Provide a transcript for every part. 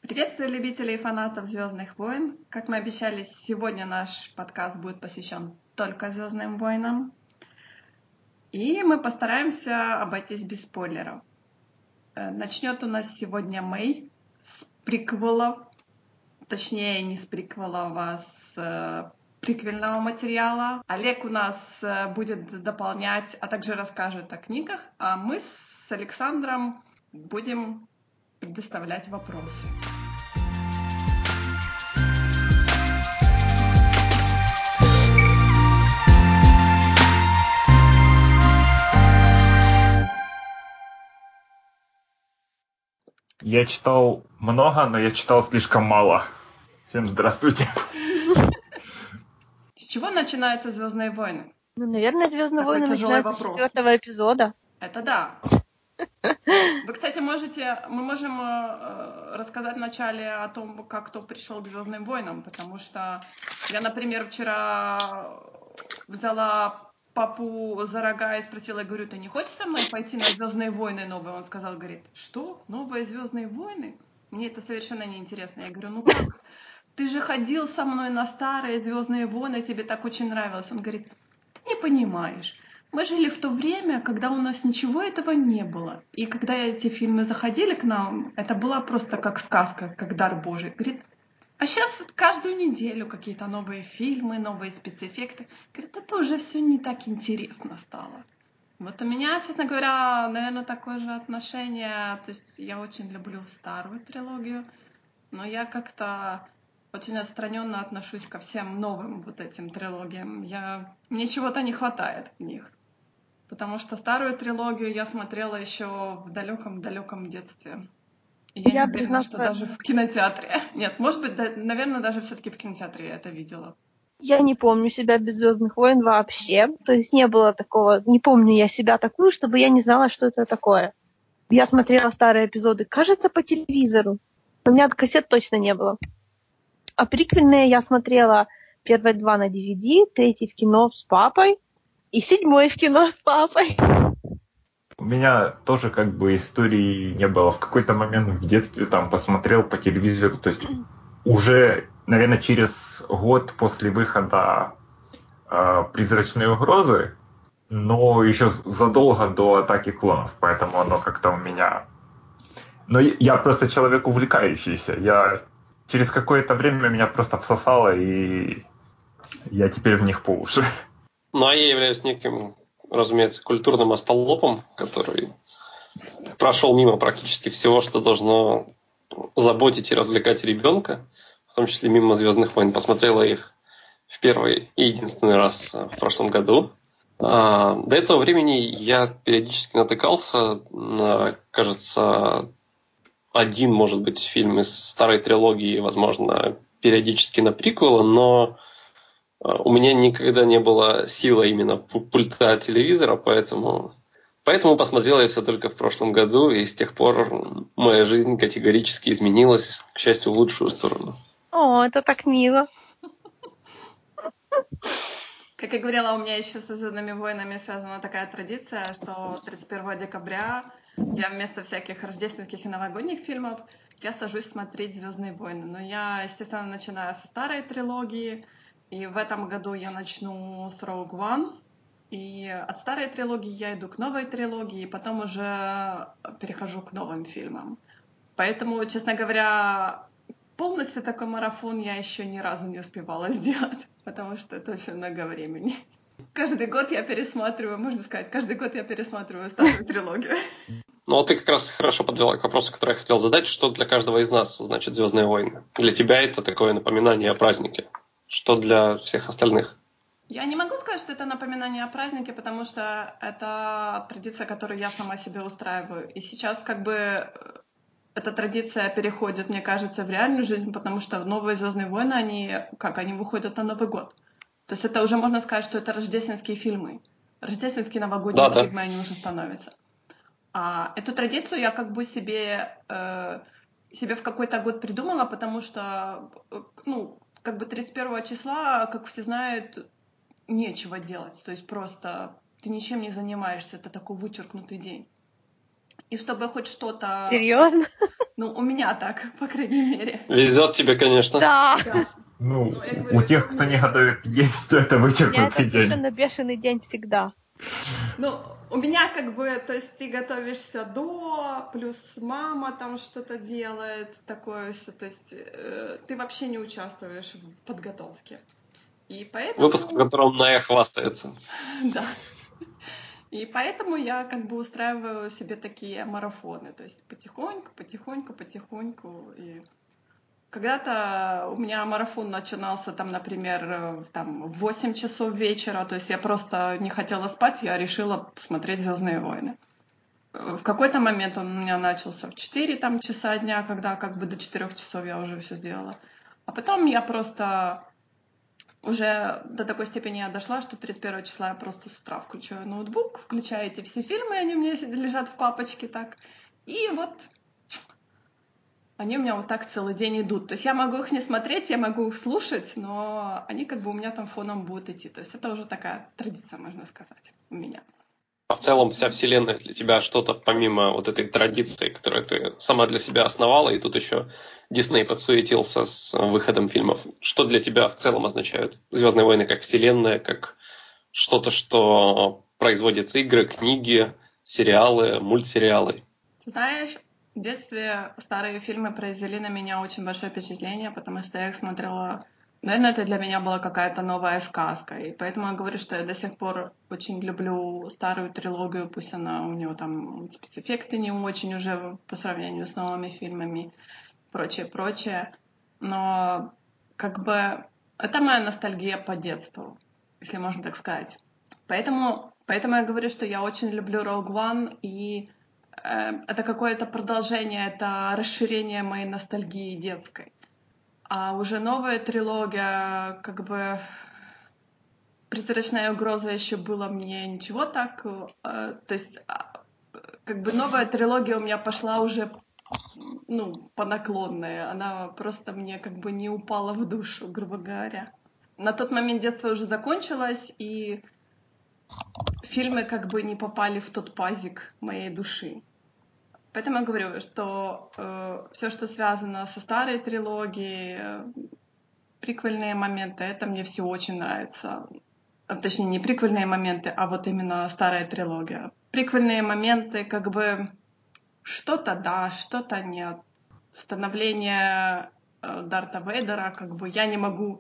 Приветствую любителей и фанатов «Звездных войн». Как мы обещали, сегодня наш подкаст будет посвящен только «Звездным войнам». И мы постараемся обойтись без спойлеров. Начнет у нас сегодня Мэй с приквелов, точнее не с приквелов, а с приквельного материала. Олег у нас будет дополнять, а также расскажет о книгах, а мы с Александром будем предоставлять вопросы. Я читал много, но я читал слишком мало. Всем здравствуйте. С чего начинаются «Звездные войны»? Наверное, «Звездные Такой войны» тяжелый начинаются с вопрос. 4-го эпизода. Это да. Вы, кстати, мы можем рассказать вначале о том, как кто пришел к «Звездным войнам», потому что я, например, вчера взяла папу за рога и спросила, говорю, ты не хочешь со мной пойти на «Звездные войны» новые? Он сказал, говорит, что? Новые «Звездные войны»? Мне это совершенно неинтересно. Я говорю, ну как? Ты же ходил со мной на старые «Звездные войны», тебе так очень нравилось. Он говорит, ты не понимаешь. Мы жили в то время, когда у нас ничего этого не было. И когда эти фильмы заходили к нам, это была просто как сказка, как дар Божий. Говорит, а сейчас каждую неделю какие-то новые фильмы, новые спецэффекты. Говорит, это уже все не так интересно стало. Вот у меня, честно говоря, наверное, такое же отношение. То есть я очень люблю старую трилогию, но я как-то очень отстраненно отношусь ко всем новым вот этим трилогиям. Мне чего-то не хватает в них. Потому что старую трилогию я смотрела еще в далеком-далеком детстве. И я не уверена, что даже в кинотеатре. Нет, может быть, наверное, даже все-таки в кинотеатре я это видела. Я не помню себя без «Звездных войн» вообще. То есть не было такого, не помню я себя такую, чтобы я не знала, что это такое. Я смотрела старые эпизоды, кажется, по телевизору. У меня кассет точно не было. А приквельные я смотрела первые 2 на DVD, 3 в кино с папой и 7 в кино с папой. У меня тоже как бы истории не было. В какой-то момент в детстве там посмотрел по телевизору, то есть уже, наверное, через год после выхода «Призрачной угрозы», но еще задолго до «Атаки клонов», поэтому оно как-то у меня... Но я просто человек увлекающийся. Через какое-то время меня просто всосало, и я теперь в них по уши. Ну, а я являюсь неким, разумеется, культурным остолопом, который прошел мимо практически всего, что должно заботить и развлекать ребенка, в том числе мимо «Звездных войн». Посмотрела их в первый и единственный раз в прошлом году. До этого времени я периодически натыкался на, кажется, один, может быть, фильм из старой трилогии, возможно, периодически на приквелы, но у меня никогда не было силы именно пульта от телевизора, поэтому посмотрел я все только в прошлом году, и с тех пор моя жизнь категорически изменилась, к счастью, в лучшую сторону. О, это так мило. Как я говорила, у меня еще с «Звездными войнами» связана такая традиция, что 31 декабря я вместо всяких рождественских и новогодних фильмов я сажусь смотреть «Звездные войны». Но я, естественно, начинаю со старой трилогии, и в этом году я начну с Rogue One. И от старой трилогии я иду к новой трилогии, и потом уже перехожу к новым фильмам. Поэтому, честно говоря, полностью такой марафон я еще ни разу не успевала сделать, потому что это очень много времени. Каждый год я пересматриваю, можно сказать, старую трилогию. Ну, вот ты как раз хорошо подвела к вопросу, который я хотел задать. Что для каждого из нас значит «Звездные войны»? Для тебя это такое напоминание о празднике. Что для всех остальных? Я не могу сказать, что это напоминание о празднике, потому что это традиция, которую я сама себе устраиваю. И сейчас как бы эта традиция переходит, мне кажется, в реальную жизнь, потому что новые «Звездные войны», они выходят на Новый год. То есть это уже можно сказать, что это рождественские фильмы. Рождественские новогодние фильмы, они уже становятся. А эту традицию я как бы себе в какой-то год придумала, потому что, 31 числа, как все знают, нечего делать. То есть просто ты ничем не занимаешься, это такой вычеркнутый день. И чтобы хоть что-то... Серьезно? Ну, у меня так, по крайней мере. Везет тебе, конечно. Да. Да. Ну, Ну, я говорю, у тех, это у кто не меня. готовит есть, то это У меня вычеркнутый это день. совершенно бешеный день всегда. Ну, у меня как бы, то есть ты готовишься до, плюс мама там что-то делает, такое все. То есть ты вообще не участвуешь в подготовке. И поэтому... Выпуск, в котором Ная хвастается. Да. И поэтому я как бы устраиваю себе такие марафоны. То есть потихоньку, потихоньку, потихоньку. И когда-то у меня марафон начинался там, например, там, в 8 часов вечера. То есть я просто не хотела спать, я решила смотреть «Звездные войны». В какой-то момент он у меня начался в 4 там, часа дня, когда как бы до 4 часов я уже все сделала. А потом я просто уже до такой степени я дошла, что 31 числа я просто с утра включаю ноутбук, включаю эти все фильмы, они у меня лежат в папочке так. И вот они у меня вот так целый день идут. То есть я могу их не смотреть, я могу их слушать, но они как бы у меня там фоном будут идти. То есть это уже такая традиция, можно сказать, у меня. А в целом вся вселенная для тебя что-то помимо вот этой традиции, которую ты сама для себя основала, и тут еще Дисней подсуетился с выходом фильмов. Что для тебя в целом означают «Звездные войны» как вселенная, как что-то, что производятся игры, книги, сериалы, мультсериалы? Ты знаешь, в детстве старые фильмы произвели на меня очень большое впечатление, потому что я их смотрела. Наверное, это для меня была какая-то новая сказка. И поэтому я говорю, что я до сих пор очень люблю старую трилогию, пусть она у нее там спецэффекты не очень уже по сравнению с новыми фильмами, прочее, прочее. Но как бы это моя ностальгия по детству, если можно так сказать. Поэтому я говорю, что я очень люблю Rogue One, и это какое-то продолжение, это расширение моей ностальгии детской. А уже новая трилогия, как бы «Призрачная угроза» еще было мне ничего так. То есть как бы новая трилогия у меня пошла уже по наклонной. Она просто мне как бы не упала в душу, грубо говоря. На тот момент детство уже закончилось, и фильмы как бы не попали в тот пазик моей души. Поэтому я говорю, что все, что связано со старой трилогией, приквельные моменты, это мне все очень нравится. Точнее, не приквельные моменты, а вот именно старая трилогия. Приквельные моменты, как бы что-то да, что-то нет. Становление Дарта Вейдера, как бы я не могу...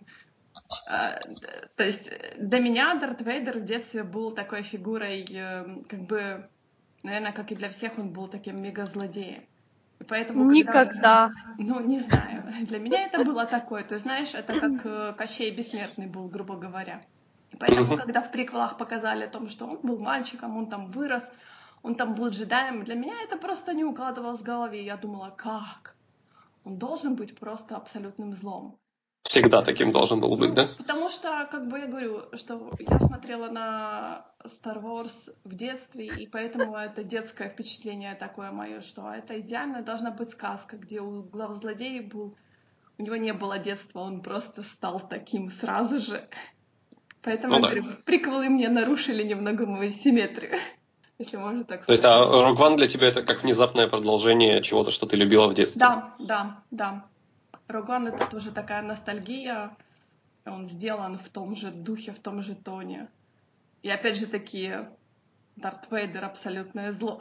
То есть для меня Дарт Вейдер в детстве был такой фигурой, как бы, наверное, как и для всех, он был таким мега-злодеем. И поэтому, Никогда. ну, не знаю, для меня это было такое. То есть, знаешь, это как Кощей Бессмертный был, грубо говоря. И поэтому, когда в приквелах показали о том, что он был мальчиком, он там вырос, он там был джедаем, для меня это просто не укладывалось в голове. Я думала, как? Он должен быть просто абсолютным злом. Всегда таким должен был быть, да? Потому что, как бы я говорю, что я смотрела на Star Wars в детстве, и поэтому это детское впечатление такое мое, что это идеально должна быть сказка, где у главзлодея был, у него не было детства, он просто стал таким сразу же. Поэтому я говорю, приквелы мне нарушили немного мою симметрию, если можно так сказать. То есть, а Rogue One для тебя это как внезапное продолжение чего-то, что ты любила в детстве? Да. Rogue One — это тоже такая ностальгия. Он сделан в том же духе, в том же тоне. И опять же таки, Дарт Вейдер — абсолютное зло.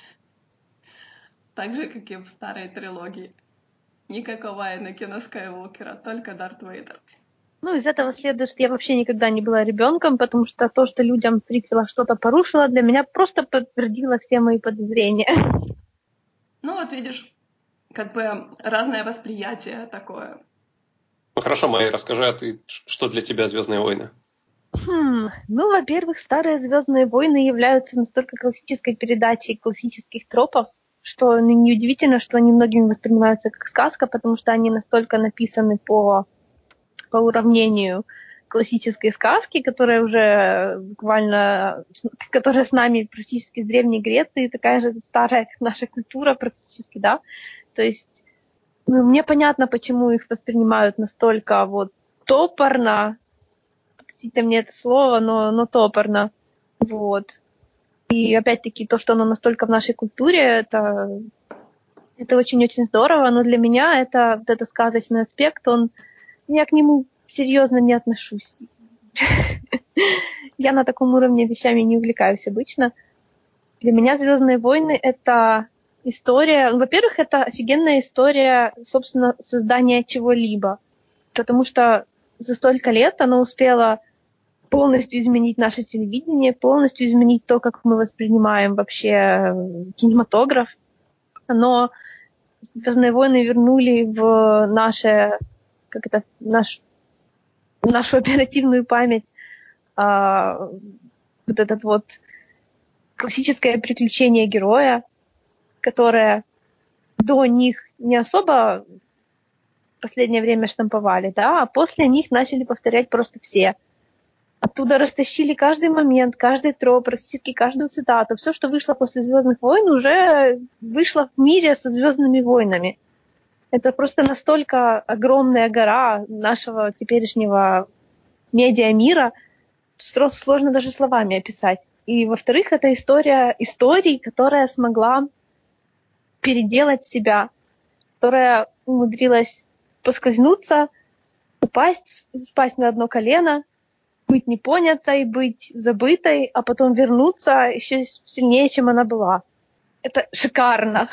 Так же, как и в старой трилогии. Никакого Энакина Скайуокера, только Дарт Вейдер. Ну, из этого следует, что я вообще никогда не была ребенком, потому что то, что людям в приквелах что-то порушило, для меня просто подтвердило все мои подозрения. Ну вот видишь, как бы разное восприятие такое. Ну хорошо, Майя, расскажи, а ты, что для тебя «Звездные войны»? Ну, во-первых, старые «Звездные войны» являются настолько классической передачей классических тропов, что неудивительно, что они многими воспринимаются как сказка, потому что они настолько написаны по уравнению классической сказки, которая уже буквально, которая с нами практически с Древней Греции, такая же старая, как наша культура практически, да. То есть мне понятно, почему их воспринимают настолько вот топорно, простите мне это слово, но топорно. Вот. И опять-таки то, что оно настолько в нашей культуре, это очень-очень здорово, но для меня это вот этот сказочный аспект, я к нему серьезно не отношусь. Я на таком уровне вещами не увлекаюсь обычно. Для меня «Звездные войны» — это история... Во-первых, это офигенная история, собственно, создания чего-либо. Потому что за столько лет оно успело полностью изменить наше телевидение, полностью изменить то, как мы воспринимаем вообще кинематограф. Но «Звездные войны» вернули в нашу оперативную память вот этот вот классическое приключение героя, которое до них не особо в последнее время штамповали, да, а после них начали повторять просто все. Оттуда растащили каждый момент, каждый троп, практически каждую цитату. Все, что вышло после «Звездных войн», уже вышло в мире со «Звездными войнами». Это просто настолько огромная гора нашего теперешнего медиамира, сложно даже словами описать. И, во-вторых, это история историй, которая смогла переделать себя, которая умудрилась поскользнуться, упасть на одно колено, быть непонятой, быть забытой, а потом вернуться еще сильнее, чем она была. Это шикарно.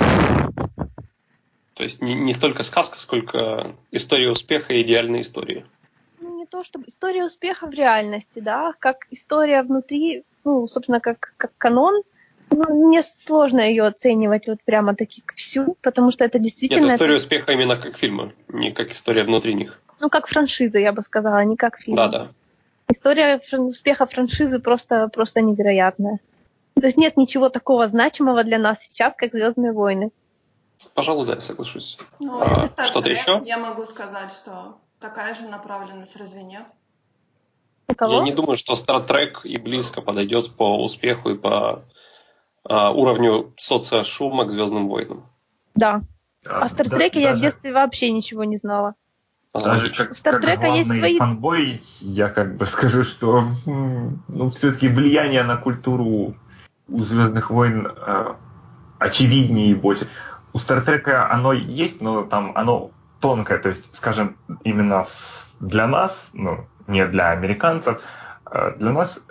То есть не столько сказка, сколько история успеха и идеальная история. Ну, не то чтобы история успеха в реальности, да, как история внутри, собственно, как канон. Мне сложно ее оценивать вот прямо таки всю, потому что это действительно... Нет, история успеха именно как фильмы, не как история внутри них. Ну, как франшиза, я бы сказала, не как фильм. Да. История успеха франшизы просто невероятная. То есть нет ничего такого значимого для нас сейчас, как «Звездные войны». Пожалуй, да, я соглашусь. Что-то еще? Я могу сказать, что такая же направленность, разве нет? У кого? Я не думаю, что Star Trek и близко подойдет по успеху и по уровню социошума к «Звездным войнам». Да. О Стартреке я в детстве вообще ничего не знала. Даже как главный фанбой, я как бы скажу, что все-таки влияние на культуру у «Звездных войн» очевиднее и больше. У «Стартрека» оно есть, но там оно тонкое, то есть, скажем, именно для нас, не для американцев, для нас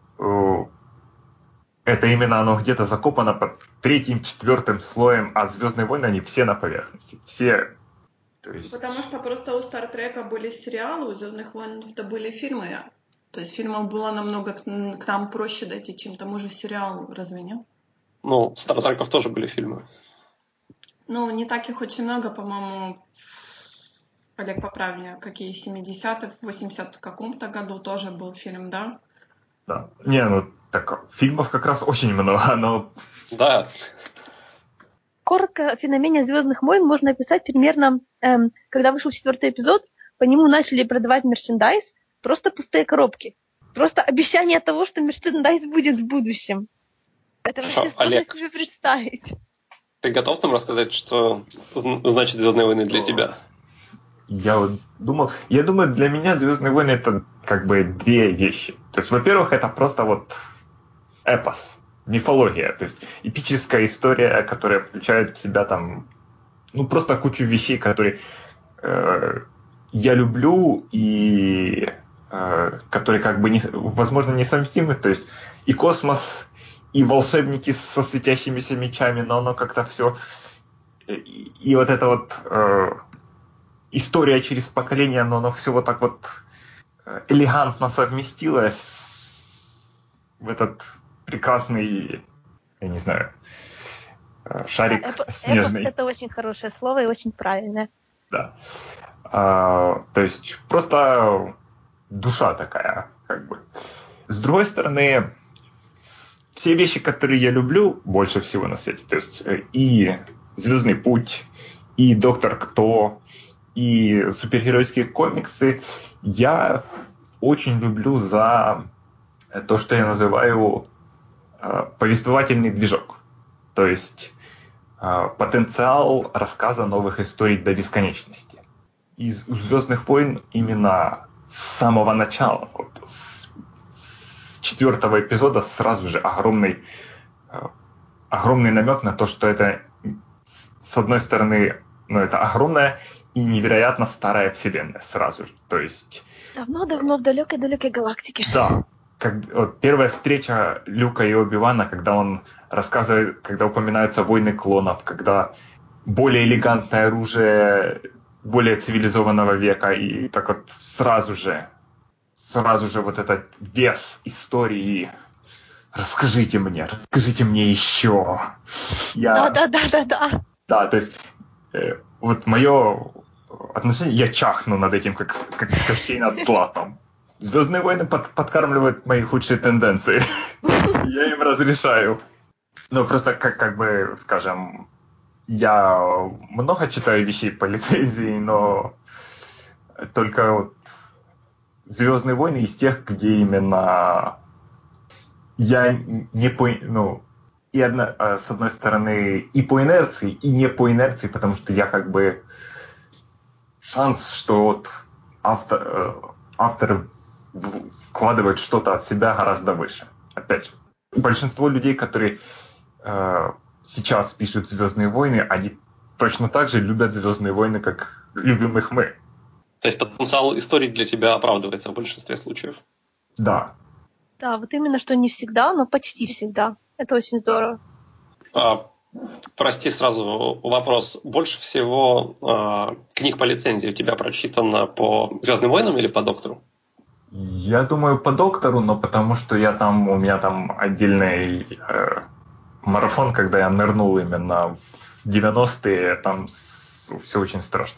это именно оно где-то закопано под 3-4 слоем, а «Звездные войны» они все на поверхности. Все. То есть... Потому что просто у «Стартрека» были сериалы, у «Звездных войн»-то были фильмы. То есть фильмов было намного к нам проще дойти, чем тому же сериалу, разве нет? Ну, «Стартреков» тоже были фильмы. Не так их очень много, по-моему, Олег, поправь меня, какие 70-х, в 80 каком-то году тоже был фильм, да? Да. Так, фильмов как раз очень много, но... Да. Коротко о феномене «Звездных войн» можно описать примерно, когда вышел 4-й эпизод, по нему начали продавать мерчендайз, просто пустые коробки. Просто обещание того, что мерчендайз будет в будущем. Это вообще сложно себе представить. Ты готов нам рассказать, что значит «Звездные войны» для тебя? Я думаю, для меня «Звездные войны» это как бы две вещи. То есть, во-первых, это просто эпос, мифология, то есть эпическая история, которая включает в себя там, просто кучу вещей, которые я люблю и которые как бы, возможно, несовместимы, то есть и космос, и волшебники со светящимися мечами, но оно как-то все... И вот это история через поколение, но оно все вот так вот элегантно совместилось в этот прекрасный, я не знаю, шарик снежный. Эпос — это очень хорошее слово и очень правильное. Да. То есть просто душа такая, как бы. С другой стороны, все вещи, которые я люблю больше всего на свете, то есть и «Звездный путь», и «Доктор Кто», и супергеройские комиксы, я очень люблю за то, что я называю повествовательный движок. То есть потенциал рассказа новых историй до бесконечности. Из «Звездных войн» именно с самого начала, с 4-го эпизода, сразу же огромный огромный намек на то, что это, с одной стороны, это огромная и невероятно старая вселенная сразу же. То есть... Давно-давно в далекой-далекой галактике. Да. Вот первая встреча Люка и Оби-Вана, когда он рассказывает, когда упоминаются войны клонов, когда более элегантное оружие более цивилизованного века, и так вот сразу же вот этот вес истории. Расскажите мне еще. Да. Да, то есть вот мое отношение, я чахну над этим, как Кощей над златом. Звездные войны подкармливают мои худшие тенденции. Я им разрешаю. Ну, просто, как бы, скажем, я много читаю вещей по лицензии, но только вот «Звездные войны» из тех, где именно я не с одной стороны, и по инерции, и не по инерции, потому что я как бы шанс, что вот автор вкладывает что-то от себя гораздо выше. Опять же, большинство людей, которые сейчас пишут «Звездные войны», они точно так же любят «Звездные войны», как любим их мы. То есть потенциал истории для тебя оправдывается в большинстве случаев? Да. Да, вот именно что не всегда, но почти всегда. Это очень здорово. Прости, сразу вопрос. Больше всего книг по лицензии у тебя прочитано по «Звездным войнам» или по «Доктору»? Я думаю, по «Доктору», но потому что у меня там отдельный марафон, когда я нырнул именно в 90-е, там все очень страшно.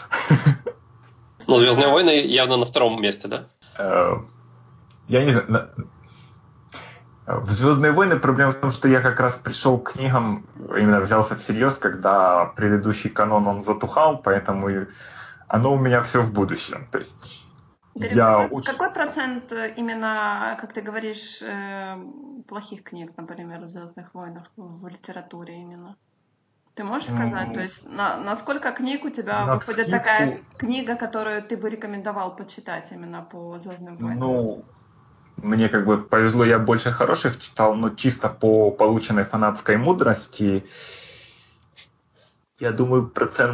Но «Звездные войны» явно на втором месте, да? Я не знаю. В «Звездные войны» проблема в том, что я как раз пришел к книгам, именно взялся всерьез, когда предыдущий канон, он затухал, поэтому оно у меня все в будущем. То есть какой процент именно, как ты говоришь, плохих книг, например, в «Звездных войнах» в литературе именно? Ты можешь сказать? То есть на сколько книг у тебя выходит такая книга, которую ты бы рекомендовал почитать именно по «Звездным войнам»? Ну, мне как бы повезло, я больше хороших читал, но чисто по полученной фанатской мудрости, я думаю,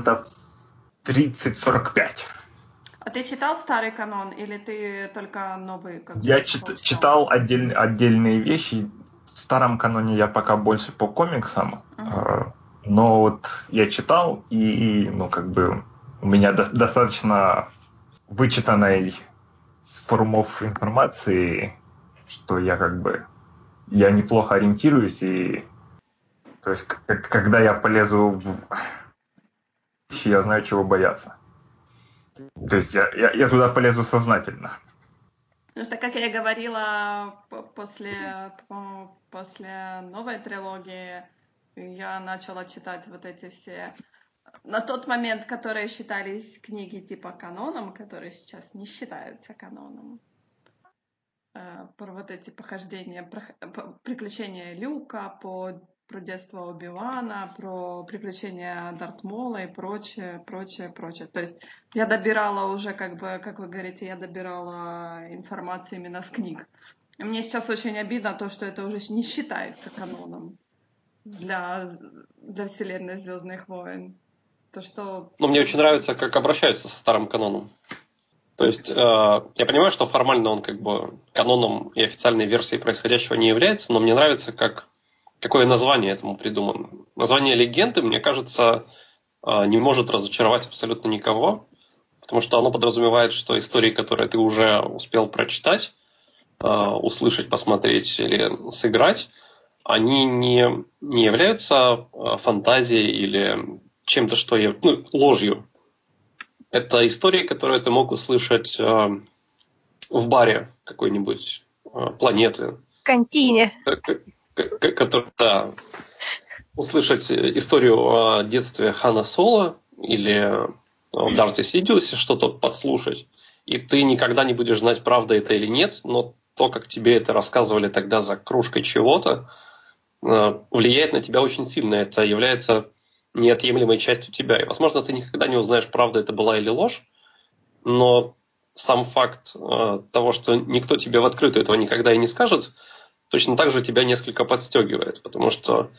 30-45%. А ты читал старый канон или ты только новый? Я читал отдельные вещи. В старом каноне я пока больше по комиксам. Но вот я читал, и у меня достаточно вычитанной с форумов информации, что я неплохо ориентируюсь, и то есть когда я полезу я знаю, чего бояться. То есть я туда полезу сознательно. Потому что, как я и говорила, после новой трилогии я начала читать вот эти все... На тот момент, которые считались книги типа каноном, которые сейчас не считаются каноном. Про вот эти похождения, приключения Люка, про детство Оби-Вана, про приключения Дарт Мола и прочее. То есть я добирала уже, как вы говорите, я добирала информацию именно с книг. И мне сейчас очень обидно то, что это уже не считается каноном для вселенной «Звездных войн». Мне очень нравится, как обращаются со старым каноном. То есть я понимаю, что формально он как бы каноном и официальной версией происходящего не является, но мне нравится, какое название этому придумано. Название «Легенды», мне кажется, не может разочаровать абсолютно никого, потому что оно подразумевает, что истории, которые ты уже успел прочитать, услышать, посмотреть или сыграть, они не являются фантазией или чем-то, что ложью. Это истории, которые ты мог услышать в баре какой-нибудь планеты. В контине. Услышать историю о детстве Хана Соло или о Дарте Сидиусе, что-то подслушать. И ты никогда не будешь знать, правда это или нет, но то, как тебе это рассказывали тогда за кружкой чего-то, влияет на тебя очень сильно. Это является неотъемлемой частью тебя. И, возможно, ты никогда не узнаешь, правда это была или ложь, но сам факт того, что никто тебе в открытую этого никогда и не скажет, точно так же тебя несколько подстегивает, потому что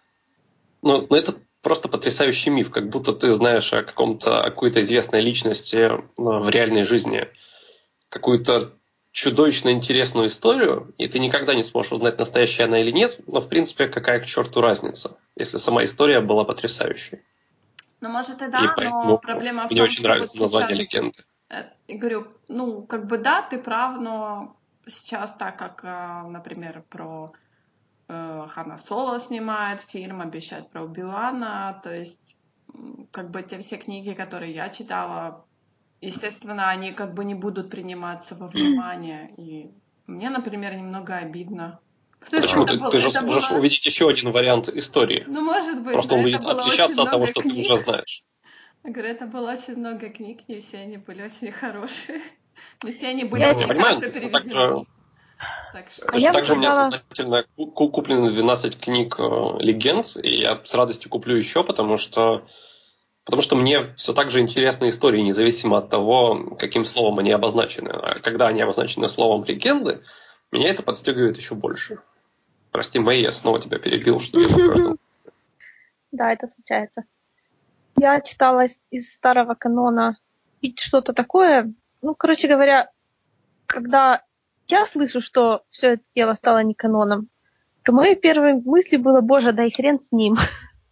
это просто потрясающий миф, как будто ты знаешь о какой-то известной личности в реальной жизни, какую-то чудовищно интересную историю, и ты никогда не сможешь узнать, настоящая она или нет, но, в принципе, какая к черту разница, если сама история была потрясающей. Ну, может и И да, но поэтому проблема в мне том, очень что нравится вот название сейчас, легенды. я говорю, да, ты прав, но сейчас так как, например, про Хана Соло снимает фильм, обещают про Оби-Вана, то есть как бы те все книги, которые я читала, естественно, они как бы не будут приниматься во внимание, и мне, например, немного обидно. Потому что Почему? Ты же это сможешь было... увидеть еще один вариант истории. Ну, может быть, Просто но он это будет было очень отличаться от того, много что ты книг. уже знаешь. Я говорю, это было очень много книг, не все они были очень хорошие. Не все они были Я очень понимаю, хорошо точно переведены. Так что... я так же у меня почитала... сознательно куплены 12 книг легенд, и я с радостью куплю еще, потому что мне все так же интересны истории, независимо от того, каким словом они обозначены. А когда они обозначены словом легенды, меня это подстегивает еще больше. Прости, Мэй, я снова тебя перебил, что я покажу. Да, это случается. Я читала из старого канона что-то такое. Ну, короче говоря, когда я слышу, что все это дело стало не каноном, то моей первой мыслью было, боже, да и хрен с ним.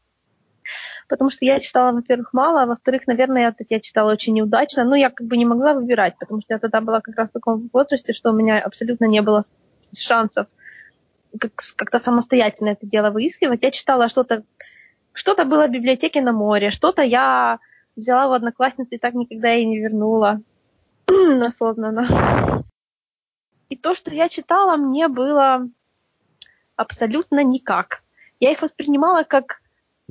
Потому что я читала, во-первых, мало, а во-вторых, наверное, я читала очень неудачно. Но я как бы не могла выбирать, потому что я тогда была как раз в таком возрасте, что у меня абсолютно не было шансов как-то самостоятельно это дело выискивать. Я читала что-то было в библиотеке на море, что-то я взяла у одноклассницы и так никогда и не вернула осознанно. И то, что я читала, мне было абсолютно никак. Я их воспринимала как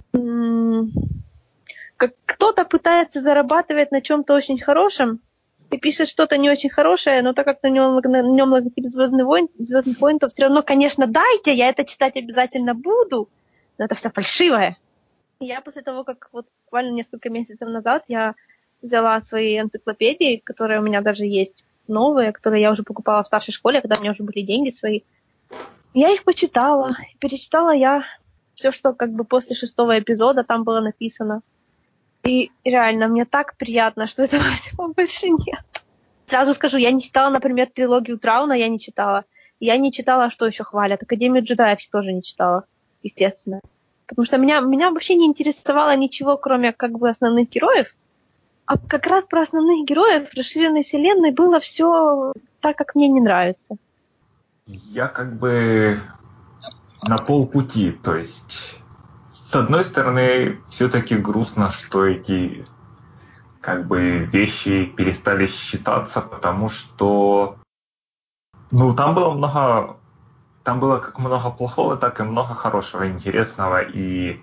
кто-то пытается зарабатывать на чем-то очень хорошем и пишет что-то не очень хорошее, но так как на нем логотип Звездных войн, то все равно, конечно, дайте, я это читать обязательно буду, но это все фальшивое. И я после того, как вот буквально несколько месяцев назад я взяла свои энциклопедии, которые у меня даже есть новые, которые я уже покупала в старшей школе, когда у меня уже были деньги свои, я их почитала, и перечитала я все, что как бы после 6-го эпизода там было написано. И реально, мне так приятно, что этого всего больше нет. Сразу скажу, я не читала, например, трилогию Трауна, я не читала. Я не читала, что еще хвалят. Академию джедаев я тоже не читала, естественно. Потому что меня вообще не интересовало ничего, кроме как бы основных героев. А как раз про основных героев в расширенной вселенной было все так, как мне не нравится. Я как бы на полпути, то есть с одной стороны все-таки грустно, что эти как бы вещи перестали считаться, потому что там было как много плохого, так и много хорошего, интересного, и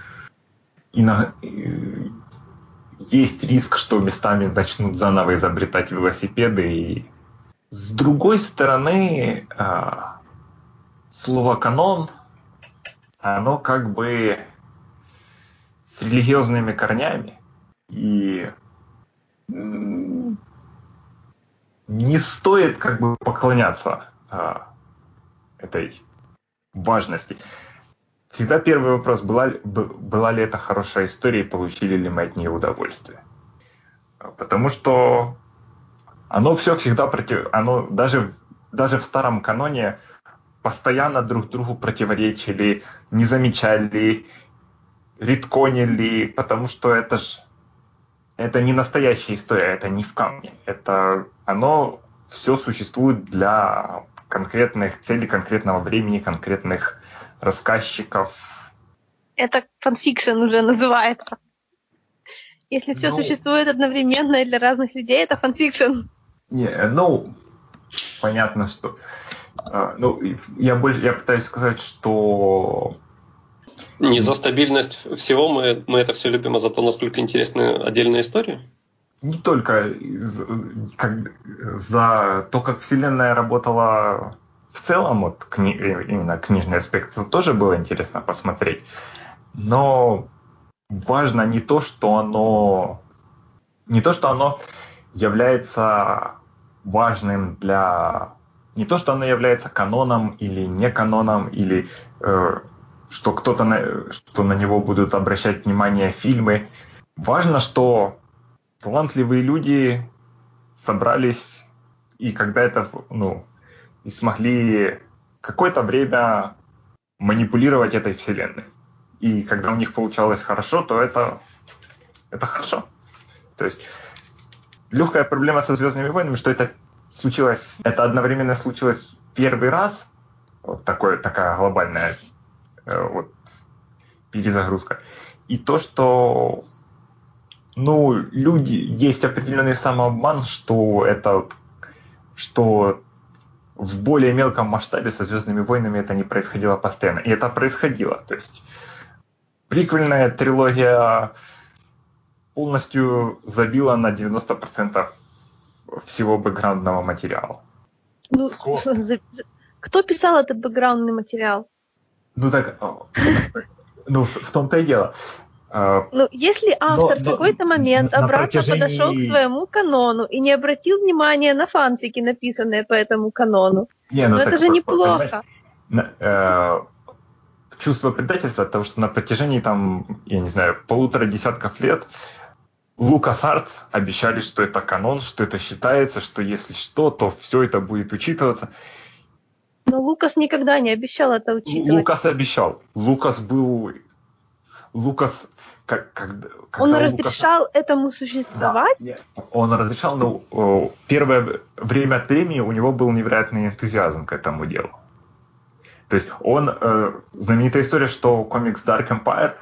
есть риск, что местами начнут заново изобретать велосипеды. И с другой стороны, слово «канон», оно как бы с религиозными корнями, и не стоит как бы поклоняться этой важности. Всегда первый вопрос, была ли это хорошая история и получили ли мы от нее удовольствие. Потому что оно все всегда оно даже в старом каноне постоянно друг другу противоречили, не замечали, редконили, потому что это не настоящая история, это не в камне. Оно все существует для конкретных целей, конкретного времени, конкретных рассказчиков. Это фанфикшн уже называется. Если все существует одновременно и для разных людей, это фанфикшн. Понятно, что... я пытаюсь сказать, что... Не за стабильность всего мы это все любим, а за то, насколько интересны отдельные истории? Не только за то, как вселенная работала в целом, вот именно книжный аспект, тоже было интересно посмотреть. Но важно не то, что оно является важным для Не то, что оно является каноном или не каноном, или что что на него будут обращать внимание фильмы. Важно, что талантливые люди собрались и когда это, и смогли какое-то время манипулировать этой вселенной. И когда у них получалось хорошо, то это хорошо. То есть легкая проблема со «Звездными войнами», что это одновременно случилось первый раз, вот такая глобальная перезагрузка. И то, что есть определенный самообман, что в более мелком масштабе со «Звездными войнами» это не происходило постоянно. И это происходило. То есть приквельная трилогия полностью забила на 90% всего бэкграундного материала. Кто писал этот бэкграундный материал? В том-то и дело. Если автор в какой-то момент обратно подошел к своему канону и не обратил внимания на фанфики, написанные по этому канону, это же неплохо. Чувство предательства от того, что на протяжении, 1,5 десятков лет LucasArts обещали, что это канон, что это считается, что если что, то все это будет учитываться. Но Лукас никогда не обещал это учитывать. Лукас обещал. Он разрешал этому существовать? Да, он разрешал, но первое время от времени у него был невероятный энтузиазм к этому делу. То есть знаменитая история, что комикс Dark Empire,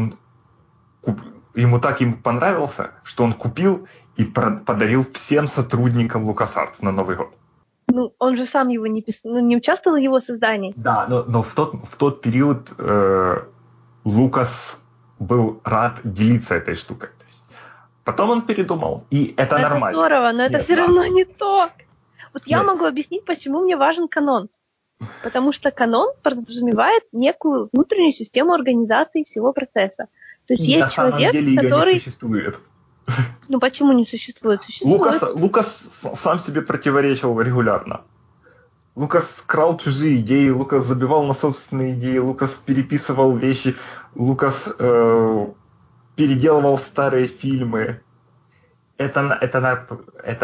ему понравился, что он купил и подарил всем сотрудникам LucasArts на Новый год. Он же сам его не писал, не участвовал в его создании. Да, но в тот период Лукас был рад делиться этой штукой. То есть, потом он передумал, и это нормально. Это здорово, но это все равно не то. Я могу объяснить, почему мне важен канон. Потому что канон подразумевает некую внутреннюю систему организации всего процесса. То есть есть человек, который... Не существует. Почему не существует? Существует. Лукас сам себе противоречил регулярно. Лукас крал чужие идеи, Лукас забивал на собственные идеи, Лукас переписывал вещи, Лукас переделывал старые фильмы. Это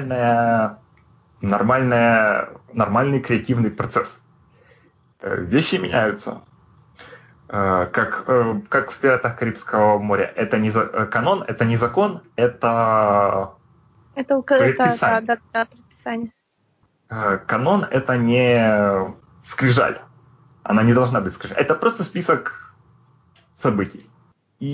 нормальный креативный процесс. Вещи меняются. Как в «Пиратах Карибского моря». Это не канон, это не закон, это предписание. Да, предписание. Канон — это не скрижаль. Она не должна быть скрижаль. Это просто список событий. И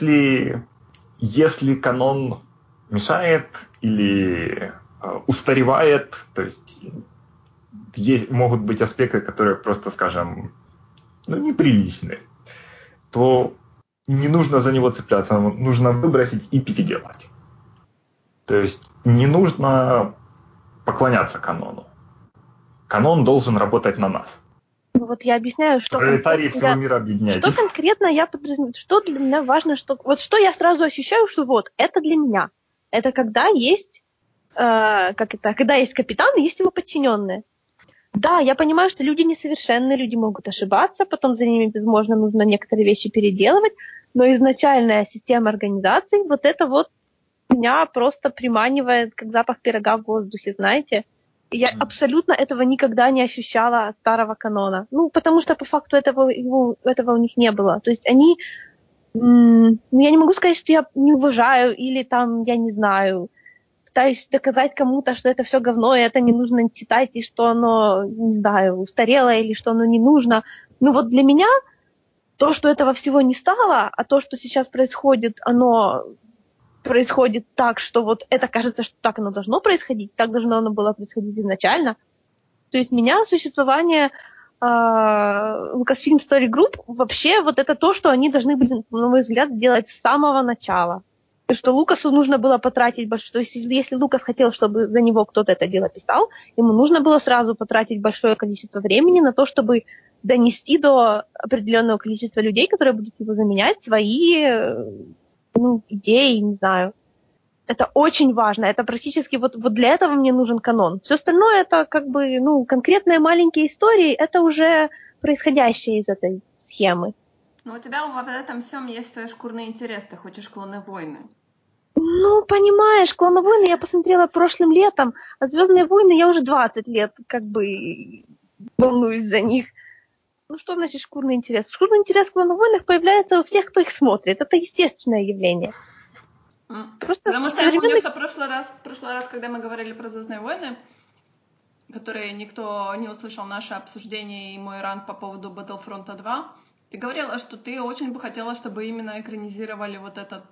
если канон мешает или устаревает, то есть могут быть аспекты, которые просто, скажем, неприличные, то не нужно за него цепляться, нужно выбросить и переделать. То есть не нужно поклоняться канону. Канон должен работать на нас. Я объясняю, что пролетарии всего мира объединяйтесь. Что конкретно я подразумеваю, что для меня важно, что я сразу ощущаю, что это для меня. Это когда есть когда есть капитан и есть его подчиненные. Да, я понимаю, что люди несовершенны, люди могут ошибаться, потом за ними, возможно, нужно некоторые вещи переделывать, но изначальная система организации, это меня просто приманивает, как запах пирога в воздухе, знаете. И я абсолютно этого никогда не ощущала от старого канона. Потому что по факту этого у них не было. То есть они... я не могу сказать, что я не уважаю или я не знаю, пытаюсь доказать кому-то, что это все говно, и это не нужно читать, и что оно, не знаю, устарело, или что оно не нужно. Для меня то, что этого всего не стало, а то, что сейчас происходит, оно происходит так, что это кажется, что так оно должно происходить, так должно оно было происходить изначально. То есть меня существование Lucasfilm Story Group вообще это то, что они должны были, на мой взгляд, делать с самого начала. Что Лукасу нужно было потратить большое... То есть если Лукас хотел, чтобы за него кто-то это дело писал, ему нужно было сразу потратить большое количество времени на то, чтобы донести до определенного количества людей, которые будут его заменять, свои идеи, не знаю. Это очень важно. Это практически вот для этого мне нужен канон. Все остальное это как бы, конкретные маленькие истории, это уже происходящее из этой схемы. Но у тебя в этом всем есть свой шкурный интерес. Ты хочешь «Клоны войны». Понимаешь, «Клоны войны» я посмотрела прошлым летом, а «Звездные войны» я уже 20 лет как бы волнуюсь за них. Что значит шкурный интерес? Шкурный интерес в «Клонах войнах» появляется у всех, кто их смотрит. Это естественное явление. Просто потому что я помню, что в прошлый раз, когда мы говорили про «Звездные войны», которые никто не услышал наше обсуждение и мой ранг по поводу Battlefront 2, ты говорила, что ты очень бы хотела, чтобы именно экранизировали вот этот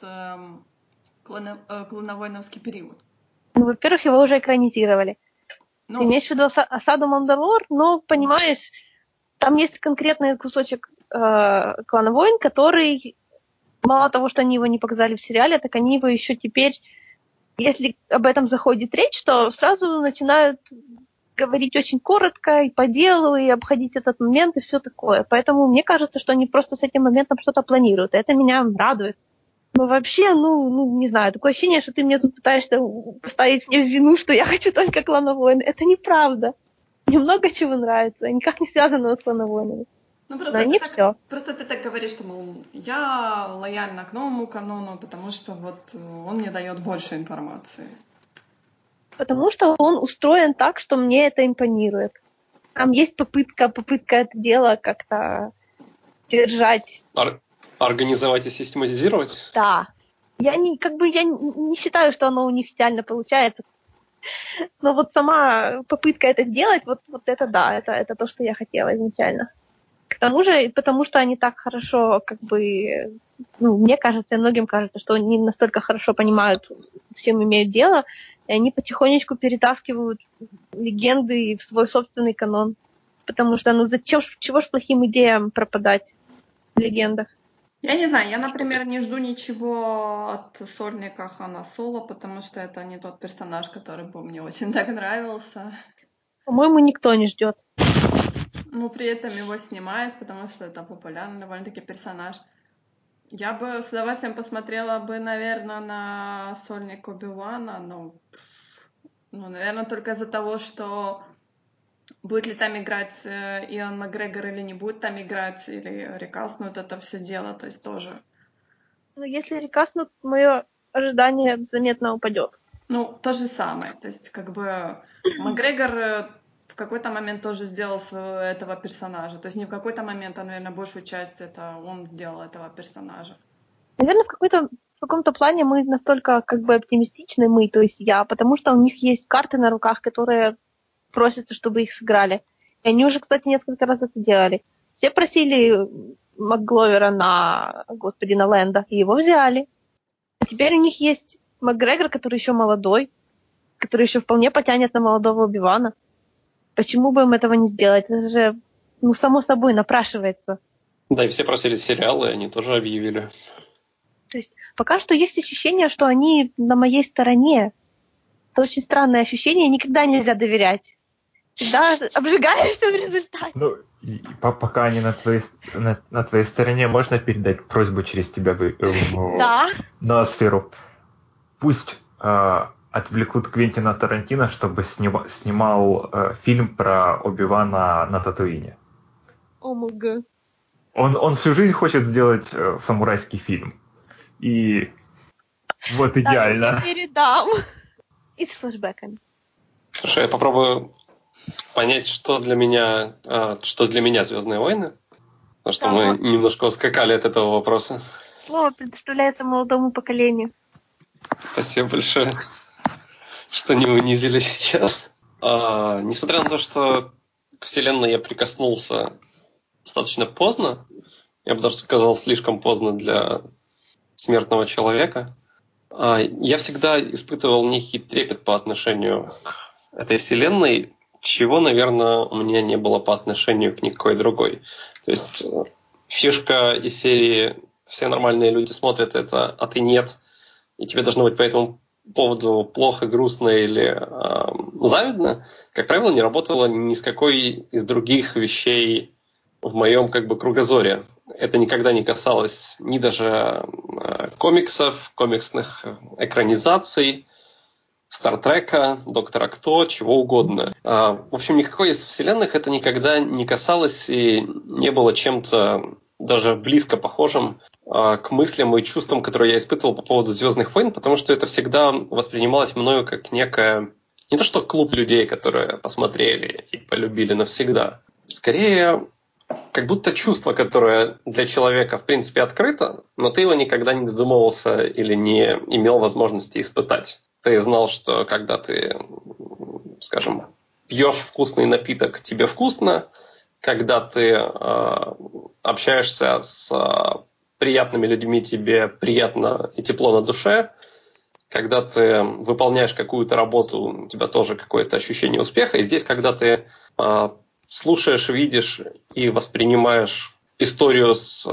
клоновойновский период. Во-первых, его уже экранизировали. Ты имеешь в виду осаду Мандалор, но, понимаешь, там есть конкретный кусочек «Клана войн», который, мало того, что они его не показали в сериале, так они его еще теперь, если об этом заходит речь, то сразу начинают говорить очень коротко и по делу, и обходить этот момент, и все такое. Поэтому мне кажется, что они просто с этим моментом что-то планируют. И это меня радует. Но вообще, не знаю, такое ощущение, что ты мне тут пытаешься поставить мне в вину, что я хочу только «Клана войн». Это неправда. Мне много чего нравится, никак не связано с «Клана войнами». Просто не все. Просто ты так говоришь, что, мол, я лояльна к новому канону, потому что вот он мне дает больше информации. Потому что он устроен так, что мне это импонирует. Там есть попытка это дело как-то держать. Организовать и систематизировать? Да. Я не считаю, что оно у них идеально получается. Но вот сама попытка это сделать, вот это да, это то, что я хотела изначально. К тому же, потому что они так хорошо, мне кажется, и многим кажется, что они настолько хорошо понимают, с чем имеют дело, и они потихонечку перетаскивают легенды в свой собственный канон. Потому что, чего ж плохим идеям пропадать в легендах? Я не знаю, я, например, не жду ничего от сольника Хана Соло, потому что это не тот персонаж, который бы мне очень так нравился. По-моему, никто не ждет. При этом его снимают, потому что это популярный довольно-таки персонаж. Я бы с удовольствием посмотрела бы, наверное, на сольник Оби-Вана, наверное, только из-за того, что будет ли там играть Иоанн Макгрегор или не будет там играть, или рекастнут это все дело, то есть тоже. Если рекастнут, мое ожидание заметно упадет. То же самое, то есть Макгрегор в какой-то момент тоже сделал своего этого персонажа, то есть не в какой-то момент, а, наверное, большую часть это он сделал этого персонажа. Наверное, в каком-то плане мы настолько оптимистичны, то есть я, потому что у них есть карты на руках, которые просятся, чтобы их сыграли. И они уже, кстати, несколько раз это делали. Все просили МакГловера на Лэнда, и его взяли. А теперь у них есть Макгрегор, который еще молодой, который еще вполне потянет на молодого Оби-Вана. Почему бы им этого не сделать? Это же, само собой напрашивается. Да, и все просили сериалы, и они тоже объявили. То есть пока что есть ощущение, что они на моей стороне. Это очень странное ощущение, никогда нельзя доверять. Всегда обжигаешься в результате. Пока они на твоей стороне, можно передать просьбу через тебя Да. на сферу. Пусть отвлекут Квентина Тарантино, чтобы снимал фильм про Оби-Вана на Татуине. ОМГ. Он всю жизнь хочет сделать самурайский фильм. И вот идеально. Да, я передам. И с флешбэками. Хорошо, я попробую понять, что для меня «Звездные войны». Потому что мы немножко ускакали от этого вопроса. Слово предоставляется молодому поколению. Спасибо большое, что не унизили сейчас. Несмотря на то, что к вселенной я прикоснулся достаточно поздно, я бы даже сказал, слишком поздно для смертного человека, я всегда испытывал некий трепет по отношению к этой вселенной, чего, наверное, у меня не было по отношению к никакой другой. То есть фишка из серии «Все нормальные люди смотрят это, а ты нет», и тебе должно быть по этому поводу плохо, грустно или завидно, как правило, не работала ни с какой из других вещей в моем кругозоре. это никогда не касалось ни даже комиксов, комиксных экранизаций, Стартрека, Доктора Кто, чего угодно. В общем, никакой из вселенных это никогда не касалось и не было чем-то даже близко похожим к мыслям и чувствам, которые я испытывал по поводу «Звездных войн», потому что это всегда воспринималось мною как некое, не то что клуб людей, которые посмотрели и полюбили навсегда, скорее как будто чувство, которое для человека в принципе открыто, но ты его никогда не додумывался или не имел возможности испытать. Ты знал, что когда ты, скажем, пьешь вкусный напиток, тебе вкусно, когда ты общаешься с приятными людьми, тебе приятно и тепло на душе, когда ты выполняешь какую-то работу, у тебя тоже какое-то ощущение успеха. И здесь, когда ты слушаешь, видишь и воспринимаешь историю с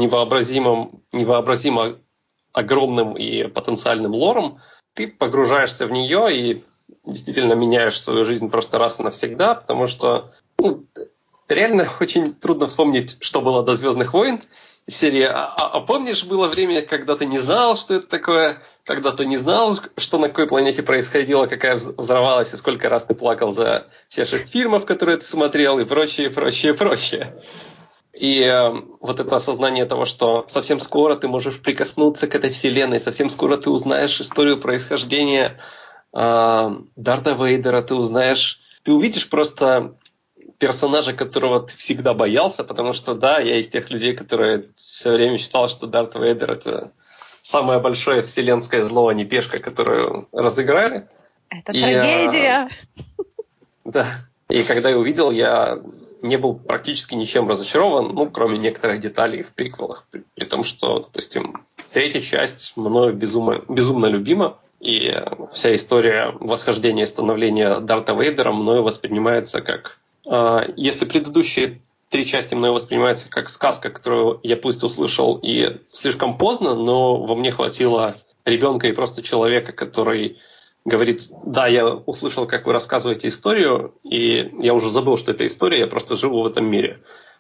невообразимо огромным и потенциальным лором, ты погружаешься в нее и действительно меняешь свою жизнь просто раз и навсегда, потому что реально очень трудно вспомнить, что было до «Звездных войн». Серия помнишь, было время, когда ты не знал, что это такое, когда ты не знал, что на какой планете происходило, какая взорвалась, и сколько раз ты плакал за все 6 фильмов, которые ты смотрел, и прочее, прочее, прочее. И вот это осознание того, что совсем скоро ты можешь прикоснуться к этой вселенной, совсем скоро ты узнаешь историю происхождения Дарта Вейдера, ты увидишь просто персонажа, которого ты всегда боялся, потому что, да, я из тех людей, которые все время считал, что Дарт Вейдер — это самое большое вселенское зло, а не пешка, которую разыграли. Это трагедия! Да. И когда я увидел, я не был практически ничем разочарован, кроме некоторых деталей в приквелах. При том, что, допустим, 3-я часть мною безумно любима, и вся история восхождения и становления Дарта Вейдера мною воспринимается как... Если предыдущие 3 части мною воспринимаются как сказка, которую я пусть услышал и слишком поздно, но во мне хватило ребенка и просто человека, который говорит: да, я услышал, как вы рассказываете историю, и я уже забыл, что это история, я просто живу в этом мире.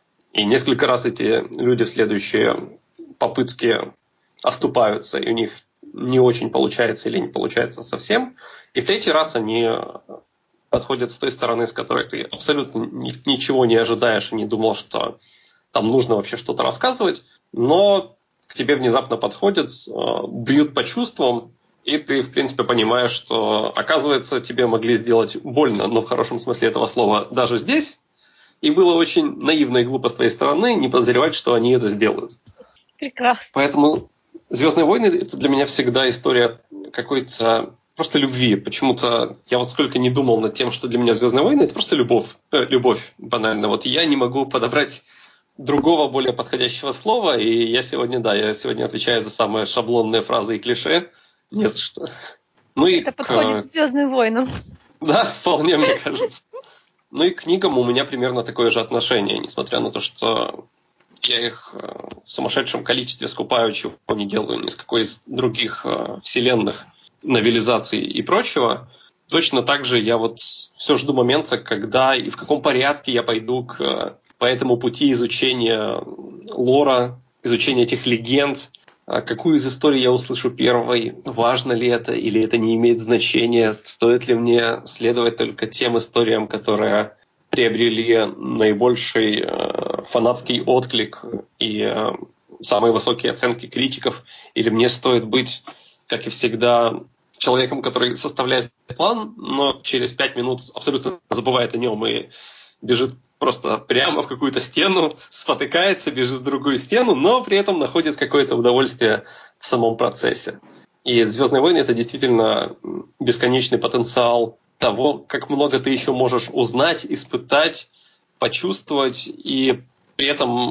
И несколько раз эти люди в следующие попытки оступаются, и у них не очень получается или не получается совсем. И в 3-й раз они подходят с той стороны, с которой ты абсолютно ничего не ожидаешь и не думал, что там нужно вообще что-то рассказывать, но к тебе внезапно подходят, бьют по чувствам, и ты, в принципе, понимаешь, что, оказывается, тебе могли сделать больно, но в хорошем смысле этого слова, даже здесь. И было очень наивно и глупо с твоей стороны не подозревать, что они это сделают. Прекрасно. Поэтому «Звездные войны» — это для меня всегда история какой-то просто любви. Почему-то я вот сколько не думал над тем, что для меня «Звездные войны» — это просто любовь. Любовь, банально. Вот я не могу подобрать другого, более подходящего слова, и я сегодня отвечаю за самые шаблонные фразы и клише. Не за что. Это подходит к «Звездным войнам». Да, вполне, мне кажется. Ну и к книгам у меня примерно такое же отношение, несмотря на то, что я их в сумасшедшем количестве скупаю, чего не делаю ни с какой из других вселенных, новелизаций и прочего. Точно так же я вот все жду момента, когда и в каком порядке я пойду по этому пути изучения лора, изучения этих легенд, какую из историй я услышу первой, важно ли это или это не имеет значения, стоит ли мне следовать только тем историям, которые приобрели наибольший фанатский отклик и самые высокие оценки критиков, или мне стоит быть, как и всегда, человеком, который составляет план, но через 5 минут абсолютно забывает о нем и бежит просто прямо в какую-то стену, спотыкается, бежит в другую стену, но при этом находит какое-то удовольствие в самом процессе. И «Звездные войны» — это действительно бесконечный потенциал того, как много ты еще можешь узнать, испытать, почувствовать, и при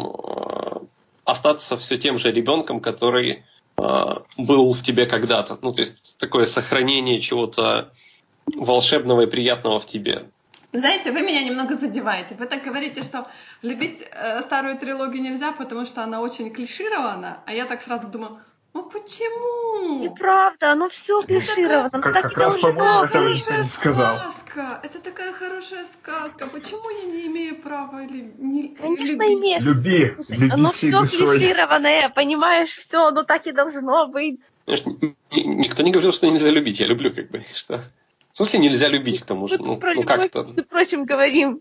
этом остаться все тем же ребенком, который был в тебе когда-то. То есть такое сохранение чего-то волшебного и приятного в тебе. Знаете, вы меня немного задеваете. Вы так говорите, что любить старую трилогию нельзя, потому что она очень клиширована, а я так сразу думаю: почему? Неправда, оно все клишировано. Как раз, по-моему, этого никто не сказал. сказка. Это такая хорошая сказка. Почему я не имею права Конечно, любить? имеешь. Люби, Слушай, люби оно всей все душой. клишированное, понимаешь, все, оно так и должно быть. Знаешь, никто не говорил, что нельзя любить. Я люблю, как бы, что... В смысле нельзя любить, к тому Мы же? тут Ну про как любовь, это? между прочим, говорим.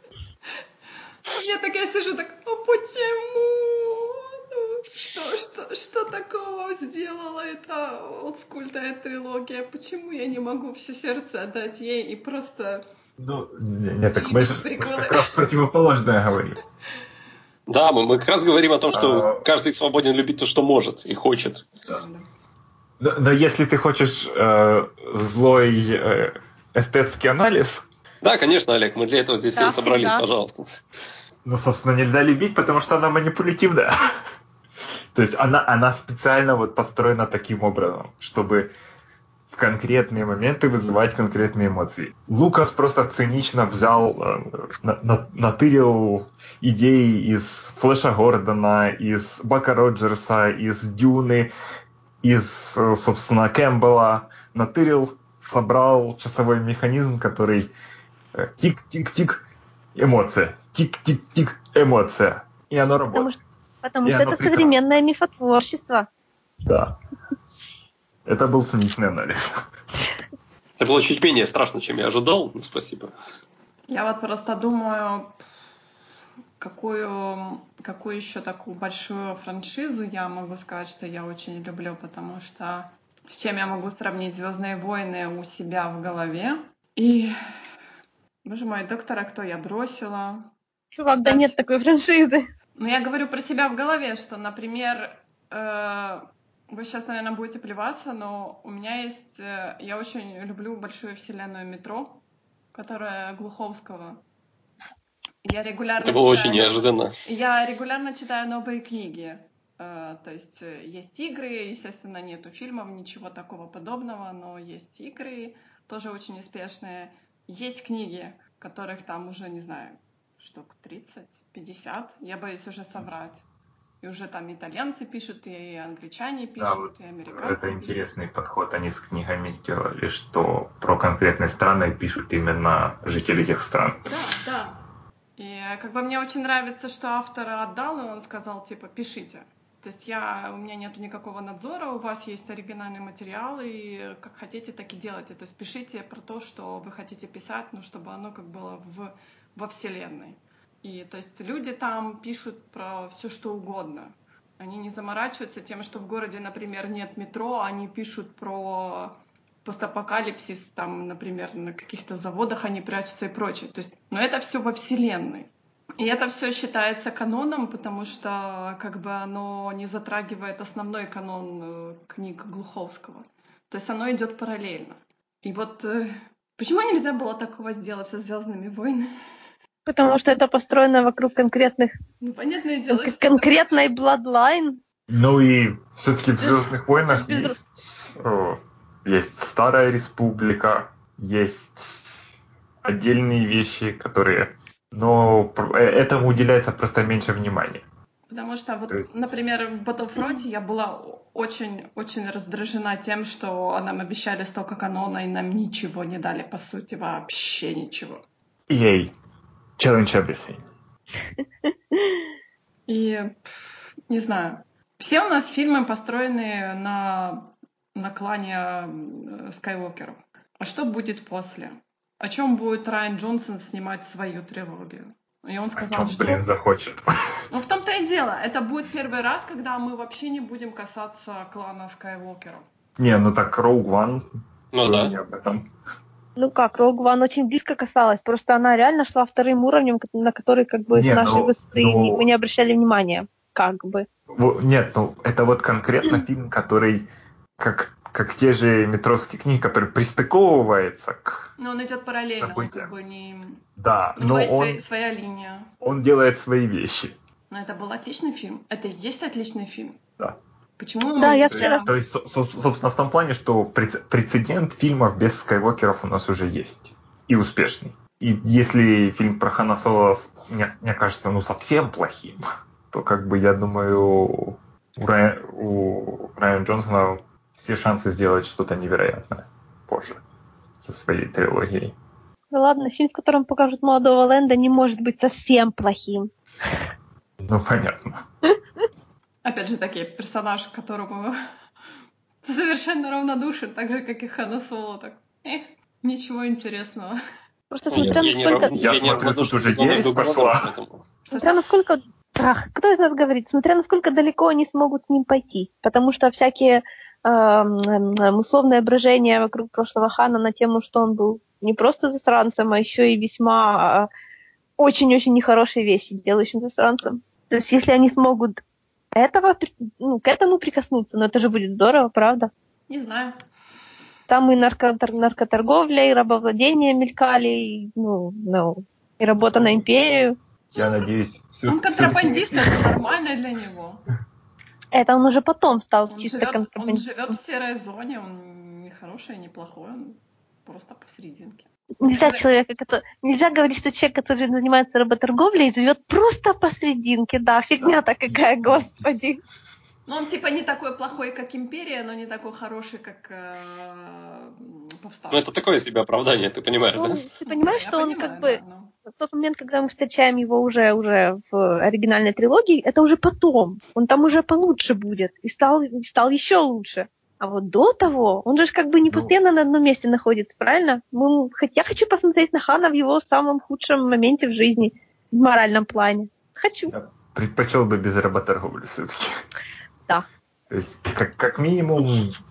Я такая сижу, так, а почему? Что такого сделала эта олдскульная трилогия? Почему я не могу все сердце отдать ей и просто Ну, нет, так мы любить же приколы? как раз противоположное говорим. Да, мы как раз говорим о том, что А, каждый свободен любить то, что может и хочет. Да. Но если ты хочешь злой эстетский анализ, Да, конечно, Олег, мы для этого здесь Да, собрались, всегда. пожалуйста. ну, собственно, нельзя любить, потому что она манипулятивная. То есть она специально вот построена таким образом, чтобы в конкретные моменты вызывать конкретные эмоции. Лукас просто цинично взял, натырил идеи из Флэша Гордона, из Бака Роджерса, из Дюны, из, собственно, Кэмпбелла, натырил, собрал часовой механизм, который тик-тик-тик, эмоция, тик-тик-тик, эмоция. И оно работает. Потому И что оно это прекрасно. современное мифотворчество. Да. Это был циничный анализ. Это было чуть менее страшно, чем я ожидал. Ну, спасибо. Я вот просто думаю, какую еще такую большую франшизу я могу сказать, что я очень люблю, потому что с чем я могу сравнить «Звездные войны» у себя в голове. И, боже мой, «Доктора Кто» я бросила. Чувак, да Кстати, нет такой франшизы. ну, я говорю про себя в голове, что, например, вы сейчас, наверное, будете плеваться, но у меня есть... Я очень люблю большую вселенную «Метро», которая Глуховского. Я регулярно Это было очень неожиданно. Я регулярно читаю новые книги. То есть есть игры, естественно, нету фильмов, ничего такого подобного, но есть игры, тоже очень успешные. Есть книги, которых там уже, не знаю, штук 30, 50, я боюсь уже соврать. И уже там итальянцы пишут, и англичане Да, пишут, вот и американцы это пишут. интересный подход. Они с книгами сделали, что про конкретные страны пишут именно жители этих стран. Да. И как бы мне очень нравится, что автор отдал, и он сказал, типа, пишите. То есть у меня нету никакого надзора, у вас есть оригинальный материал, и как хотите, так и делайте. То есть пишите про то, что вы хотите писать, но чтобы оно как было во вселенной. И то есть люди там пишут про все что угодно. Они не заморачиваются тем, что в городе, например, нет метро, они пишут про постапокалипсис, там, например, на каких-то заводах они прячутся и прочее. То есть, но это все во вселенной. И это все считается каноном, потому что как бы оно не затрагивает основной канон книг Глуховского. То есть оно идет параллельно. И вот почему нельзя было такого сделать со «Звездными войнами»? Потому что это построено вокруг конкретных... Ну, понятное дело, что конкретной bloodline. Ну и все-таки в «Звездных войнах» есть Старая Республика, есть отдельные вещи, которые... Но этому уделяется просто меньше внимания. Потому что, вот, например, в Battlefront я была очень-очень раздражена тем, что нам обещали столько канона, и нам ничего не дали, по сути, вообще ничего. EA. Challenge everything. И, не знаю, все у нас фильмы построены на клане Скайуокеров. А что будет после? О чем будет Райан Джонсон снимать свою трилогию? И он сказал, что... захочет. Ну, в том-то и дело. Это будет первый раз, когда мы вообще не будем касаться клана Скайуокеров. Не, ну так Rogue One Ну был да. не об этом. Ну как, Rogue One очень близко касалась. Просто она реально шла вторым уровнем, на который как бы с нашей высоты мы не обращали внимания. Как бы. Нет, ну это вот конкретно фильм, который как те же метровские книги, который пристыковывается к... Но он идет параллельно, он событиям. как бы не... Да, У него но есть своя линия. он делает свои вещи. Но это был отличный фильм. Это и есть отличный фильм. Да. Почему Да, мы я нельзя... вчера... То есть, собственно, в том плане, что прецедент фильмов без Скайуокеров у нас уже есть. И успешный. И если фильм про Хана Соло мне кажется, ну, совсем плохим, то, как бы, я думаю, у Райана Джонсона все шансы сделать что-то невероятное позже со своей трилогией. Ну ладно, фильм, в котором покажут молодого Лэнда, не может быть совсем плохим. Ну, понятно. Опять же таки, персонаж, к которому совершенно равнодушен, так же, как и Хана Соло. Так, ничего интересного. Просто смотря насколько... Я смотрю, тут уже ересь пошла. Смотря насколько... Ах, кто из нас говорит? Смотря насколько далеко они смогут с ним пойти. Потому что всякие условные брожения вокруг прошлого Хана на тему, что он был не просто засранцем, а еще и весьма очень-очень нехорошие вещи делающим засранцем. То есть если они смогут к этому прикоснуться, это же будет здорово, правда? Не знаю. Там и наркоторговля, и рабовладение мелькали, и работа на империю. Я надеюсь... Он контрабандист, это нормально для него. Это он уже потом стал Он чисто живет контрабандистом. в серой зоне, он не хороший, не плохой, он просто посерединке. Нельзя говорить, что человек, который занимается работорговлей, живет просто посерединке. Да, фигня-то какая, господи. Ну, он типа не такой плохой, как Империя, но не такой хороший, как Повстанцы. Ну, это такое себе оправдание, ты понимаешь, да? Ты понимаешь, что он понимаю, в тот момент, когда мы встречаем его уже в оригинальной трилогии, это уже потом. Он там уже получше будет. И стал еще лучше. А вот до того, он же не постоянно на одном месте находится, правильно? Я хочу посмотреть на Хана в его самом худшем моменте в жизни, в моральном плане. Хочу. Я предпочел бы без работорговли все-таки. Да. То есть, как минимум,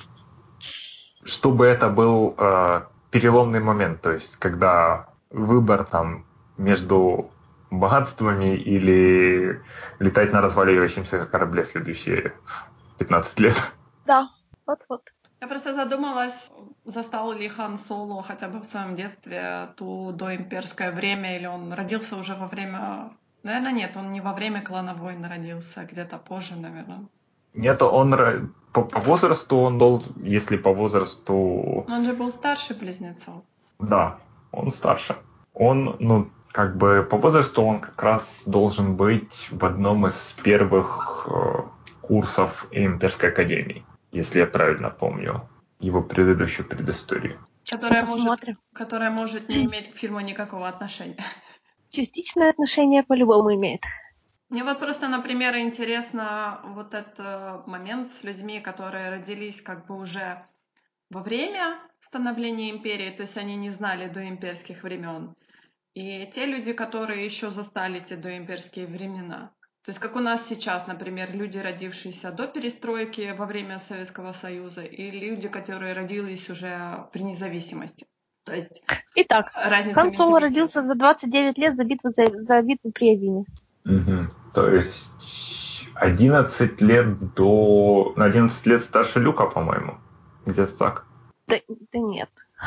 чтобы это был переломный момент, то есть, когда выбор там между богатствами или летать на разваливающемся корабле следующие 15 лет. Да, вот-вот. Я просто задумалась, застал ли Хан Соло хотя бы в своем детстве ту доимперское время, или он родился уже во время... Наверное, нет, он не во время Клана Войн родился, а где-то позже, наверное. Нет, он по возрасту он должен, если по возрасту... Он же был старше близнецов. Да, он старше. Он, по возрасту он как раз должен быть в одном из первых курсов Имперской академии, если я правильно помню его предыдущую предысторию. Которая может не иметь к фильму никакого отношения. Частичное отношение по-любому имеет. Мне вот просто, например, интересно вот этот момент с людьми, которые родились уже во время становления империи, то есть они не знали доимперских времен, и те люди, которые еще застали те доимперские времена. То есть как у нас сейчас, например, люди, родившиеся до перестройки во время Советского Союза, и люди, которые родились уже при независимости. То есть итак, Хан Соло родился за 29 лет за битву при Явине. Угу. То есть 11 лет до... На 11 лет старше Люка, по-моему. Где-то так. Да нет.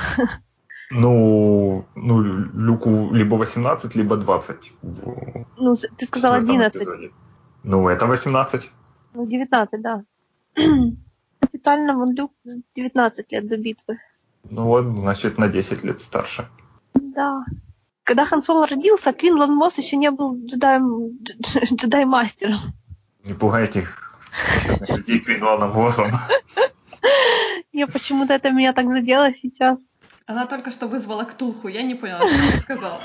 Люку либо 18, либо 20. Ты сказал 11. Эпизоде. Это 18. 19, да. Официально Люк 19 лет до битвы. Значит, на 10 лет старше. Да. Когда Хан Соло родился, Квинлан Мосс еще не был джедай-мастером. Не пугайте людей Квинланом Моссом. Я почему-то это меня так задело сейчас. Она только что вызвала Ктулху, я не поняла, что она сказала.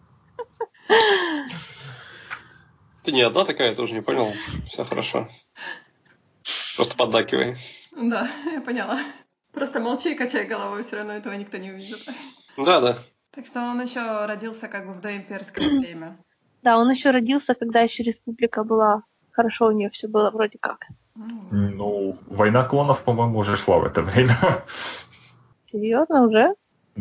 Ты не одна такая, я тоже не понял. Все хорошо. Просто поддакивай. Да, я поняла. Просто молчи и качай головой, все равно этого никто не увидит. Да. Так что он еще родился в доимперское время. Да, он еще родился, когда еще республика была. Хорошо у нее все было вроде как. Война клонов, по-моему, уже шла в это время. Серьезно уже?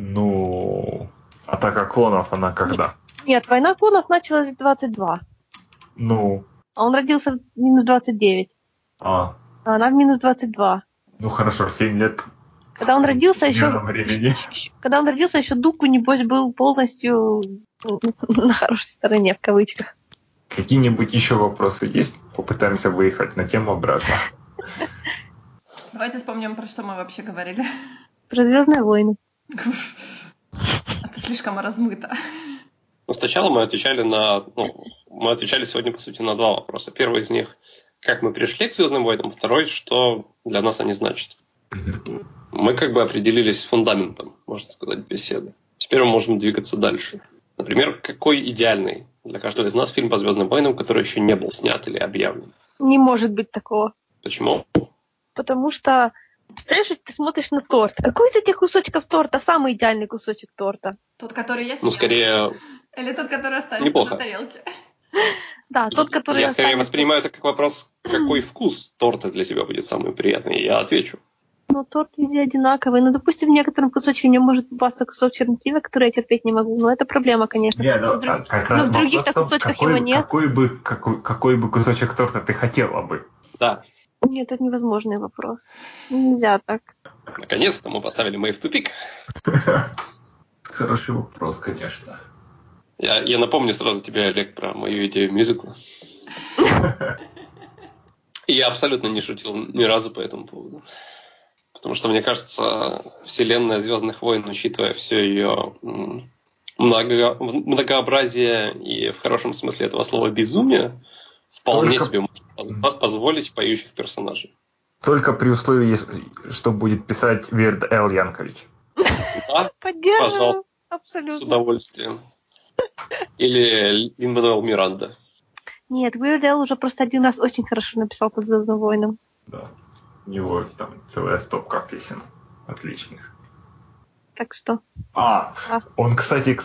Атака клонов, она когда? Нет, война клонов началась в 22. А он родился в минус 29. А она в минус 22. Хорошо, 7 лет. Когда он родился еще Дуку, небось, был полностью на хорошей стороне, в кавычках. Какие-нибудь еще вопросы есть? Попытаемся выехать на тему обратно. Давайте вспомним, про что мы вообще говорили. Про «Звездные войны». Это слишком размыто. Сначала мы отвечали сегодня, по сути, на два вопроса. Первый из них, как мы пришли к «Звездным войнам», второй, что для нас они значат. Мы определились с фундаментом, можно сказать, беседы. Теперь мы можем двигаться дальше. Например, какой идеальный для каждого из нас фильм по «Звездным войнам», который еще не был снят или объявлен? Не может быть такого. Почему? Потому что, представляешь, ты смотришь на торт. Какой из этих кусочков торта самый идеальный кусочек торта? Тот, который я съем. Ну, скорее... Или тот, который останется Неплохо. на тарелке. Да, тот, который Я скорее останется... воспринимаю это как вопрос, какой вкус торта для тебя будет самый приятный. Я отвечу. Ну, торт везде одинаковый. Ну, допустим, в некотором кусочке мне может попасться кусок чернослива, который я терпеть не могу. Но это проблема, конечно. Не, ну, Но в других-то кусочках его нет. Какой бы кусочек торта ты хотела бы? Да. Нет, это невозможный вопрос. Нельзя так. Наконец-то мы поставили Мэй в тупик. Хороший вопрос, конечно. Я напомню сразу тебе, Олег, про мою идею мюзикла. И я абсолютно не шутил ни разу по этому поводу. Потому что, мне кажется, вселенная «Звездных войн», учитывая все ее многообразие и в хорошем смысле этого слова безумие, вполне себе может позволить поющих персонажей. Только при условии, что будет писать Weird Al Yankovic. Да, поддерживаю. Пожалуйста, абсолютно. С удовольствием. Или Лин-Мануэл Миранда. Нет, Weird Al уже просто один раз очень хорошо написал по «Звездным войнам». Да. У него там целая стопка песен отличных. Так что... Он, кстати,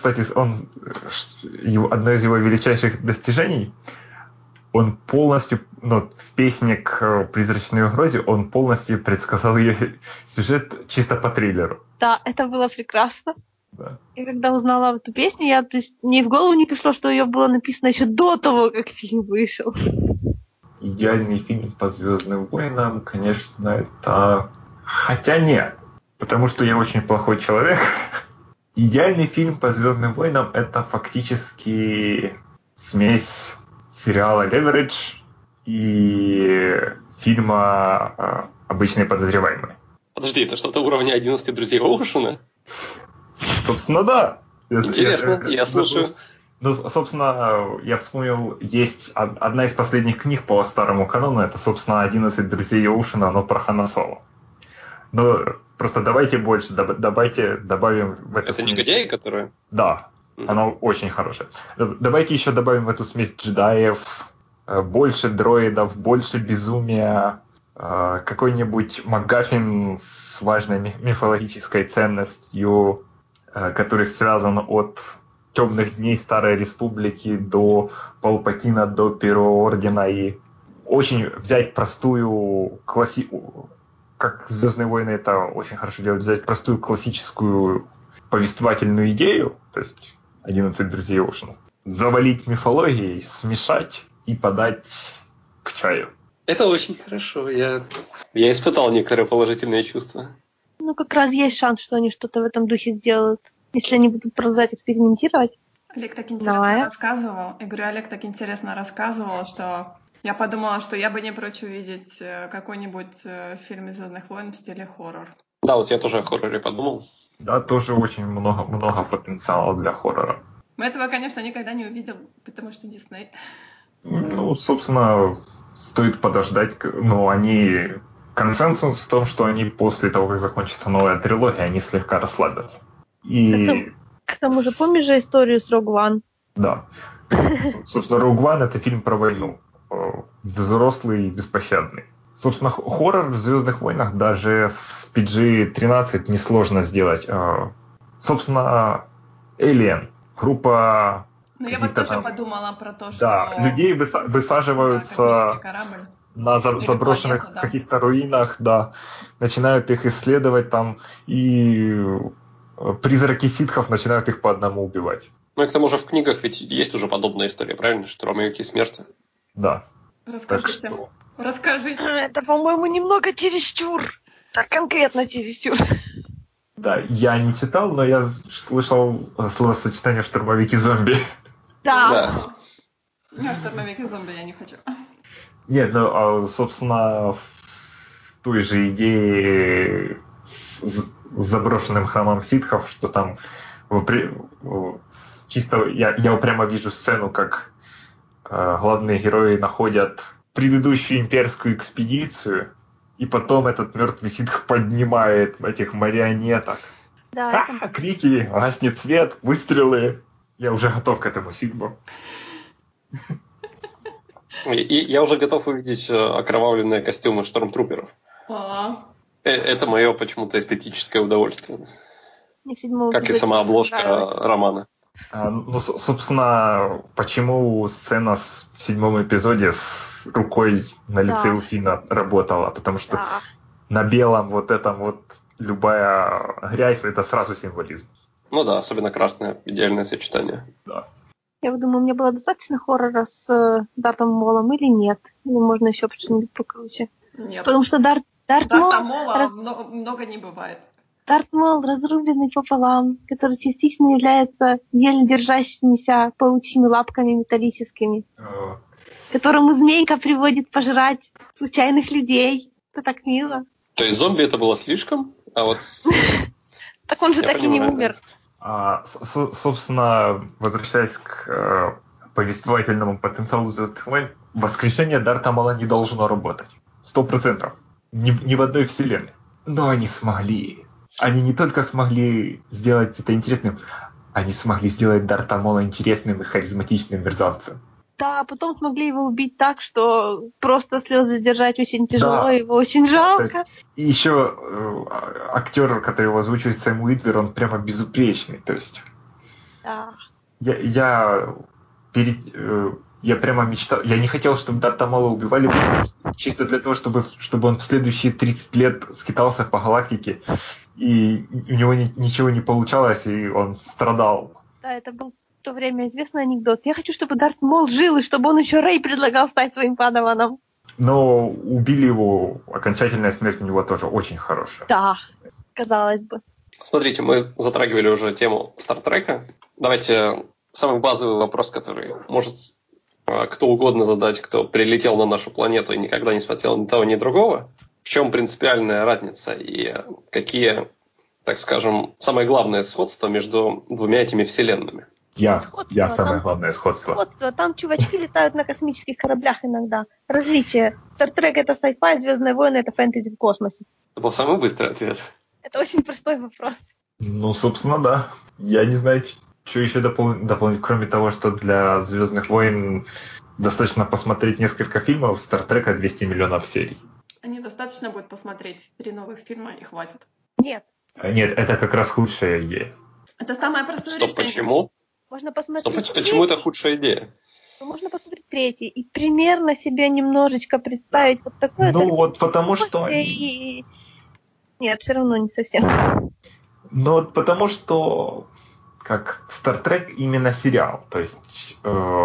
одно из его величайших достижений, он полностью, в песне к «Призрачной угрозе» он полностью предсказал ее сюжет чисто по трейлеру. Да, это было прекрасно. Да. И когда узнала эту песню, мне в голову не пришло, что ее было написано еще до того, как фильм вышел. Идеальный фильм по «Звездным войнам», конечно, это... Хотя нет, потому что я очень плохой человек. Идеальный фильм по «Звездным войнам» это фактически смесь сериала «Leverage» и фильма «Обычные подозреваемые». Подожди, это что-то уровня 11 друзей Оушена? Собственно, да. Интересно, я слушаю. Ну, собственно, я вспомнил, есть одна из последних книг по старому канону, это, собственно, «11 друзей Оушена», но про Хана Соло. Но просто давайте больше, добавим в эту это смесь... негодяи, которые? Да, оно очень хорошее. Давайте еще добавим в эту смесь джедаев, больше дроидов, больше безумия, какой-нибудь МакГаффин с важной мифологической ценностью, который связан от темных дней Старой Республики до Палпатина, до Первого Ордена, и очень взять простую как «Звездные войны» это очень хорошо делают, взять простую классическую повествовательную идею, то есть 11 друзей Оушена, завалить мифологией, смешать и подать к чаю. Это очень хорошо. Я испытал некоторые положительные чувства. Ну, как раз есть шанс, что они что-то в этом духе сделают, если они будут продолжать экспериментировать. Олег так интересно рассказывал. Я говорю, Олег так интересно рассказывал, что я подумала, что я бы не прочь увидеть какой-нибудь фильм из «Звездных войн» в стиле хоррор. Да, вот я тоже о хорроре подумал. Да, тоже очень много потенциала для хоррора. Мы этого, конечно, никогда не увидим, потому что Дисней. Ну, собственно, стоит подождать. Но они... Консенсус в том, что они после того, как закончится новая трилогия, они слегка расслабятся. И... К тому же, помнишь же историю с Rogue One? Да. Собственно, Rogue One — это фильм про войну. Взрослый и беспощадный. Собственно, хоррор в «Звездных войнах» даже с PG-13 несложно сделать. Собственно, Alien. Группа... Ну, я вот тоже подумала про то, что... Да, людей высаживаются на заброшенных планету, да. каких-то руинах, да, начинают их исследовать там, и призраки ситхов начинают их по одному убивать. Ну и к тому же в книгах ведь есть уже подобная история, правильно? Штурмовики смерти. Да. Расскажите. Расскажите. Это, по-моему, немного чересчур. Так конкретно чересчур. Да, я не читал, но я слышал словосочетание «штурмовики-зомби». Да. Я штурмовики-зомби, я не хочу. Нет, ну, собственно, в той же идее с заброшенным храмом ситхов, что там чисто я прямо вижу сцену, как главные герои находят предыдущую имперскую экспедицию, и потом этот мертвый ситх поднимает этих марионеток. Да, Крики, гаснет свет, выстрелы. Я уже готов к этому фильму. И я уже готов увидеть окровавленные костюмы штормтруперов. Это мое почему-то эстетическое удовольствие. мне в 7-м Как и эпизоде сама обложка понравилось. романа. Собственно, почему сцена в 7-м эпизоде с рукой на лице Да. у Финна работала? Потому что Да. на белом вот этом вот любая грязь — это сразу символизм. Ну да, особенно красное, идеальное сочетание. Да. Я вот думаю, мне было достаточно хоррора с Дартом Молом или нет? Или можно еще что-нибудь покруче? Нет. Потому что Дарт Мола много не бывает. Дарт Мол разрубленный пополам, который частично является еле держащимися паучьими лапками металлическими, которому змейка приводит пожрать случайных людей. Это так мило. То есть зомби это было слишком, а вот... Так он же Я так и не понимаю, умер. Собственно, возвращаясь к повествовательному потенциалу «Звездных войн», воскрешение Дарта Мола не должно работать. 100%. Ни в одной вселенной. Но они смогли. Они не только смогли сделать это интересным, они смогли сделать Дарта Мола интересным и харизматичным мерзавцем. Да, а потом смогли его убить так, что просто слезы сдержать очень тяжело, Да. его очень жалко. И еще актер, который его озвучивает, Сэм Уитвер, он прямо безупречный. То есть Да. я прямо мечтал. Я не хотел, чтобы Дарта Мола убивали, чисто для того, чтобы он в следующие 30 лет скитался по галактике, и у него ничего не получалось, и он страдал. Да, это был в то время известный анекдот. Я хочу, чтобы Дарт Мол жил, и чтобы он еще Рэй предлагал стать своим падаваном. Но убили его, окончательная смерть у него тоже очень хорошая. Да, казалось бы. Смотрите, мы затрагивали уже тему Стартрека. Давайте самый базовый вопрос, который может кто угодно задать, кто прилетел на нашу планету и никогда не смотрел ни того, ни другого. В чем принципиальная разница и какие, так скажем, самое главное сходство между двумя этими вселенными? Я самое Там главное сходство. Там чувачки летают на космических кораблях иногда. Различие. Стартрек это sci-fi, Звездные войны это фэнтези в космосе. Это был самый быстрый ответ. Это очень простой вопрос. Ну, собственно, да. Я не знаю, что еще дополнить, кроме того, что для «Звездных войн» достаточно посмотреть несколько фильмов, «Стартрека» 200 миллионов серий. Недостаточно будет посмотреть 3 новых фильма и хватит. Нет. Нет, это как раз худшая идея. Это самое простое Стоп, решение. почему? Можно посмотреть Почему это худшая идея? Можно посмотреть третий и примерно себе немножечко представить вот такое. Ну, вот потому что... Нет, все равно не совсем. Ну, вот потому что как Star Trek именно сериал. То есть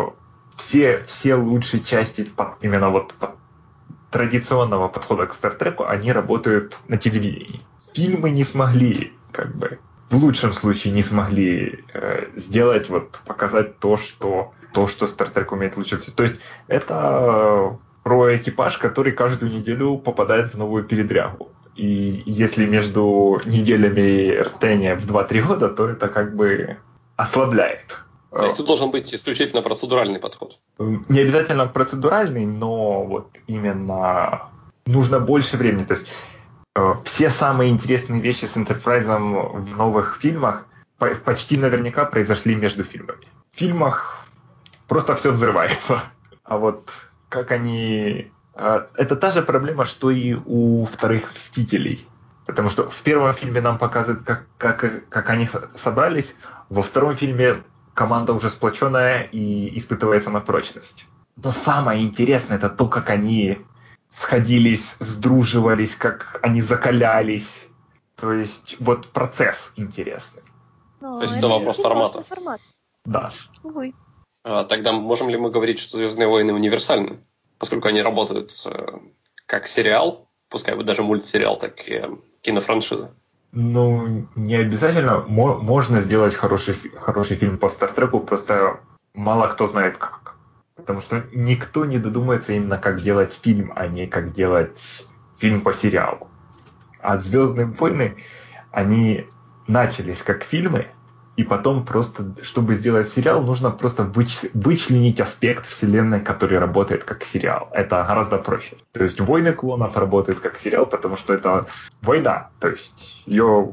все лучшие части именно вот традиционного подхода к Star Trek, они работают на телевидении. Фильмы не смогли, как бы, в лучшем случае не смогли сделать, вот, показать то, что Star Trek умеет лучше всего. То есть это про экипаж, который каждую неделю попадает в новую передрягу. И если между неделями расстояние в 2-3 года, то это как бы ослабляет. То есть тут должен быть исключительно процедуральный подход. Не обязательно процедуральный, но вот именно нужно больше времени. То есть все самые интересные вещи с Энтерпрайзом в новых фильмах почти наверняка произошли между фильмами. В фильмах просто все взрывается. А вот как они... Это та же проблема, что и у вторых «Мстителей». Потому что в первом фильме нам показывают, как они собрались, во втором фильме команда уже сплоченная и испытывается на прочность. Но самое интересное это то, как они сходились, сдруживались, как они закалялись. То есть вот процесс интересный. То есть это вопрос формата. Да. Увы. Тогда можем ли мы говорить, что «Звездные войны» универсальны, поскольку они работают как сериал, пускай бы даже мультсериал, так и кинофраншиза? Ну, не обязательно. Можно сделать хороший фильм по Стартреку, просто мало кто знает как. Потому что никто не додумается именно как делать фильм, а не как делать фильм по сериалу. А «Звездные войны», они начались как фильмы, и потом просто, чтобы сделать сериал, нужно просто вычленить аспект вселенной, который работает как сериал. Это гораздо проще. То есть «Войны клонов» работают как сериал, потому что это война. То есть ее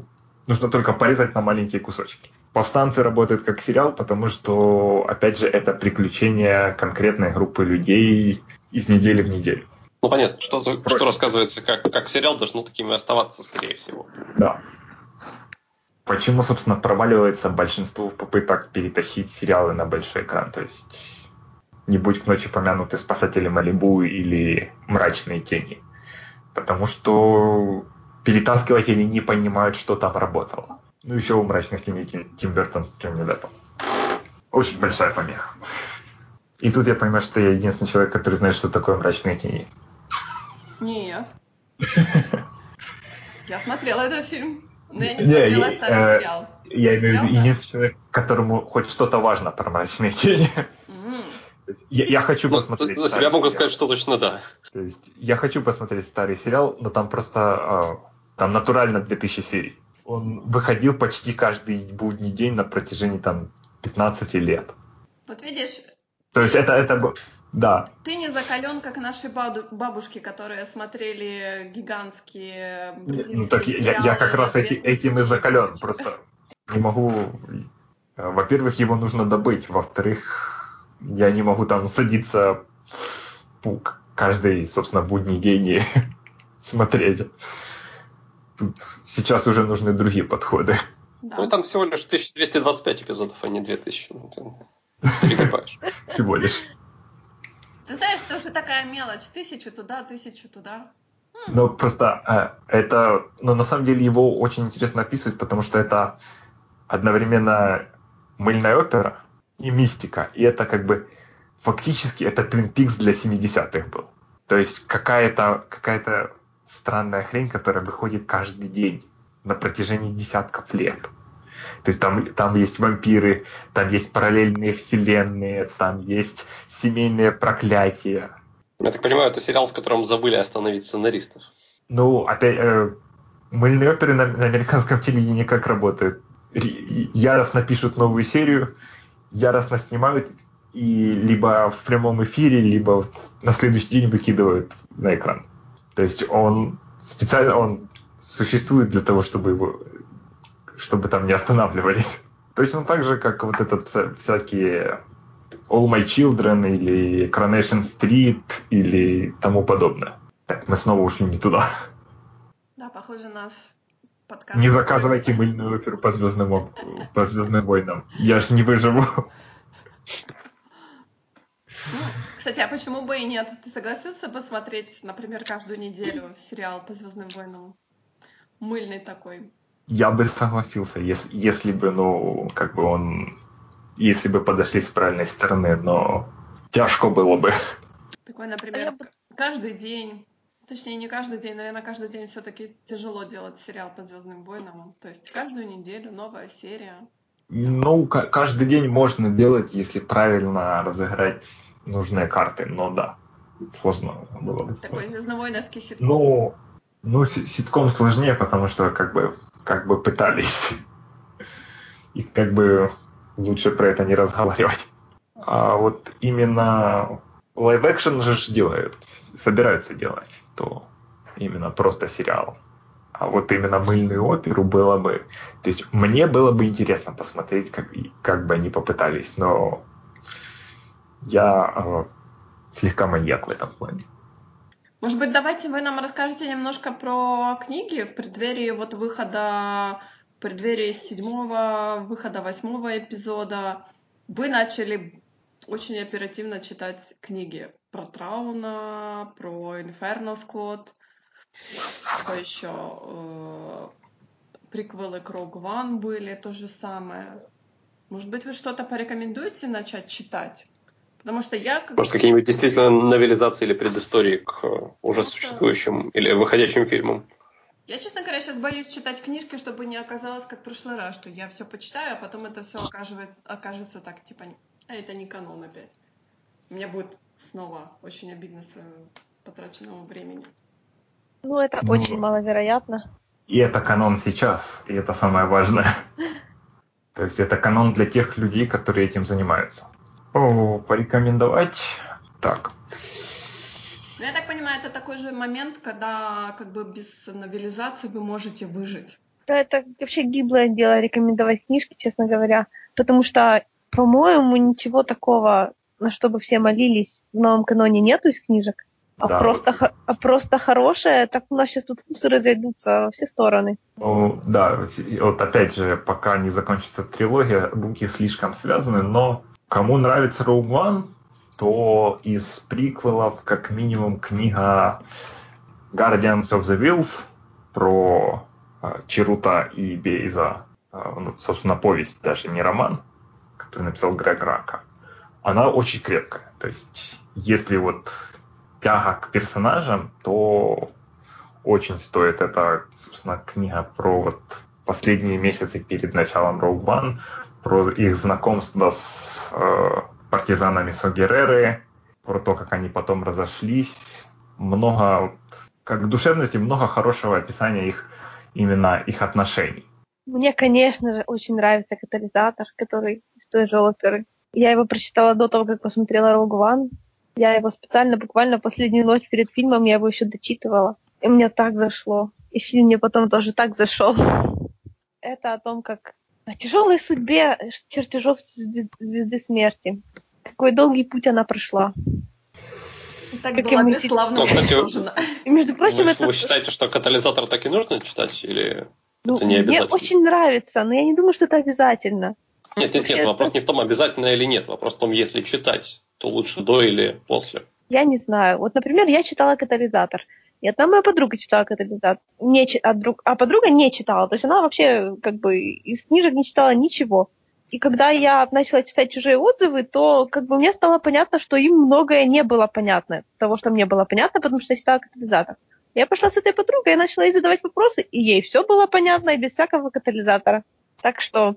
Нужно только порезать на маленькие кусочки. «Повстанцы» работают как сериал, потому что, опять же, это приключения конкретной группы людей из недели в неделю. Ну, понятно, что рассказывается как сериал, должно таким и оставаться, скорее всего. Да. Почему, собственно, проваливается большинство попыток перетащить сериалы на большой экран? То есть, не будь к ночи помянуты «Спасатели Малибу» или «Мрачные тени». Потому что перетаскиватели не понимают, что там работало. Ну, еще у «Мрачных теней» Тим Бертон с Джонни Деппом. Очень большая помеха. И тут я понимаю, что я единственный человек, который знает, что такое «Мрачные тени». Нет. Я смотрела этот фильм, но я не смотрела старый сериал. Я имею в виду единственный человек, которому хоть что-то важно про «Мрачные тени». Я хочу посмотреть. За себя могу сказать, что точно да. То есть я хочу посмотреть старый сериал, но там просто там натурально 2000 серий. Он выходил почти каждый будний день на протяжении там 15 лет. Вот видишь. То есть это да. Ты не закален, как наши бабушки, которые смотрели гигантские бразильские сериалы. Я как раз этим и закален. Просто не могу. Во-первых, его нужно добыть. Во-вторых, я не могу там садиться каждый, собственно, будний день и смотреть. Тут сейчас уже нужны другие подходы. Да. Ну, там всего лишь 1225 эпизодов, а не 2000. Ты перегибаешь. Всего лишь. Ты знаешь, это уже такая мелочь. 1000 туда, 1000 туда. Ну, просто это... Но на самом деле его очень интересно описывать, потому что это одновременно мыльная опера и мистика. И это как бы... Фактически это Twin Peaks для 70-х был. То есть какая-то странная хрень, которая выходит каждый день на протяжении десятков лет. То есть там есть вампиры, там есть параллельные вселенные, там есть семейные проклятия. Я так понимаю, это сериал, в котором забыли остановить сценаристов. Ну, опять, мыльные оперы на американском телевидении как работают? Яростно пишут новую серию, яростно снимают, и либо в прямом эфире, либо на следующий день выкидывают на экран. То есть он существует для того, чтобы там не останавливались. Точно так же, как вот этот всякие All My Children или Coronation Street или тому подобное. Так, мы снова ушли не туда. Да, похоже, наш подкаст. Не заказывайте мыльную оперу по Звездным войнам. Я ж не выживу. Ну, кстати, а почему бы и нет? Ты согласился посмотреть, например, каждую неделю сериал по Звездным войнам? Мыльный такой. Я бы согласился, если бы, если бы подошли с правильной стороны, но тяжко было бы. Такой, например, каждый день, точнее, не каждый день, наверное, каждый день все-таки тяжело делать сериал по Звездным войнам. То есть каждую неделю новая серия. Ну, каждый день можно делать, если правильно разыграть нужные карты, но да, сложно было бы. Такой звездновойновский ситком. Ну, ситком сложнее, потому что как бы пытались. И как бы лучше про это не разговаривать. А вот именно лайв-экшен же делают, собираются делать, то именно просто сериал. А вот именно мыльную оперу было бы... То есть мне было бы интересно посмотреть, как бы они попытались, но я слегка маньяк в этом плане. Может быть, давайте вы нам расскажете немножко про книги в преддверии выхода, в преддверии 7-го, выхода 8-го эпизода. Вы начали очень оперативно читать книги про Трауна, про Inferno Squad, что еще приквелы к Rogue One были, то же самое. Может быть, вы что-то порекомендуете начать читать? Потому что Может, какие-нибудь действительно новелизации или предыстории к уже существующим или выходящим фильмам? Я, честно говоря, сейчас боюсь читать книжки, чтобы не оказалось, как в прошлый раз, что я все почитаю, а потом это все окажется так, типа, это не канон опять. Мне будет снова очень обидно своего потраченного времени. Ну, это очень маловероятно. И это канон сейчас, и это самое важное. То есть это канон для тех людей, которые этим занимаются. Порекомендовать? Так. Ну, я так понимаю, это такой же момент, когда как бы без новелизации вы можете выжить. Да, это вообще гиблое дело рекомендовать книжки, честно говоря, потому что, по-моему, ничего такого, на что бы все молились, в новом каноне нету из книжек. Да, вот. Просто хорошее, так у нас сейчас тут вкусы разойдутся во все стороны. Ну, да, вот опять же, пока не закончится трилогия, буки слишком связаны, но кому нравится Rogue One, то из приквелов как минимум книга Guardians of the Whills про Чирута и Бейза, ну, собственно, повесть, даже не роман, который написал Грег Рака, она очень крепкая. То есть, если вот тяга к персонажам, то очень стоит. Это, собственно, книга про вот последние месяцы перед началом Rogue One, про их знакомство с партизанами Согереры, про то, как они потом разошлись. Много, как в душевности, много хорошего описания их, именно их отношений. Мне, конечно же, очень нравится «Катализатор», который из той же оперы. Я его прочитала до того, как посмотрела Rogue One. Я его специально, буквально последнюю ночь перед фильмом, я его еще дочитывала. И мне так зашло. И фильм мне потом тоже так зашел. Это о том, как о тяжелой судьбе чертежов звезды смерти. Какой долгий путь она прошла. Так как была ему бесславно Ну, кстати, уничтожена. И, между прочим, вы считаете, что «Катализатор» так и нужно читать, или это не мне обязательно? очень нравится, но я не думаю, что это обязательно. Нет, вопрос не в том, обязательно или нет. Вопрос в том, если читать, то лучше до или после. Я не знаю. Вот, например, я читала «Катализатор». И одна моя подруга читала «Катализатор». А подруга не читала. То есть она вообще как бы из книжек не читала ничего. И когда я начала читать чужие отзывы, то как бы мне стало понятно, что им многое не было понятно. Того, что мне было понятно, потому что я читала «Катализатор». Я пошла с этой подругой и начала ей задавать вопросы, и ей все было понятно и без всякого катализатора. Так что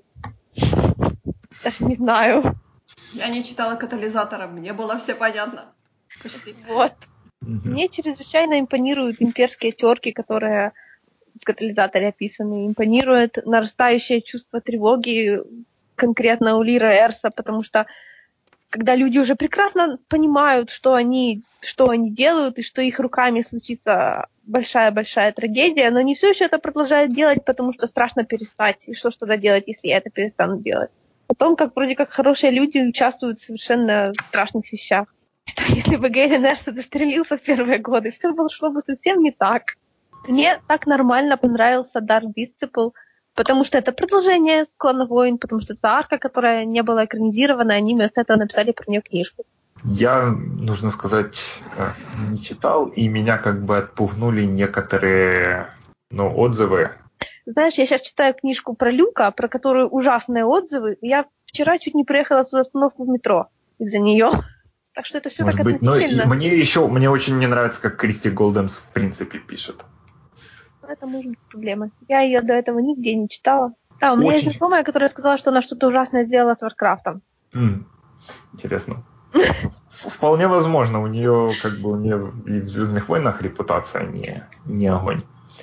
даже не знаю. Я не читала «Катализатора», мне было все понятно. Почти. Вот. Мне чрезвычайно импонируют имперские терки, которые в «Катализаторе» описаны. Импонирует нарастающее чувство тревоги конкретно у Лира Эрса, потому что когда люди уже прекрасно понимают, что они делают, и что их руками случится большая-большая трагедия, но они все еще это продолжают делать, потому что страшно перестать. И что ж тогда делать, если я это перестану делать? О том, как вроде как хорошие люди участвуют в совершенно страшных вещах. Что если бы Гейлен Эрс застрелился в первые годы, все шло бы совсем не так. Мне так нормально понравился Dark Disciple, потому что это продолжение «Клана войн», потому что это арка, которая не была экранизирована, они вместо этого написали про нее книжку. Я, нужно сказать, не читал, и меня как бы отпугнули некоторые отзывы. Знаешь, я сейчас читаю книжку про Люка, про которую ужасные отзывы. Я вчера чуть не приехала в свою остановку в метро из-за нее. Так что это все Может так быть, но относительно. мне очень не нравится, как Кристи Голден в принципе пишет. Это может быть проблема. Я ее до этого нигде не читала. Да, у меня есть знакомая, которая сказала, что она что-то ужасное сделала с Варкрафтом. Интересно. Вполне возможно, у нее и в «Звездных войнах» репутация не огонь.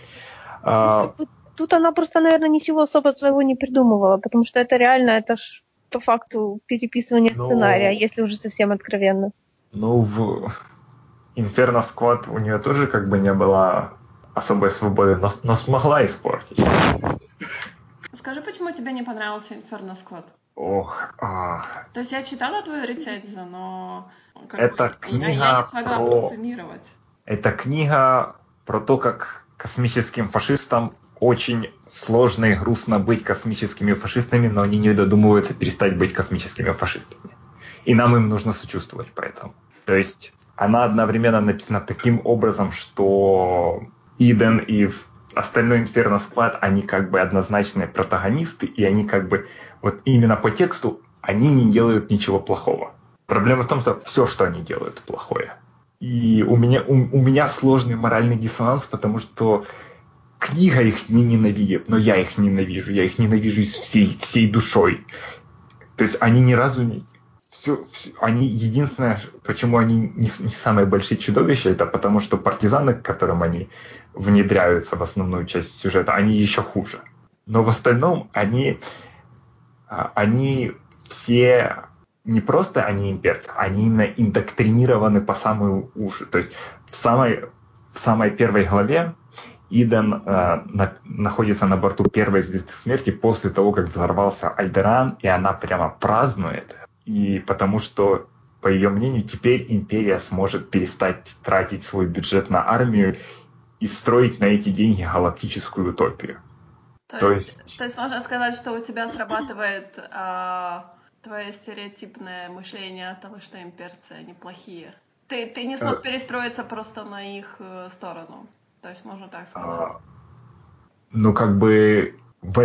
Тут она просто, наверное, ничего особо своего не придумывала, потому что это реально, это ж по факту переписывание сценария, если уже совсем откровенно. В Inferno Squad у нее тоже как бы не было особой свободы, но смогла испортить. Скажи, почему тебе не понравился Inferno Squad? То есть я читала твою рецензию, но книга я не смогла просуммировать. Это книга про то, как космическим фашистам очень сложно и грустно быть космическими фашистами, но они не додумываются перестать быть космическими фашистами. И нам им нужно сочувствовать поэтому. То есть она одновременно написана таким образом, что Иден и остальной Inferno Squad, они как бы однозначные протагонисты, и они как бы вот именно по тексту они не делают ничего плохого. Проблема в том, что все, что они делают, плохое. И у меня сложный моральный диссонанс, потому что книга их не ненавидит, но я их ненавижу. Я их ненавижу всей душой. То есть они ни разу не... Они единственное, почему они не самые большие чудовища, это потому что партизаны, к которым они внедряются в основную часть сюжета, они еще хуже. Но в остальном они все... Не просто они имперцы, они именно индоктринированы по самые уши. То есть в самой первой главе Иден находится на борту первой звезды смерти после того, как взорвался Альдеран, и она прямо празднует. И потому что, по ее мнению, теперь империя сможет перестать тратить свой бюджет на армию и строить на эти деньги галактическую утопию. То есть можно сказать, что у тебя срабатывает твое стереотипное мышление от того, что имперцы, они плохие. Ты не смог перестроиться просто на их сторону. То есть можно так сказать. Ну, как бы в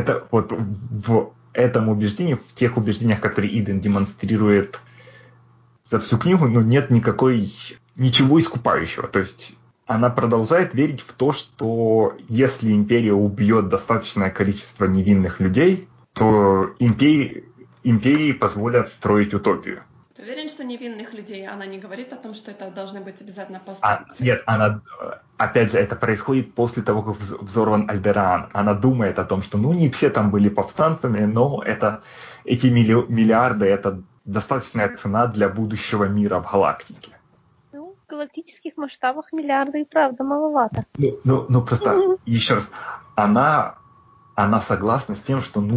этом убеждении, в тех убеждениях, которые Иден демонстрирует за всю книгу, нет ничего искупающего. То есть она продолжает верить в то, что если империя убьет достаточное количество невинных людей, то империи позволят строить утопию. Ты уверен, что невинных людей? Она не говорит о том, что это должны быть обязательно повстанцы? Нет, опять же, это происходит после того, как взорван Альдеран. Она думает о том, что не все там были повстанцами, но эти миллиарды — это достаточная цена для будущего мира в галактике. В галактических масштабах миллиарды и правда маловато. Просто, еще раз, она согласна с тем, что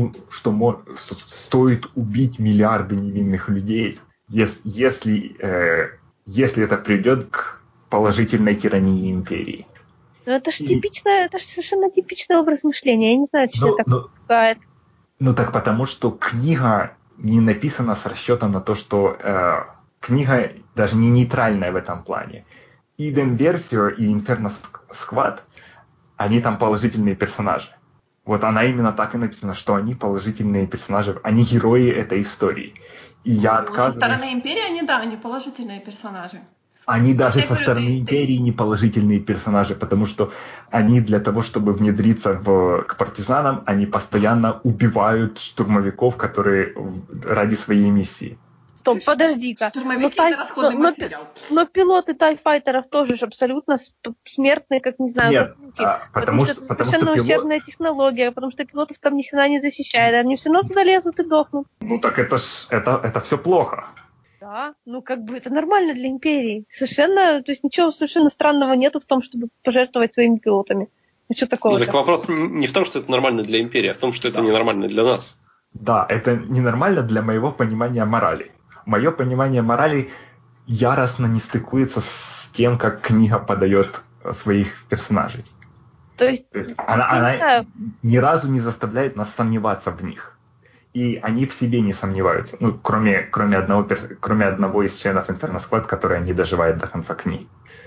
стоит убить миллиарды невинных людей, если это приведет к положительной тирании империи. Ну это же это же совершенно типичный образ мышления. Я не знаю, что это пугает. Так потому что книга не написана с расчетом на то, что книга даже не нейтральная в этом плане. Иден Versio и Inferno Squad, они там положительные персонажи. Вот она именно так и написана, что они положительные персонажи, они герои этой истории. И я отказываюсь... Со стороны империи они положительные персонажи. Они даже со стороны империи не положительные персонажи, потому что они для того, чтобы внедриться к партизанам, они постоянно убивают штурмовиков, которые ради своей миссии. Стоп, подожди-ка. Штурмовики — это расходный материал. Но пилоты тайфайтеров тоже же абсолютно смертные, как не знаю, Нет, потому что это совершенно ущербная технология, потому что пилотов там ни хрена не защищает, они все равно туда лезут и дохнут. Так это все плохо. Да, это нормально для империи. Совершенно, то есть ничего совершенно странного нету в том, чтобы пожертвовать своими пилотами. Что такого? Так вопрос не в том, что это нормально для империи, а в том, что это ненормально для нас. Да, это ненормально для моего понимания морали. Мое понимание морали яростно не стыкуется с тем, как книга подает своих персонажей. То есть она ни разу не заставляет нас сомневаться в них. И они в себе не сомневаются. Кроме одного из членов Inferno Squad, который не доживает до конца книги.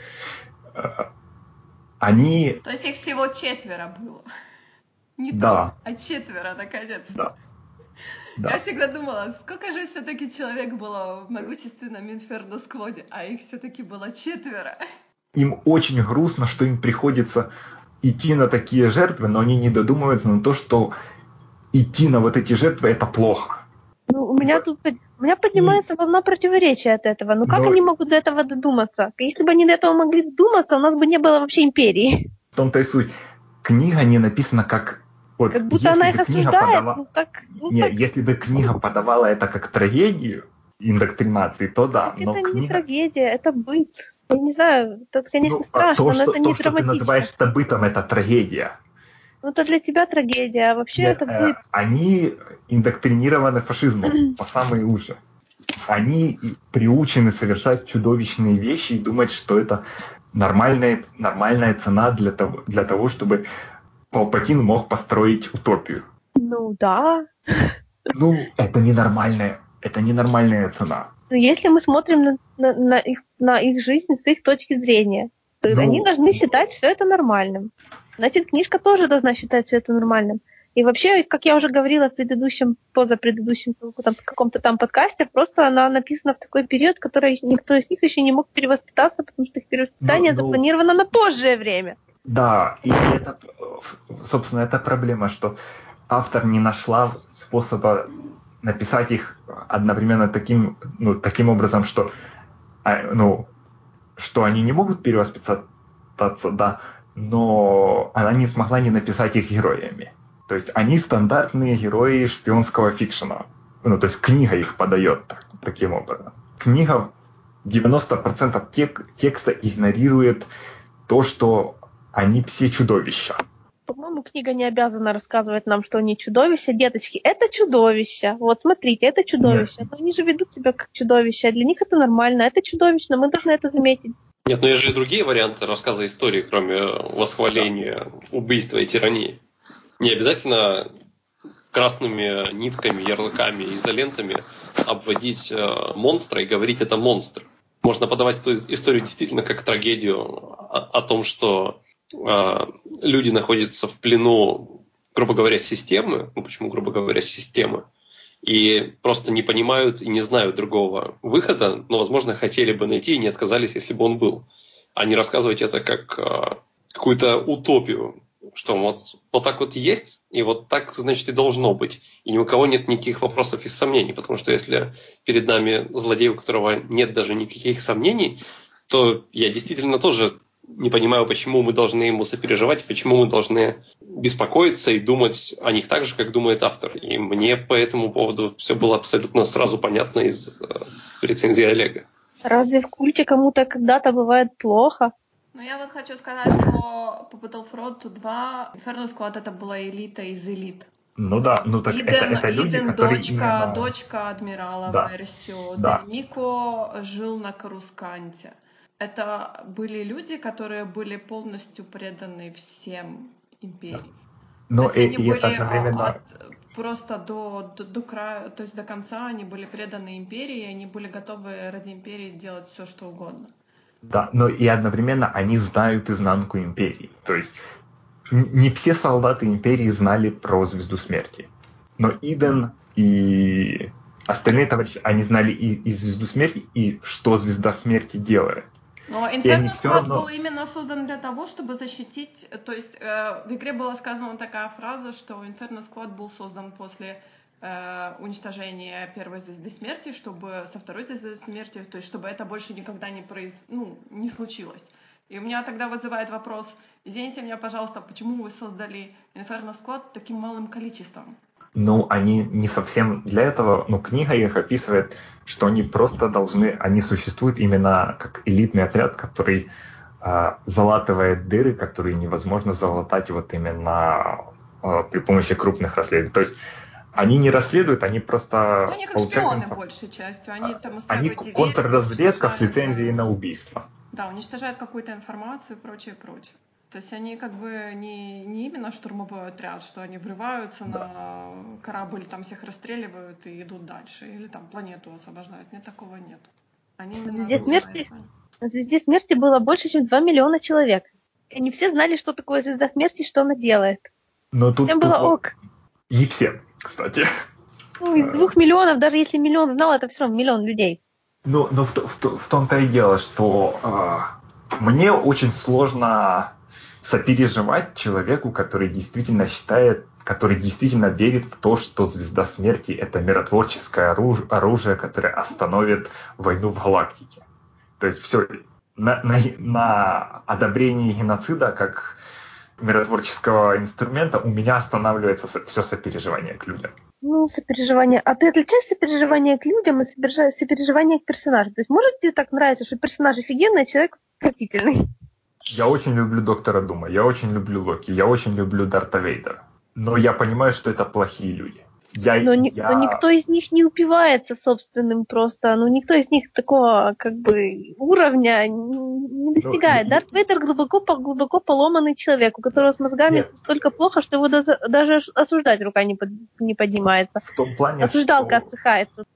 То есть их всего 4 было. Не 3, а 4, наконец-то. Да. Я всегда думала, сколько же все-таки человек было в могущественном Inferno Squad, а их все-таки было 4. Им очень грустно, что им приходится идти на такие жертвы, но они не додумываются на то, что идти на вот эти жертвы — это плохо. У меня поднимается волна противоречия от этого. Как они могут до этого додуматься? Если бы они до этого могли додуматься, у нас бы не было вообще империи. В том-то и суть. Книга не написана как... Как будто она их осуждает. Если бы книга подавала это как трагедию индоктринации, то да. Так но это не трагедия, это быт. Я не знаю, это, конечно, страшно, но это не драматично. То, что ты называешь это бытом, это трагедия. Это для тебя трагедия, а вообще это быт. Они индоктринированы фашизмом по самые уши. Они приучены совершать чудовищные вещи и думать, что это нормальная цена для того, чтобы Палпатин мог построить утопию. Да. Это ненормальная цена. Но если мы смотрим на их жизнь с их точки зрения, то они должны считать все это нормальным. Значит, книжка тоже должна считать все это нормальным. И вообще, как я уже говорила в позапредыдущем каком-то там подкасте, просто она написана в такой период, который никто из них еще не мог перевоспитаться, потому что их перевоспитание запланировано на позже время. Да, и это, собственно, это проблема, что автор не нашла способа написать их одновременно таким образом, что они не могут перевоспитаться, да, но она не смогла не написать их героями. То есть они стандартные герои шпионского фикшена. То есть книга их подает таким образом. Книга 90% текста игнорирует то, что они все чудовища. По-моему, книга не обязана рассказывать нам, что они чудовища. Деточки, это чудовища. Вот, смотрите, это чудовища. Нет. Но они же ведут себя как чудовища. Для них это нормально. Это чудовищно, мы должны это заметить. Нет, но есть же и другие варианты рассказа истории, кроме восхваления убийства и тирании. Не обязательно красными нитками, ярлыками, изолентами обводить монстра и говорить «это монстр». Можно подавать эту историю действительно как трагедию о том, что люди находятся в плену, грубо говоря, системы. Ну, почему, грубо говоря, системы? И просто не понимают и не знают другого выхода, но, возможно, хотели бы найти и не отказались, если бы он был. А не рассказывать это как какую-то утопию, что вот так вот есть, и вот так, значит, и должно быть. И ни у кого нет никаких вопросов и сомнений, потому что если перед нами злодей, у которого нет даже никаких сомнений, то я действительно тоже не понимаю, почему мы должны ему сопереживать, почему мы должны беспокоиться и думать о них так же, как думает автор. И мне по этому поводу все было абсолютно сразу понятно из рецензии Олега. Разве в культе кому-то когда-то бывает плохо? Ну, я вот хочу сказать, что по Battlefront 2 Inferno Squad это была элита из элит. Ну да, ну так это люди, Иден, которые именно... дочка адмирала Да. Мерсио, Да. Дельмико жил на Карусканте. Это были люди, которые были полностью преданы всем империи. Но То есть они были одновременно... просто до края, то есть до конца они были преданы империи, и они были готовы ради империи делать все, что угодно. Да, но и одновременно они знают изнанку империи. То есть не все солдаты империи знали про Звезду Смерти. Но Иден и остальные товарищи, они знали и Звезду Смерти, и что Звезда Смерти делает. Но Inferno Squad был именно создан для того, чтобы защитить... То есть в игре была сказана такая фраза, что Inferno Squad был создан после уничтожения первой Звезды Смерти, чтобы со второй Звездой Смерти, то есть чтобы это больше никогда не случилось. И у меня тогда вызывает вопрос, извините меня, пожалуйста, почему вы создали Inferno Squad таким малым количеством? Ну, они не совсем для этого, но книга их описывает, что они просто должны, они существуют именно как элитный отряд, который залатывает дыры, которые невозможно залатать вот именно при помощи крупных расследований. То есть они не расследуют, они просто... Они как шпионы, большей частью. Они там устраивают Они диверсии, контрразведка с уничтожают, лицензией на убийство. Да, уничтожают какую-то информацию и прочее, прочее. То есть они как бы не именно штурмовой отряд, что они врываются на корабль, там всех расстреливают и идут дальше. Или там планету освобождают. Нет, такого нет. Они именно На Звезде Смерти было больше, чем 2 миллиона человек. И они все знали, что такое Звезда Смерти и что она делает. Но Всем было ок. И всем, кстати. Ну, из 2 миллионов, даже если миллион знал, это все равно миллион людей. Но в том-то и дело, что мне очень сложно сопереживать человеку, который действительно считает, который действительно верит в то, что Звезда Смерти — это миротворческое оружие, которое остановит войну в галактике. То есть все, на одобрении геноцида как миротворческого инструмента у меня останавливается все сопереживание к людям. Ну, сопереживание. А ты отличаешь сопереживание к людям и сопереживание к персонажу? То есть может тебе так нравится, что персонаж офигенный, а человек отвратительный? Я очень люблю Доктора Дума, я очень люблю Локи, я очень люблю Дарта Вейдера. Но я понимаю, что это плохие люди. Но никто из них не упивается собственным просто. Ну, никто из них такого, как бы, уровня не достигает. Дарт Вейдер глубоко поломанный человек, у которого с мозгами настолько плохо, что его даже осуждать рука не поднимается. В том плане, осуждалка отсыхает тут.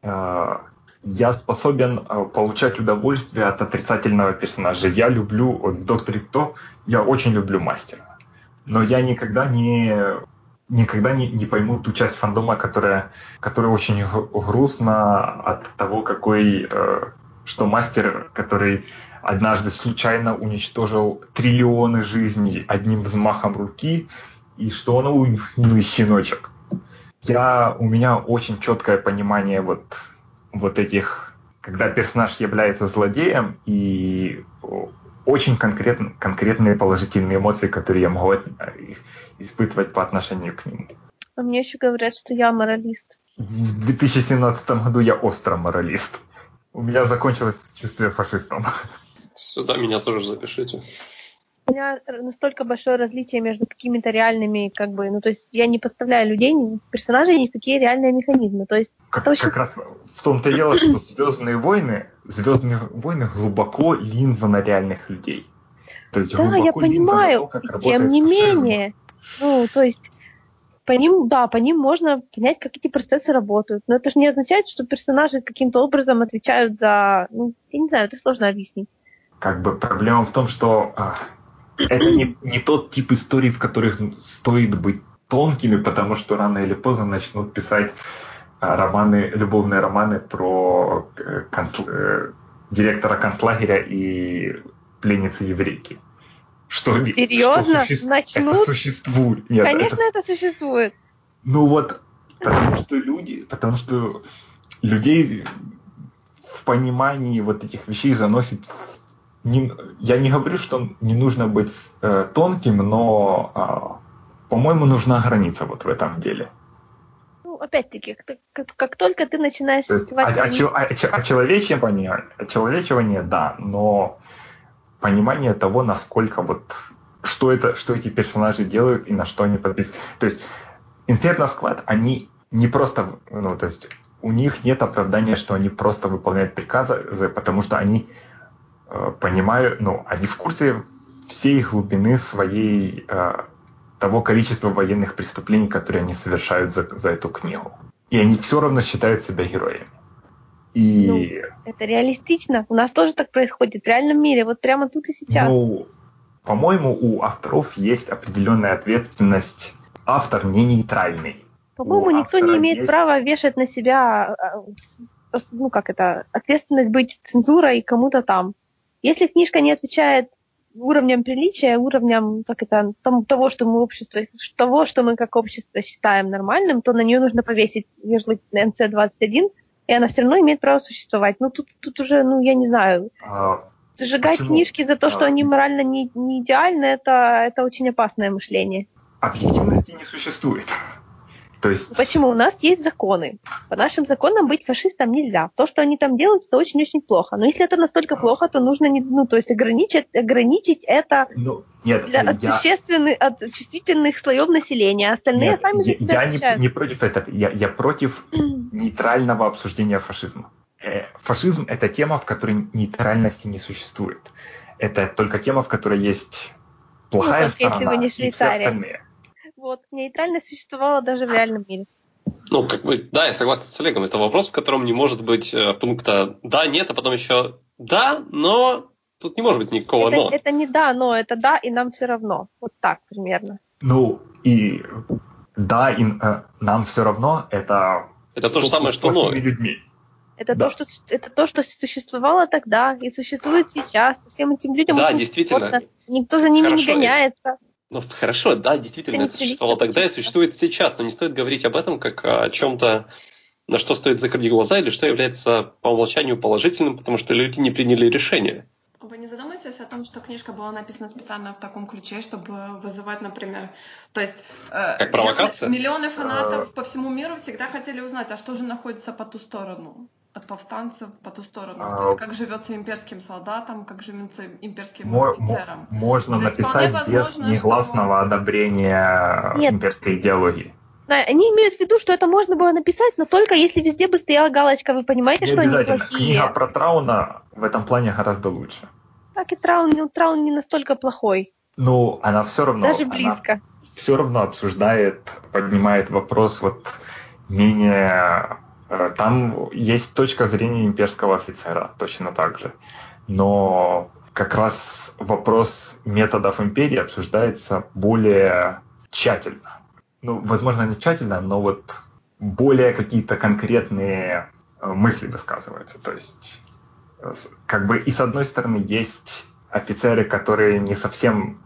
Я способен получать удовольствие от отрицательного персонажа. Я люблю, вот в «Докторе Кто» я очень люблю Мастера. Но я никогда не пойму ту часть фандома, которая очень грустна от того, что Мастер, который однажды случайно уничтожил триллионы жизней одним взмахом руки, и что он умный щеночек. У меня очень четкое понимание вот этих, когда персонаж является злодеем, и очень конкретные положительные эмоции, которые я могу испытывать по отношению к нему. А мне еще говорят, что я моралист. В 2017 году я остро моралист. У меня закончилось чувствие фашистом. Сюда меня тоже запишите. У меня настолько большое различие между какими-то реальными, как бы, ну, то есть я не подставляю людей, персонажей ни в какие реальные механизмы. То есть это очень... Как раз в том-то и дело, что Звездные войны глубоко линза на реальных людей. То есть Да, я глубоко линза на понимаю, то, как и тем работает не фашизм. менее, ну, то есть по ним можно понять, как эти процессы работают. Но это же не означает, что персонажи каким-то образом отвечают за... Ну, я не знаю, это сложно объяснить. Как бы проблема в том, что это не тот тип историй, в которых стоит быть тонкими, потому что рано или поздно начнут писать любовные романы про директора концлагеря и пленницы еврейки. Серьезно? Это Начнут? существует. Нет, Конечно, это существует. Ну вот, потому что людей в понимании вот этих вещей заносит. Я не говорю, что не нужно быть тонким, но, по-моему, нужна граница вот в этом деле. Ну, опять-таки, как только ты начинаешь То есть существовать... очеловечивание, да, но понимание того, насколько вот что эти персонажи делают и на что они подписаны. То есть Inferno Squad, они не просто, ну, то есть у них нет оправдания, что они просто выполняют приказы, потому что они понимают, ну, они в курсе всей глубины того количества военных преступлений, которые они совершают за эту книгу. И они все равно считают себя героями. Ну, это реалистично. У нас тоже так происходит в реальном мире, вот прямо тут и сейчас. Ну, по-моему, у авторов есть определенная ответственность. Автор не нейтральный. По-моему, никто не имеет права вешать на себя, ну, как это, ответственность быть цензурой кому-то там. Если книжка не отвечает уровням приличия, уровням, как это, того, что мы как общество считаем нормальным, то на нее нужно повесить ярлык НЦ-21, и она все равно имеет право существовать. Ну, тут уже, ну, я не знаю. Зажигать книжки за то, что они морально не идеальны, это очень опасное мышление. Объективности не существует. То есть... Почему? У нас есть законы. По нашим законам быть фашистом нельзя. То, что они там делают, это очень-очень плохо. Но если это настолько плохо, то нужно ограничить это от чувствительных слоев населения. Остальные сами за себя отвечают. Я не против этого. Я против нейтрального обсуждения фашизма. Фашизм – это тема, в которой нейтральности не существует. Это только тема, в которой есть плохая сторона и все остальные. Вот, нейтральность существовала даже в реальном мире. Ну, как бы, да, я согласен с Олегом. Это вопрос, в котором не может быть пункта «да», «нет», а потом еще «да», но тут не может быть никакого «но». Это не «да», но это «да», и нам все равно. Вот так примерно. Ну, и «да», и нам все равно это то же самое, что «но». Людьми. Это то, что существовало тогда и существует сейчас. Всем этим людям да, очень действительно. комфортно. Никто за ними не гоняется. Ну, хорошо, да, действительно, это существовало тогда и существует сейчас, но не стоит говорить об этом как о чем-то, на что стоит закрыть глаза или что является по умолчанию положительным, потому что люди не приняли решение. Вы не задумываетесь о том, что книжка была написана специально в таком ключе, чтобы вызывать, например, то есть как провокация? Миллионы фанатов по всему миру всегда хотели узнать, а что же находится по ту сторону от повстанцев, по ту сторону, то есть как живется имперским солдатам, как живется имперским офицерам. Можно написать без негласного одобрения имперской идеологии. Они имеют в виду, что это можно было написать, но только если везде бы стояла галочка, вы понимаете, что они плохие. Книга про Трауна в этом плане гораздо лучше. Так и Траун не настолько плохой. Ну, она все равно... Даже близко. Все равно поднимает вопрос менее... Там есть точка зрения имперского офицера, точно так же. Но как раз вопрос методов империи обсуждается более тщательно. Ну, возможно, не тщательно, но более какие-то конкретные мысли высказываются. То есть, как бы и с одной стороны есть офицеры, которые не совсем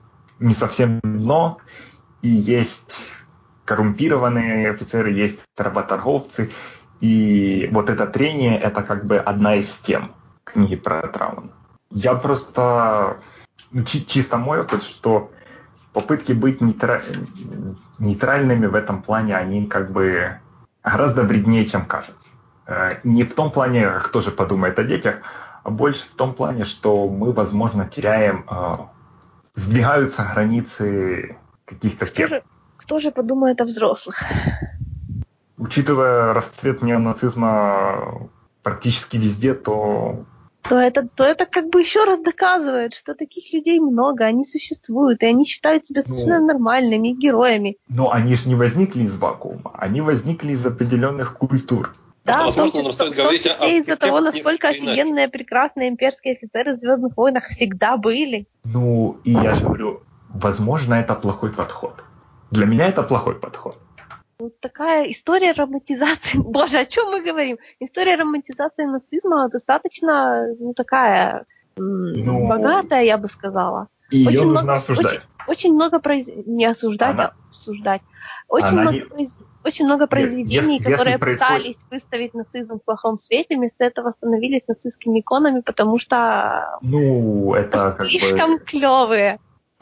дно, и есть коррумпированные офицеры, есть работорговцы, и вот это трение – это как бы одна из тем книги про Трауна. Я просто, чисто мой опыт, что попытки быть нейтральными в этом плане, они как бы гораздо вреднее, чем кажется. Не в том плане, кто же подумает о детях, а больше в том плане, что мы, возможно, теряем сдвигаются границы каких-то тем. Кто же подумает о взрослых? Учитывая расцвет неонацизма практически везде, то это как бы еще раз доказывает, что таких людей много, они существуют, и они считают себя совершенно нормальными героями. Но они же не возникли из вакуума, они возникли из определенных культур. Да, возможно, нам стоит говорить о из-за того, насколько офигенные, прекрасные имперские офицеры в «Звездных войнах» всегда были. Ну, и я же говорю, возможно, это плохой подход. Для меня это плохой подход. Вот такая история романтизации... Боже, о чем мы говорим? История романтизации нацизма достаточно, такая богатая, я бы сказала. И ее нужно осуждать. Очень много не осуждать, а обсуждать. Очень много произведений, которые пытались выставить нацизм в плохом свете, вместо этого становились нацистскими иконами, потому что это слишком клевые.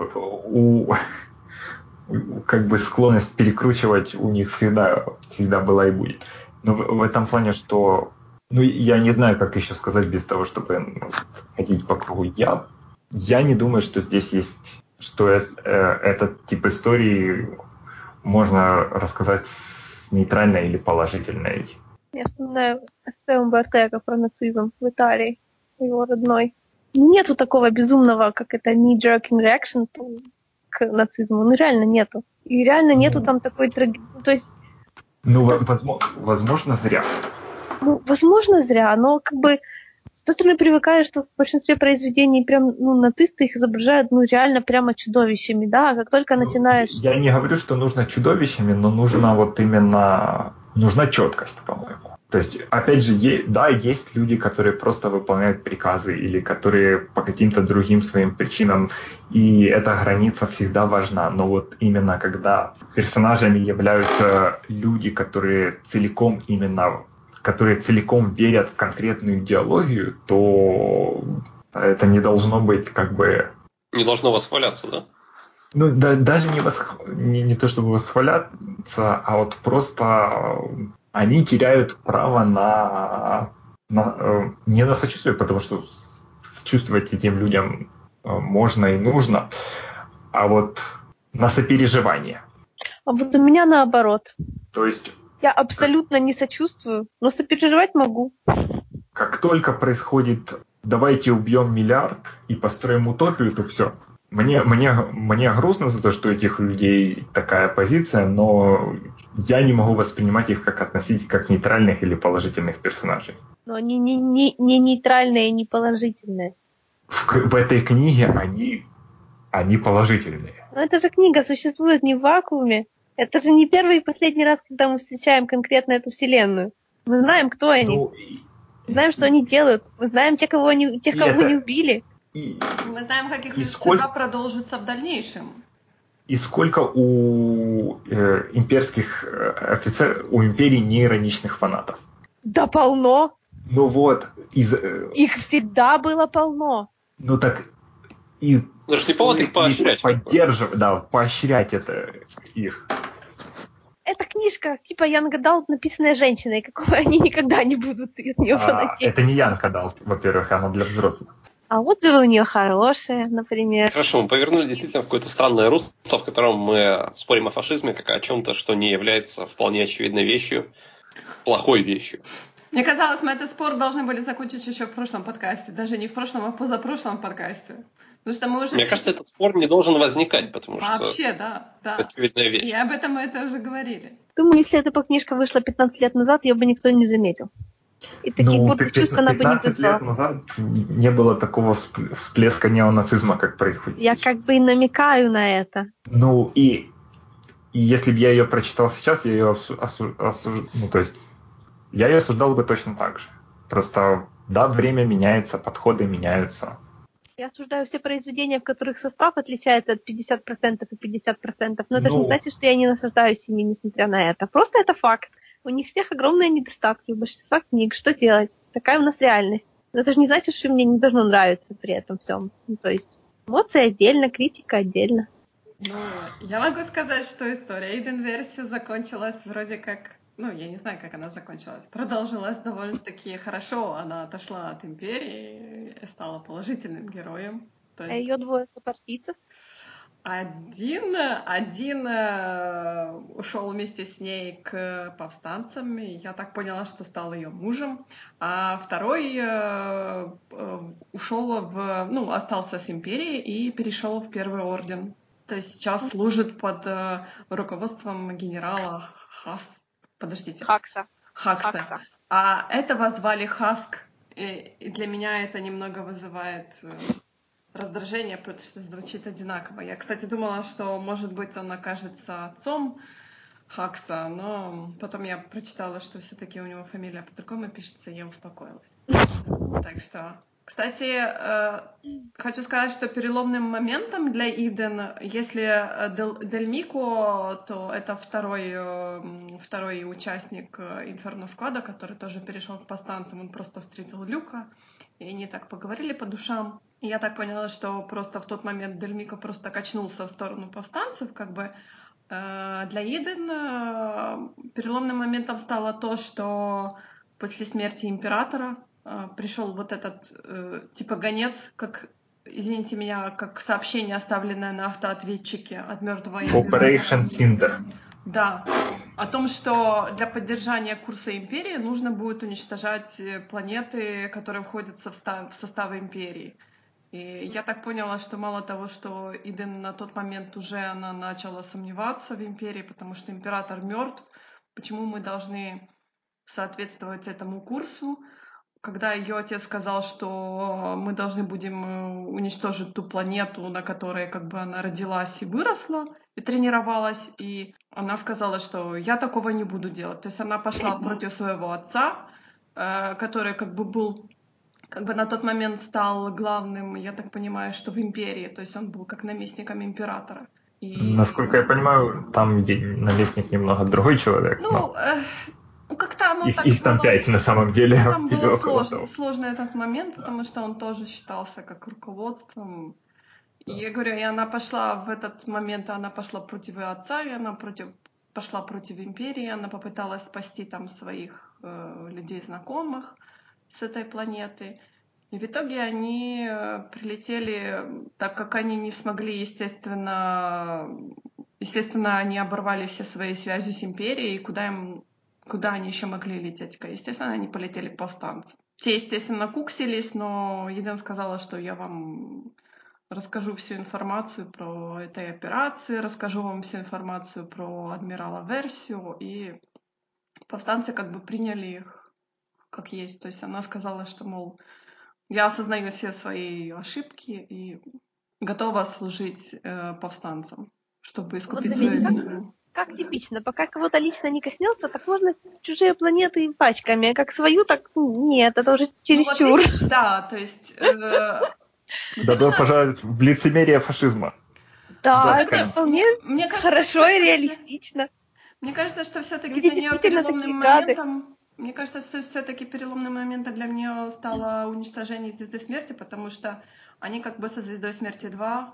Как бы склонность перекручивать у них всегда была и будет. Но в этом плане, что... я не знаю, как еще сказать без того, чтобы ходить по кругу. Я не думаю, что здесь есть... Что этот тип истории можно рассказать с нейтральной или положительной. Я вспоминаю эссе Умберто Эко про нацизм в Италии, его родной. Нету такого безумного, как это knee-jerking reaction к нацизму. Реально нету. И реально нету там такой трагедии. То есть... возможно, зря. Возможно, зря, но как бы с той стороны привыкаешь, что в большинстве произведений прям, нацисты их изображают, реально прямо чудовищами, да, как только начинаешь... Я не говорю, что нужно чудовищами, но нужна четкость, по-моему. То есть, опять же, есть люди, которые просто выполняют приказы или которые по каким-то другим своим причинам, и эта граница всегда важна. Но вот именно когда персонажами являются люди, которые целиком верят в конкретную идеологию, то это не должно быть как бы... Не должно восхваляться, да? Даже не то чтобы восхваляться, а вот просто они теряют право не на сочувствие, потому что сочувствовать этим людям можно и нужно, а вот на сопереживание. А вот у меня наоборот. То есть... Я абсолютно не сочувствую, но сопереживать могу. Как только происходит «давайте убьем миллиард и построим утопию», то все. Мне грустно за то, что у этих людей такая позиция, но я не могу воспринимать их относить как нейтральных или положительных персонажей. Но они не нейтральные и не положительные. В этой книге они положительные. Но эта же книга существует не в вакууме. Это же не первый и последний раз, когда мы встречаем конкретно эту вселенную. Мы знаем, кто они. Знаем, что они делают. Мы знаем кого не убили. Мы знаем, как их судьба продолжится в дальнейшем. И сколько у имперских офицеров, у империи неироничных фанатов. Да полно. Их всегда было полно. И даже не повод их поощрять. Поддерживать, поощрять их. Это книжка, типа Янга Далт, написанная женщиной, какого они никогда не будут от нее фанатеть. Это не Янга Далт, во-первых, она для взрослых. А отзывы у нее хорошие, например. Хорошо, мы повернули действительно в какое-то странное русло, в котором мы спорим о фашизме как о чем-то, что не является вполне очевидной вещью, плохой вещью. Мне казалось, мы этот спор должны были закончить еще в прошлом подкасте. Даже не в прошлом, а в позапрошлом подкасте. Потому что мы уже... Мне кажется, этот спор не должен возникать, потому что... Вообще, да. Очевидная вещь. И об этом мы это уже говорили. Думаю, если эта книжка вышла 15 лет назад, ее бы никто не заметил. И таких бурных чувств она бы не вызвала. 15 лет назад не было такого всплеска неонацизма, как происходит. Я как бы и намекаю на это. И если бы я ее прочитал сейчас, я ее я ее осуждал бы точно так же. Просто, да, время меняется, подходы меняются. Я осуждаю все произведения, в которых состав отличается от 50% и 50%, но это же не значит, что я не наслаждаюсь ими, несмотря на это. Просто это факт. У них всех огромные недостатки, у большинства книг. Что делать? Такая у нас реальность. Но это же не значит, что мне не должно нравиться при этом всем. То есть эмоции отдельно, критика отдельно. Я могу сказать, что история Эйден-версии закончилась вроде как... я не знаю, как она закончилась. Продолжилась довольно-таки хорошо. Она отошла от империи и стала положительным героем. То А есть ее двое сопартийцев? один ушел вместе с ней к повстанцам, и я так поняла, что стал ее мужем, а второй остался с империей и перешел в Первый орден. То есть сейчас служит под руководством генерала Хакса. Хакса. А этого звали Хаск. И для меня это немного вызывает раздражение, потому что звучит одинаково. Я, кстати, думала, что, может быть, он окажется отцом Хакса, но потом я прочитала, что все-таки у него фамилия по-другому пишется, и я успокоилась. Так что, кстати, хочу сказать, что переломным моментом для Иден, если Дель Мико, то это второй участник Инферно Сквада, который тоже перешел к повстанцам, он просто встретил Люка, и они так поговорили по душам. И я так поняла, что просто в тот момент Дель Мико просто качнулся в сторону повстанцев, как бы. Для Иден переломным моментом стало то, что после смерти императора пришел вот этот типа гонец, как, извините меня, как сообщение, оставленное на автоответчике от мертвого императора. Operation Cinder. Да, о том, что для поддержания курса империи нужно будет уничтожать планеты, которые входят в состав империи. И я так поняла, что мало того, что Иден на тот момент уже она начала сомневаться в империи, потому что император мертв, почему мы должны соответствовать этому курсу? Когда ее отец сказал, что мы должны будем уничтожить ту планету, на которой как бы она родилась и выросла, и тренировалась, и она сказала, что я такого не буду делать. То есть она пошла против своего отца, который как бы был, как бы на тот момент стал главным, я так понимаю, что в империи, то есть он был как наместником императора. И... Насколько я понимаю, там наместник немного другой человек. Как-то оно так их там было... 5 на самом деле. Там был сложный этот момент, потому что он тоже считался как руководством. И я говорю, и она пошла в этот момент, она пошла против ее отца, и она пошла против империи, она попыталась спасти там своих людей, знакомых с этой планеты. И в итоге они прилетели, так как они не смогли, естественно, они оборвали все свои связи с империей, куда они еще могли лететь? Естественно, они полетели к повстанцам. Те, естественно, куксились, но Иден сказала, что я вам расскажу всю информацию про этой операции, расскажу вам всю информацию про адмирала Версию, и повстанцы как бы приняли их как есть. То есть она сказала, что, мол, я осознаю все свои ошибки и готова служить повстанцам, чтобы искупить свою вину. Как типично, пока кого-то лично не коснется, так можно чужие планеты пачками, а как свою, так нет, это уже чересчур. Ну, вот видишь, да, то есть... Добро пожаловать в лицемерие фашизма. Да, это вполне хорошо и реалистично. Мне кажется, что все-таки для нее переломным моментом... Мне кажется, что все-таки переломным моментом для нее стало уничтожение Звезды Смерти, потому что они как бы со Звездой Смерти 2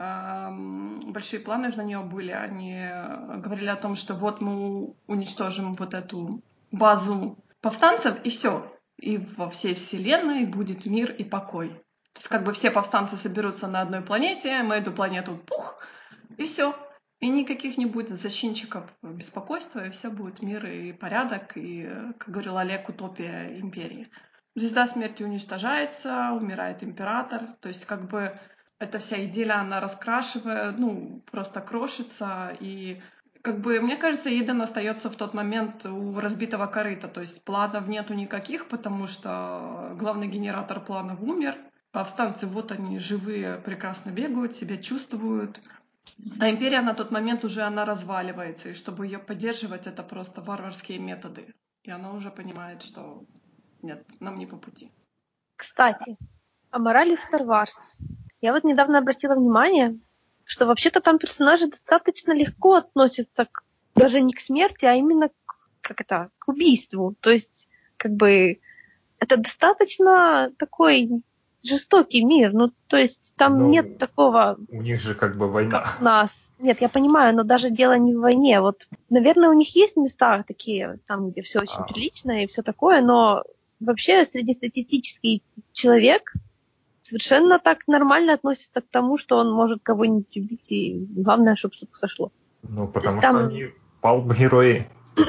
большие планы уже на нее были. Они говорили о том, что вот мы уничтожим вот эту базу повстанцев, и все. И во всей вселенной будет мир и покой. То есть как бы все повстанцы соберутся на одной планете, мы эту планету и все. И никаких не будет зачинщиков беспокойства, и все будет мир и порядок, и, как говорил Олег, утопия империи. Звезда Смерти уничтожается, умирает император, то есть как бы эта вся идиллия, она раскрашивает, просто крошится, и как бы, мне кажется, Иден остается в тот момент у разбитого корыта, то есть планов нету никаких, потому что главный генератор планов умер, повстанцы, вот они, живые, прекрасно бегают, себя чувствуют, а империя на тот момент уже она разваливается, и чтобы ее поддерживать, это просто варварские методы. И она уже понимает, что нет, нам не по пути. Кстати, о морали в Star Wars. Я вот недавно обратила внимание, что вообще-то там персонажи достаточно легко относятся даже не к смерти, а именно к убийству. То есть, как бы, это достаточно такой жестокий мир. Ну, то есть, там нет такого... У них же как бы война. Как у нас. Нет, я понимаю, но даже дело не в войне. Вот, наверное, у них есть места такие, там, где все очень прилично и все такое, но вообще среднестатистический человек совершенно так нормально относится к тому, что он может кого-нибудь убить, и главное, чтобы что-то сошло. Ну, То потому есть что там... они палп-герои.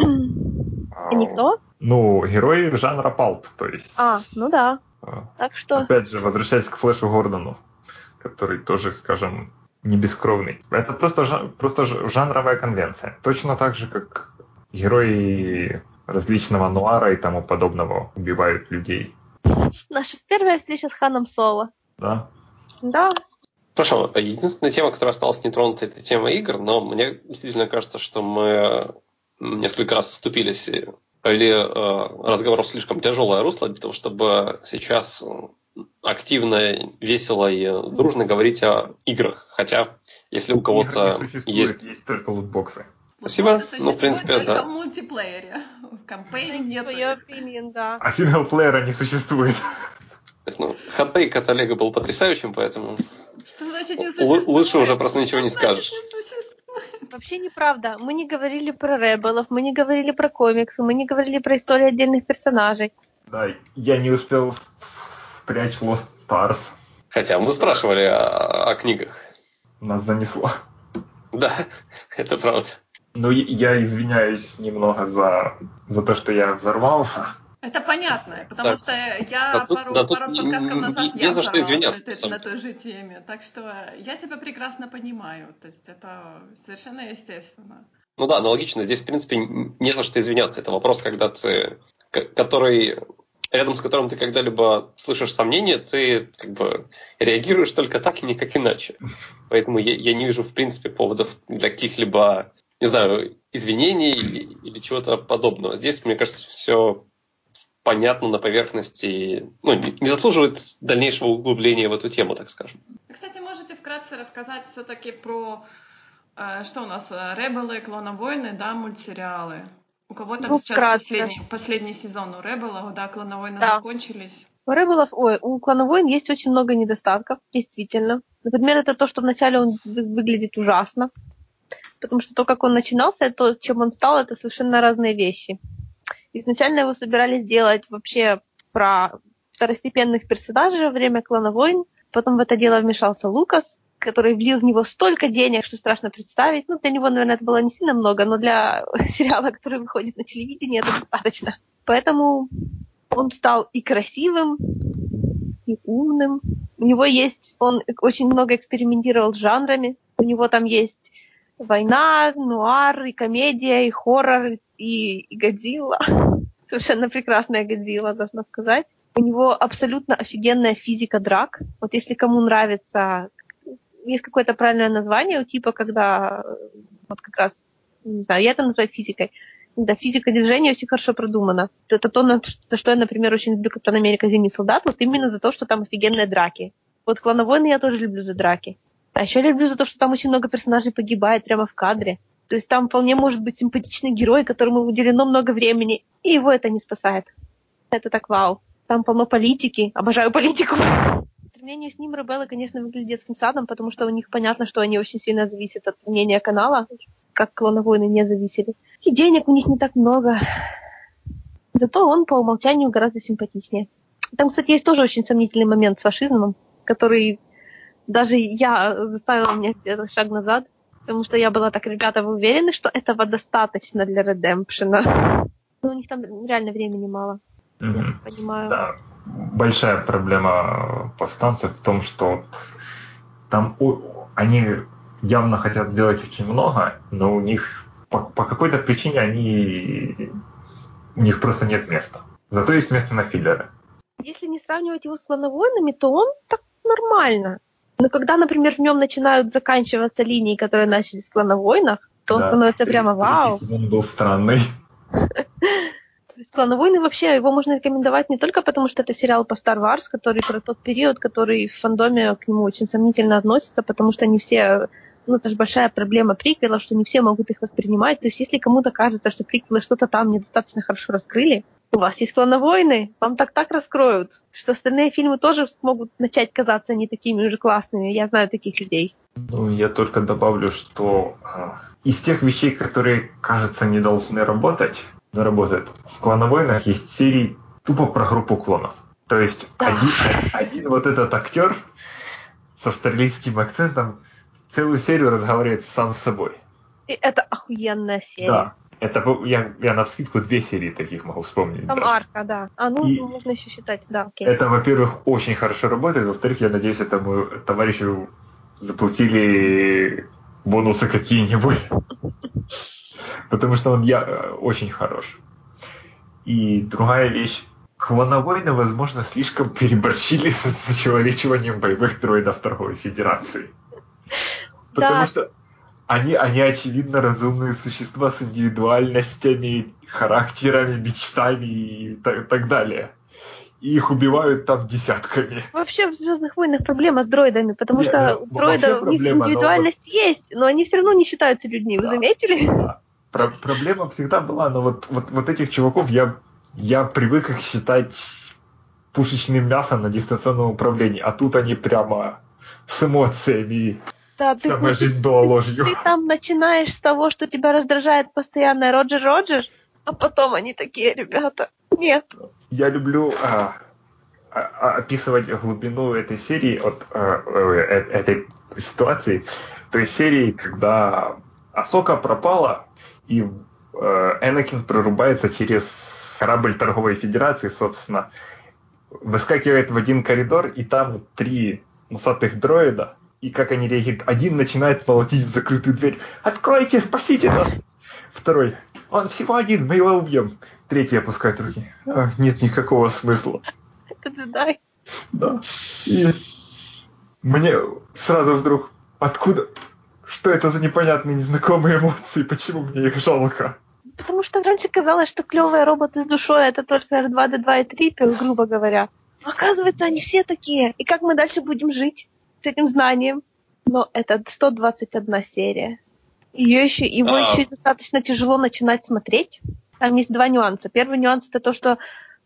Никто? Ну, герои жанра палп, то есть... Ну да. Так что... Опять же, возвращаясь к Флэшу Гордону, который тоже, скажем, не бескровный. Это просто жанровая конвенция. Точно так же, как герои различного нуара и тому подобного убивают людей. Наша первая встреча с Ханом Соло. Да? Да. Слушай, единственная тема, которая осталась нетронутой, это тема игр, но мне действительно кажется, что мы несколько раз отступились и повели разговор в слишком тяжелое русло для того, чтобы сейчас активно, весело и дружно говорить о играх. Хотя, если у кого-то Игр не существует, есть только лутбоксы. Спасибо. Лутбоксы Ну, в принципе, существуют только да. в мультиплеере. В кампейне нет. For your opinion, да. А синглплеера не существует. Ну, хот-тейк от Олега был потрясающим, поэтому Что значит не существует? лучше уже просто ничего не Что значит скажешь. не существует? Вообще неправда. Мы не говорили про Ребелов, мы не говорили про комиксы, мы не говорили про истории отдельных персонажей. Да, я не успел впрячь Lost Stars. Хотя мы спрашивали о книгах. Нас занесло. Да, это правда. Ну, я извиняюсь немного за то, что я взорвался. Это понятно, потому Так. что я пару подкастов назад не за что взорвалась извиняться, на той же теме. Так что я тебя прекрасно понимаю. То есть это совершенно естественно. Ну да, аналогично. Здесь, в принципе, не за что извиняться. Это вопрос, когда ты, рядом с которым ты когда-либо слышишь сомнения, ты как бы реагируешь только так и никак иначе. Поэтому я не вижу, в принципе, поводов для каких-либо, не знаю, извинений или чего-то подобного. Здесь, мне кажется, все понятно на поверхности, ну, не заслуживает дальнейшего углубления в эту тему, так скажем. Кстати, можете вкратце рассказать все-таки про, что у нас, Ребелы, Клоновойны, да, мультсериалы? У кого там сейчас последний сезон у Ребелов, да, Клоновойны закончились? У Ребелов, у Клоновойн есть очень много недостатков, действительно. Например, это то, что вначале он выглядит ужасно, потому что то, как он начинался, и то, чем он стал, это совершенно разные вещи. Изначально его собирались делать вообще про второстепенных персонажей во время Клоновойн. Потом в это дело вмешался Лукас, который влил в него столько денег, что страшно представить. Ну, для него, наверное, это было не сильно много, но для сериала, который выходит на телевидении, это достаточно. Поэтому он стал и красивым, и умным. У него есть... Он очень много экспериментировал с жанрами. У него там есть война, нуар, и комедия, и хоррор, и Годзилла. Совершенно прекрасная Годзилла, должна сказать. У него абсолютно офигенная физика драк. Вот если кому нравится... Есть какое-то правильное название у типа, когда... Вот как раз... Не знаю, я это называю физикой. Да, физика движения очень хорошо продумана. Это то, за что я, например, очень люблю Капитан Америка Зимний солдат. Вот именно за то, что там офигенные драки. Вот Клоновойны я тоже люблю за драки. А еще люблю за то, что там очень много персонажей погибает прямо в кадре. То есть там вполне может быть симпатичный герой, которому уделено много времени, и его это не спасает. Это так вау. Там полно политики. Обожаю политику. В сравнении с ним Ребелы, конечно, выглядят детским садом, потому что у них понятно, что они очень сильно зависят от мнения канала, как Клоновойны не зависели. И денег у них не так много. Зато он по умолчанию гораздо симпатичнее. Там, кстати, есть тоже очень сомнительный момент с фашизмом, который даже я заставила меня сделать шаг назад, потому что я была так, ребята, вы уверены, что этого достаточно для редемпшена? Но у них там реально времени мало. Я понимаю. Да. Большая проблема повстанцев в том, что там они явно хотят сделать очень много, но у них по какой-то причине у них просто нет места. Зато есть место на филлеры. Если не сравнивать его с Клоновойнами, то он так нормально. Но когда, например, в нем начинают заканчиваться линии, которые начались в Клоновойнах, то он становится прямо вау. Третий сезон был странный. То есть Клоновойны вообще, его можно рекомендовать не только потому, что это сериал по Star Wars, который про тот период, который в фандоме к нему очень сомнительно относится, потому что не все... Ну, это же большая проблема приквелов, что не все могут их воспринимать. То есть если кому-то кажется, что приквелы что-то там недостаточно хорошо раскрыли, у вас есть Клоновойны, вам так раскроют, что остальные фильмы тоже смогут начать казаться не такими уже классными. Я знаю таких людей. Ну, я только добавлю, что из тех вещей, которые, кажется, не должны работать, но работают. В Клоновойнах есть серии тупо про группу клонов. То есть один вот этот актер с австралийским акцентом целую серию разговаривает сам с собой. И это охуенная серия. Да. Это я навскидку 2 серии таких могу вспомнить. Там даже. арка, да. Можно еще считать, да, окей. Это, во-первых, очень хорошо работает, во-вторых, я надеюсь, этому товарищу заплатили бонусы какие-нибудь. Потому что он очень хорош. И другая вещь. Клоновойны, возможно, слишком переборщили с зачеловечиванием боевых дроидов Торговой Федерации. Потому что они очевидно разумные существа с индивидуальностями, характерами, мечтами и так далее. И их убивают там десятками. Вообще в «Звездных войнах» проблема с дроидами, потому что у дроидов у них индивидуальность есть, но они все равно не считаются людьми, вы заметили? Да. Проблема всегда была, но вот этих чуваков я привык их считать пушечным мясом на дистанционном управлении, а тут они прямо с эмоциями. Да, вся моя жизнь была ложью. Ты там начинаешь с того, что тебя раздражает постоянно Роджер, а потом они такие, ребята, нет. Я люблю описывать глубину этой серии, этой ситуации. То есть серии, когда Асока пропала, и Энакин прорубается через корабль Торговой Федерации, собственно, выскакивает в один коридор, и там 3 носатых дроида, и как они реагируют. Один начинает молотить в закрытую дверь. «Откройте, спасите нас!» Второй: «Он всего один, мы его убьем». Третий опускает руки. Нет никакого смысла. Это джедай. Да. И мне сразу вдруг, откуда? Что это за непонятные незнакомые эмоции? Почему мне их жалко? Потому что раньше казалось, что клевые роботы с душой это только R2-D2 и Трипер, грубо говоря. Оказывается, они все такие. И как мы дальше будем жить с этим знанием? Но это 121 серия. Его еще достаточно тяжело начинать смотреть. Там есть 2 нюанса. Первый нюанс это то, что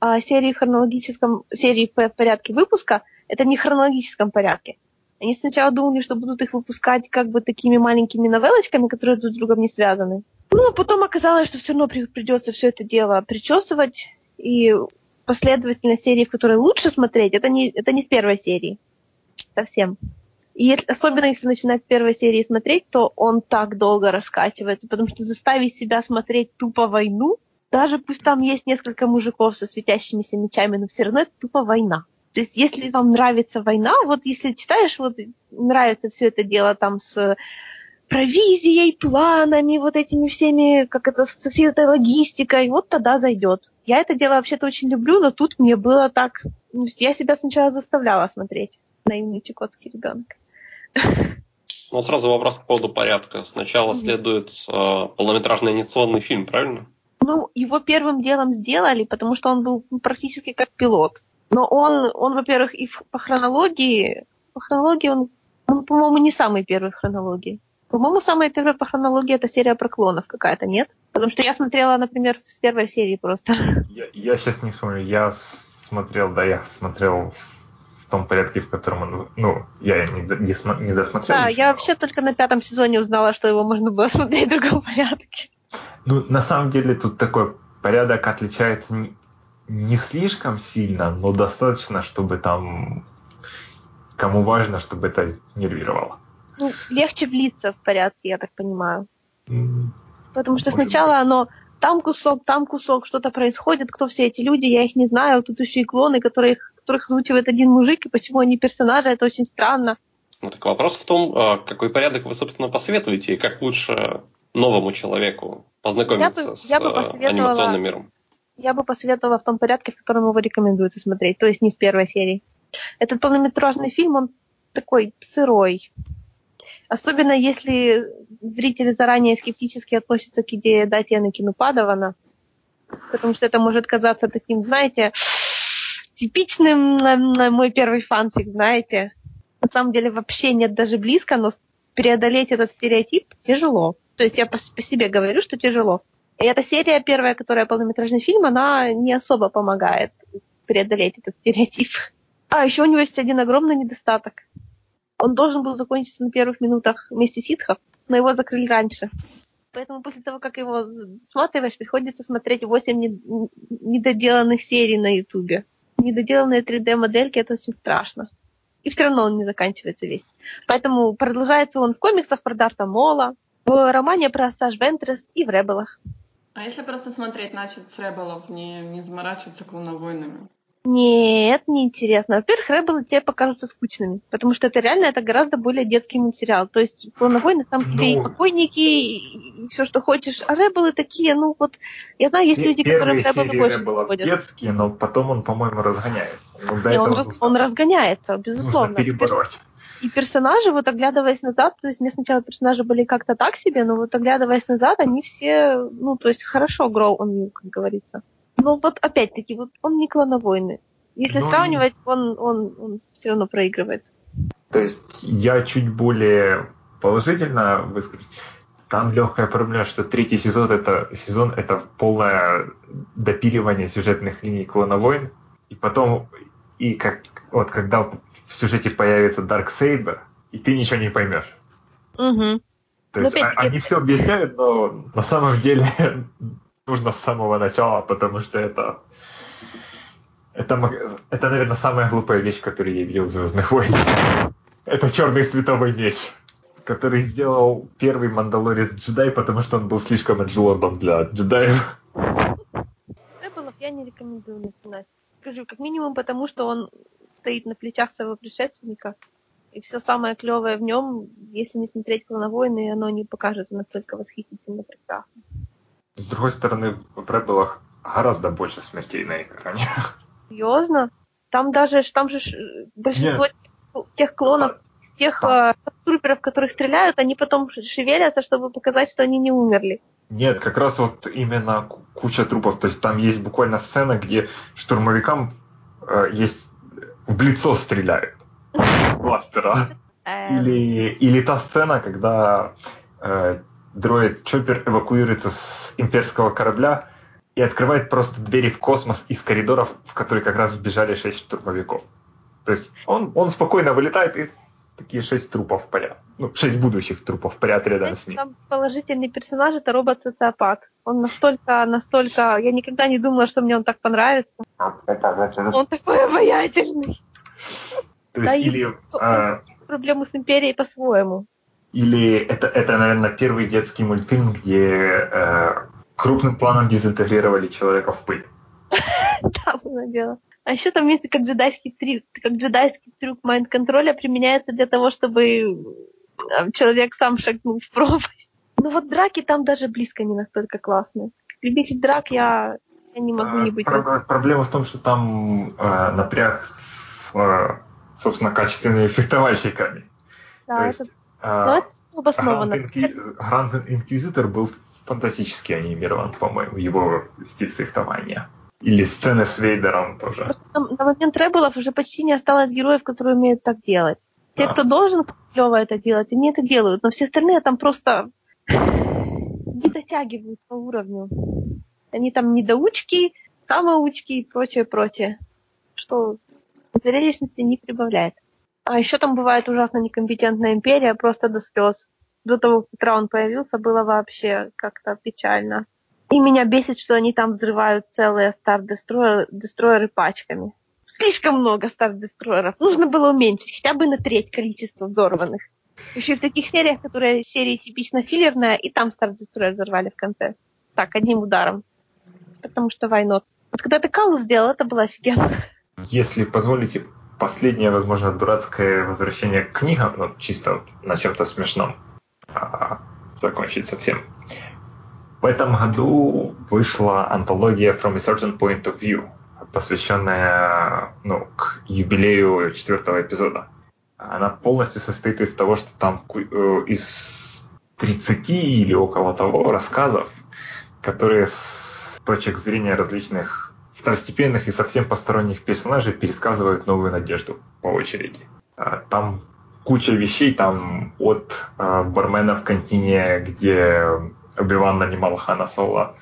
серии по порядке выпуска это не в хронологическом порядке. Они сначала думали, что будут их выпускать как бы такими маленькими новеллочками, которые друг с другом не связаны. Ну, а потом оказалось, что все равно придется все это дело причесывать, и последовательность серии, в которой лучше смотреть, это не с первой серии. Совсем. И особенно если начинать с первой серии смотреть, то он так долго раскачивается, потому что заставить себя смотреть тупо войну, даже пусть там есть несколько мужиков со светящимися мечами, но все равно это тупо война. То есть если вам нравится война, вот если читаешь, вот нравится все это дело там с провизией, планами, вот этими всеми, со всей этой логистикой, вот тогда зайдет. Я это дело вообще-то очень люблю, но тут мне было так... Я себя сначала заставляла смотреть. Наивный чукотский ребенок. Ну, сразу вопрос по поводу порядка. Сначала следует полнометражный анимационный фильм, правильно? Ну, его первым делом сделали, потому что он был практически как пилот. Но он во-первых, и по хронологии он, по-моему, не самый первый в хронологии. По-моему, самая первая по хронологии это серия про клонов какая-то, нет? Потому что я смотрела, например, с первой серии просто. Я сейчас не вспомню. Я смотрел в том порядке, в котором он... я не досмотрел. Да, я вообще только на 5-м сезоне узнала, что его можно было смотреть в другом порядке. Ну, на самом деле, тут такой порядок отличается не слишком сильно, но достаточно, чтобы там... Кому важно, чтобы это нервировало. Ну, легче влиться в порядке, я так понимаю. Потому что Может сначала оно там кусок, что-то происходит, кто все эти люди, я их не знаю, тут еще и клоны, которых озвучивает один мужик, и почему они персонажи, это очень странно. Ну, так вопрос в том, какой порядок вы, собственно, посоветуете, и как лучше новому человеку познакомиться с анимационным миром. Я бы посоветовала в том порядке, в котором его рекомендуется смотреть, то есть не с первой серии. Этот полнометражный фильм, он такой сырой. Особенно если зрители заранее скептически относятся к идее дать Энакину Падавана, потому что это может казаться таким, знаете, типичным мой первый фанфик, знаете. На самом деле вообще нет даже близко, но преодолеть этот стереотип тяжело. То есть я по себе говорю, что тяжело. И эта серия первая, которая полнометражный фильм, она не особо помогает преодолеть этот стереотип. А еще у него есть один огромный недостаток. Он должен был закончиться на первых минутах вместе ситхов, но его закрыли раньше. Поэтому после того, как его смотришь, приходится смотреть 8 недоделанных серий на Ютубе. недоделанные 3D-модельки, это очень страшно. И все равно он не заканчивается весь. Поэтому продолжается он в комиксах про Дарта Мола, в романе про Саш Вентрес и в Ребелах. А если просто смотреть, начать с Ребелов, не заморачиваться клоновойнами? Нет, неинтересно. Во-первых, Ребелы тебе покажутся скучными, потому что это гораздо более детский мультсериал. То есть «Клоновойны» там тебе и покойники, и все, что хочешь. А Ребелы такие, я знаю, есть люди, которые в Ребелы больше Ребелов заходят. детские, но потом он, по-моему, разгоняется. Он разгоняется, безусловно. Нужно перебороть. И персонажи, вот оглядываясь назад, то есть мне сначала персонажи были как-то так себе, но вот оглядываясь назад, они все, хорошо grow on you, как говорится. Но вот опять-таки, вот он не клоновойны. Если сравнивать, он все равно проигрывает. То есть я чуть более положительно выскажусь. Там легкая проблема, что третий сезон это полное допиливание сюжетных линий «Клоновойн». И потом, когда в сюжете появится Дарксейбер, и ты ничего не поймешь. Угу. То есть они все объясняют, но на самом деле нужно с самого начала, потому что это, наверное, самая глупая вещь, которую я видел в «Звездных войнах». Это черный световой меч, который сделал первый Мандалорец джедай, потому что он был слишком эджлордом для джедаев. Ребелов я не рекомендую начинать. Скажу, как минимум потому, что он стоит на плечах своего предшественника. И все самое клевое в нем, если не смотреть «Клоновойны», оно не покажется настолько восхитительно прекрасно. С другой стороны, в Ребелах гораздо больше смертей на экране. Серьезно? Там же большинство тех клонов, тех труперов, которых стреляют, они потом шевелятся, чтобы показать, что они не умерли. Нет, как раз вот именно куча трупов. То есть там есть буквально сцена, где штурмовикам есть в лицо стреляют с бластера. Или та сцена, когда дроид Чоппер эвакуируется с имперского корабля и открывает просто двери в космос из коридоров, в которые как раз вбежали 6 штурмовиков. То есть он спокойно вылетает, и такие 6 трупов парят. 6 будущих трупов парят рядом с ним. Там положительный персонаж — это робот-социопат. Он настолько... Я никогда не думала, что мне он так понравится. Он такой обаятельный. То есть, он проблему с империей по-своему. Или это, наверное, первый детский мультфильм, где крупным планом дезинтегрировали человека в пыль. Да, было дело. А еще там есть как джедайский трюк майнд-контроля применяется для того, чтобы человек сам шагнул в пропасть. Ну вот драки там даже близко не настолько классные. Как любитель драк я не могу не быть. Проблема в том, что там напряг с, собственно, качественными фехтовальщиками. Да, то есть это обоснованно. Гранд Инквизитор был фантастически анимирован, по-моему, его стиль фехтования. Или сцены с Вейдером тоже. Просто на момент Ребелов уже почти не осталось героев, которые умеют так делать. Те, кто должен клево это делать, они это делают, но все остальные там просто не дотягивают по уровню. Они там недоучки, самоучки и прочее. Что зрелищности не прибавляет. А еще там бывает ужасно некомпетентная империя, просто до слез. До того, как Траун появился, было вообще как-то печально. И меня бесит, что они там взрывают целые Стар-дестройеры пачками. Слишком много Стар-дестройеров. Нужно было уменьшить хотя бы на треть количество взорванных. Еще в таких сериях, которые серии типично филлерная, и там Стар-дестройер взорвали в конце. Так, одним ударом. Потому что why not? Вот когда ты Калу сделал, это было офигенно. Если позволите, последнее, возможно, дурацкое возвращение к книгам, но чисто на чем-то смешном закончить совсем. В этом году вышла антология From a Certain Point of View, посвященная к юбилею 4-го эпизода. Она полностью состоит из того, что там из 30 или около того рассказов, которые с точек зрения различных второстепенных и совсем посторонних персонажей пересказывают «Новую надежду» по очереди. Там куча вещей, там от бармена в кантине, где Оби-Ван нанимал Хана Соло,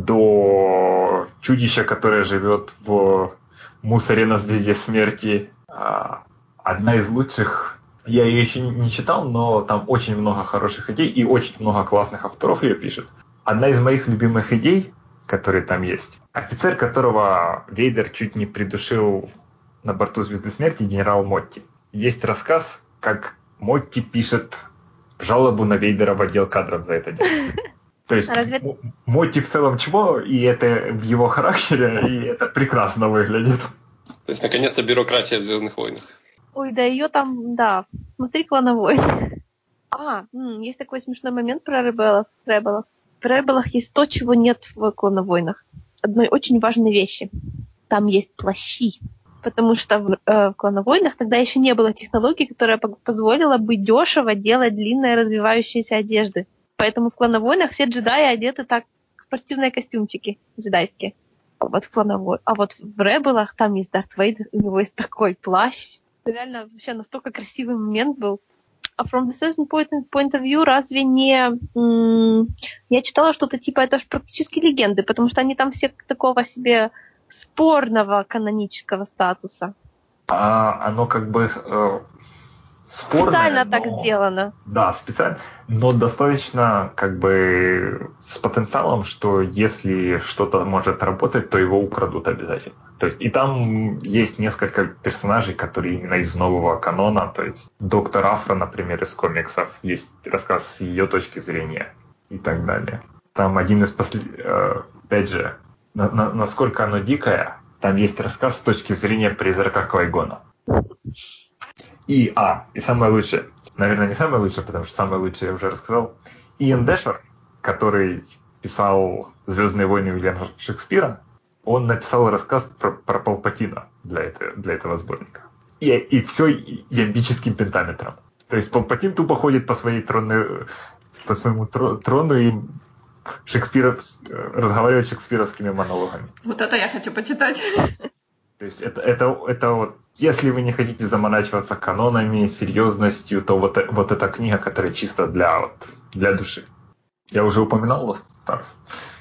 до чудища, которое живет в мусоре на Звезде Смерти. Одна из лучших, я ее еще не читал, но там очень много хороших идей и очень много классных авторов ее пишет. Одна из моих любимых идей, который там есть. Офицер, которого Вейдер чуть не придушил на борту Звезды Смерти, генерал Мотти. Есть рассказ, как Мотти пишет жалобу на Вейдера в отдел кадров за это дело. То есть Мотти в целом чего, и это в его характере, и это прекрасно выглядит. То есть, наконец-то, бюрократия в «Звездных войнах». Ой, да ее там, да. Смотри, «Клановой». Есть такой смешной момент про Ребелов. В Ребелах есть то, чего нет в «Клоновойнах». Одной очень важной вещи. Там есть плащи. Потому что в «Клоновойнах» тогда еще не было технологии, которая позволила бы дешево делать длинные развивающиеся одежды. Поэтому в «Клоновойнах» все джедаи одеты так, спортивные костюмчики джедайские. А вот в «Ребелах» там есть Дарт Вейдер, у него есть такой плащ. Реально вообще настолько красивый момент был. А from the certain point of view, разве не... Я читала что-то типа, это же практически легенды, потому что они там все такого себе спорного канонического статуса. Оно как бы спорное. Специально так сделано. Да, специально, но достаточно как бы с потенциалом, что если что-то может работать, то его украдут обязательно. То есть и там есть несколько персонажей, которые именно из нового канона, то есть доктор Афра, например, из комиксов, есть рассказ с ее точки зрения и так далее. Там один из опять же, насколько оно дикое, там есть рассказ с точки зрения призрака Квай-Гона. И самое лучшее, наверное, не самое лучшее, потому что самое лучшее я уже рассказал, Иэн Дэшер, который писал «Звездные войны» Уильяма Шекспира, он написал рассказ про Палпатина для этого сборника. И все ямбическим пентаметром. То есть Палпатин тупо ходит по своему трону и разговаривает шекспировскими монологами. Вот это я хочу почитать. То есть это вот, если вы не хотите заморачиваться канонами, серьезностью, то вот эта книга, которая чисто для души. Я уже упоминал Lost Stars.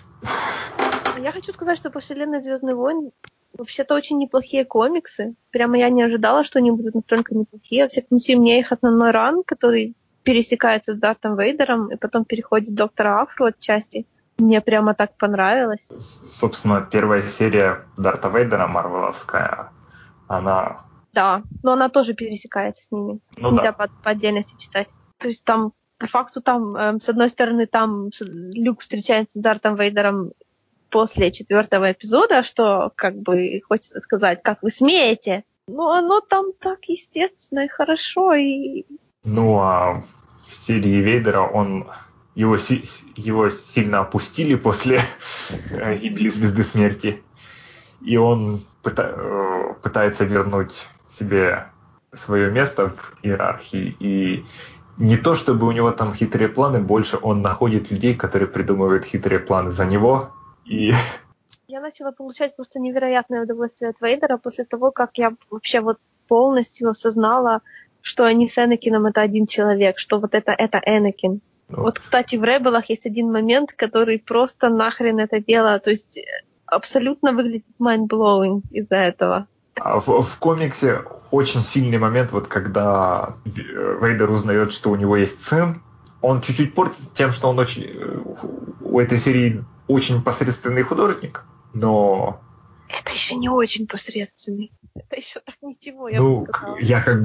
Я хочу сказать, что по вселенной «Звездных войн» вообще-то очень неплохие комиксы. Прямо я не ожидала, что они будут настолько неплохие. Во всяком случае, мне их основной ран, который пересекается с Дартом Вейдером и потом переходит в доктора Афру отчасти, мне прямо так понравилось. Собственно, первая серия Дарта Вейдера, марвеловская, она... Да, но она тоже пересекается с ними. Нельзя по отдельности читать. То есть там, по факту, с одной стороны, там Люк встречается с Дартом Вейдером после 4-го эпизода, что, как бы, хочется сказать, как вы смеете. Но оно там так естественно и хорошо, и... Ну, а в серии Вейдера его сильно опустили после гибели Звезды Смерти. И он пытается вернуть себе свое место в иерархии. И не то, чтобы у него там хитрые планы, больше он находит людей, которые придумывают хитрые планы за него. И... Я начала получать просто невероятное удовольствие от Вейдера после того, как я вообще вот полностью осознала, что они с Энакином это один человек, что вот это Энакин. Вот, кстати, в Ребелах есть один момент, который просто нахрен это дело, то есть абсолютно выглядит mind-blowing из-за этого. А в комиксе очень сильный момент, вот когда Вейдер узнает, что у него есть сын, он чуть-чуть портит тем, что он у этой серии очень посредственный художник, но... Это еще не очень посредственный. Это еще так ничего, я бы сказала. Я как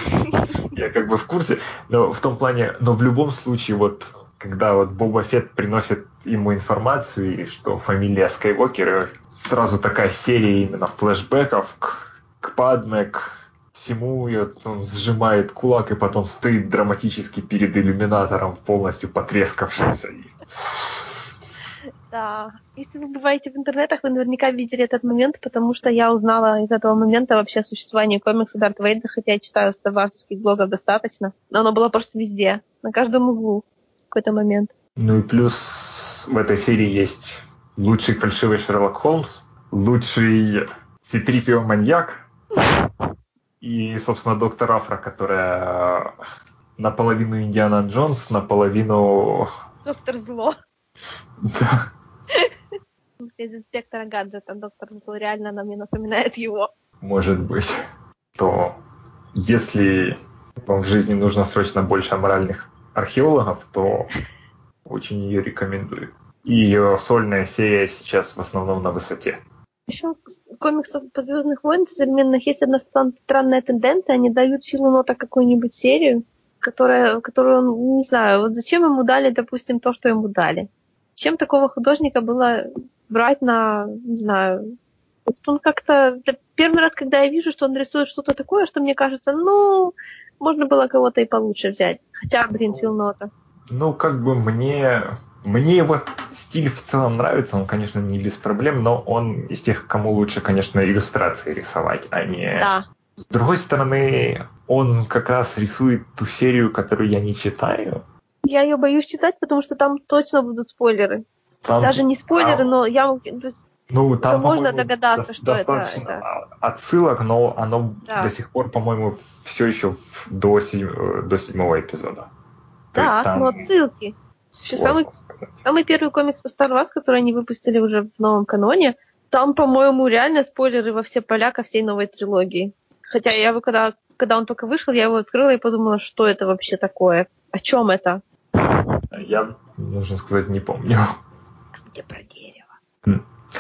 бы в курсе, но в том плане, но в любом случае, вот когда вот Боба Фетт приносит ему информацию, и что фамилия Скайуокер, сразу такая серия именно флешбеков к Падме, к всему, и вот он сжимает кулак и потом стоит драматически перед иллюминатором, полностью потрескавшимся. Да. Если вы бываете в интернетах, вы наверняка видели этот момент, потому что я узнала из этого момента вообще о существовании комикса Дарт Вейдера, хотя я читаю старварских блогов достаточно, но оно было просто везде, на каждом углу в какой-то момент. Ну и плюс в этой серии есть лучший фальшивый Шерлок Холмс, лучший C-3PO маньяк и, собственно, доктор Афра, которая наполовину Индиана Джонс, наполовину... Доктор Зло. Да. Из инспектора гаджета доктор Зло, реально она мне напоминает его. Может быть. То если вам в жизни нужно срочно больше моральных археологов, то очень ее рекомендую. И ее сольная серия сейчас в основном на высоте. Еще в комиксах по «Звездных войнах» современных есть одна странная тенденция. Они дают Филу Нота какую-нибудь серию, которую он, не знаю, вот зачем ему дали, допустим, то, что ему дали. Чем такого художника было брать на, не знаю, вот он как-то... Первый раз, когда я вижу, что он рисует что-то такое, что мне кажется, ну, можно было кого-то и получше взять. Хотя, Фил Нота. Ну, как бы мне его стиль в целом нравится, он, конечно, не без проблем, но он из тех, кому лучше, конечно, иллюстрации рисовать, а не... Да. С другой стороны, он как раз рисует ту серию, которую я не читаю. Я ее боюсь читать, потому что там точно будут спойлеры. Там, даже не спойлеры, но я... Ну, там, уже можно догадаться, что достаточно это... отсылок, но оно Да. до сих пор, по-моему, все еще до 7-го эпизода. То есть Да, там но отсылки. Самый первый комикс по Star Wars, который они выпустили уже в новом каноне, там, по-моему, реально спойлеры во все поля ко всей новой трилогии. Хотя я его, когда он только вышел, я его открыла и подумала, что это вообще такое? О чем это? Я, нужно сказать, не помню. Где про дерево?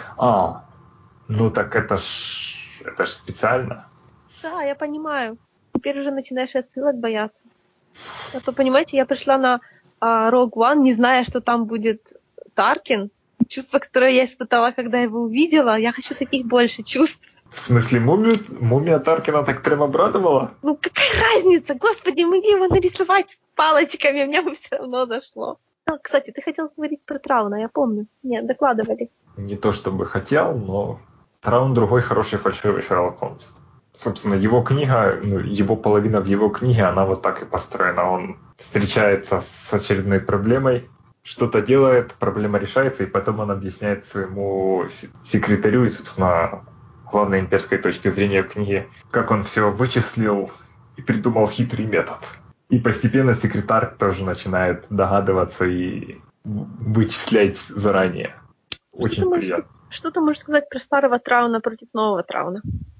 Ну так это ж специально. Да, я понимаю. Теперь уже начинаешь отсылок бояться. А то, понимаете, я пришла на Rogue One, не зная, что там будет Таркин. Чувство, которое я испытала, когда его увидела, я хочу таких больше чувств. В смысле, мумия Таркина так прям обрадовала? Ну какая разница? Господи, могли его нарисовать палочками, мне бы все равно зашло. Кстати, ты хотел говорить про Трауна, я помню. Нет, докладывали. Не то чтобы хотел, но Траун другой хороший фальшивый Шерлок Холмс. Собственно, его книга, его половина в его книге, она вот так и построена. Он встречается с очередной проблемой, что-то делает, проблема решается, и потом он объясняет своему секретарю и, собственно, главной имперской точки зрения в книге, как он все вычислил и придумал хитрый метод. И постепенно секретарь тоже начинает догадываться и вычислять заранее. Очень приятно. Что ты можешь сказать про старого Трауна против нового Трауна?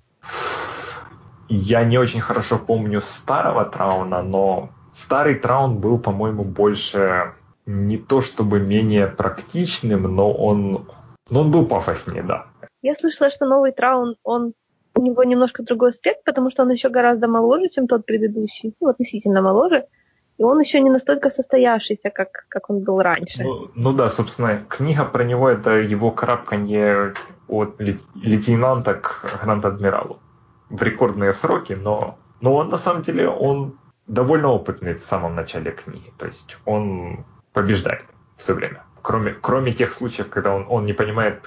Я не очень хорошо помню старого Трауна, но старый Траун был, по-моему, больше не то чтобы менее практичным, но он был пафоснее, да. Я слышала, что новый Траун, у него немножко другой аспект, потому что он еще гораздо моложе, чем тот предыдущий, относительно моложе, и он еще не настолько состоявшийся, как он был раньше. Ну да, собственно, книга про него — это его карабканье от лейтенанта к гранд-адмиралу в рекордные сроки, но он на самом деле он довольно опытный в самом начале книги, то есть он побеждает все время. Кроме тех случаев, когда он не понимает,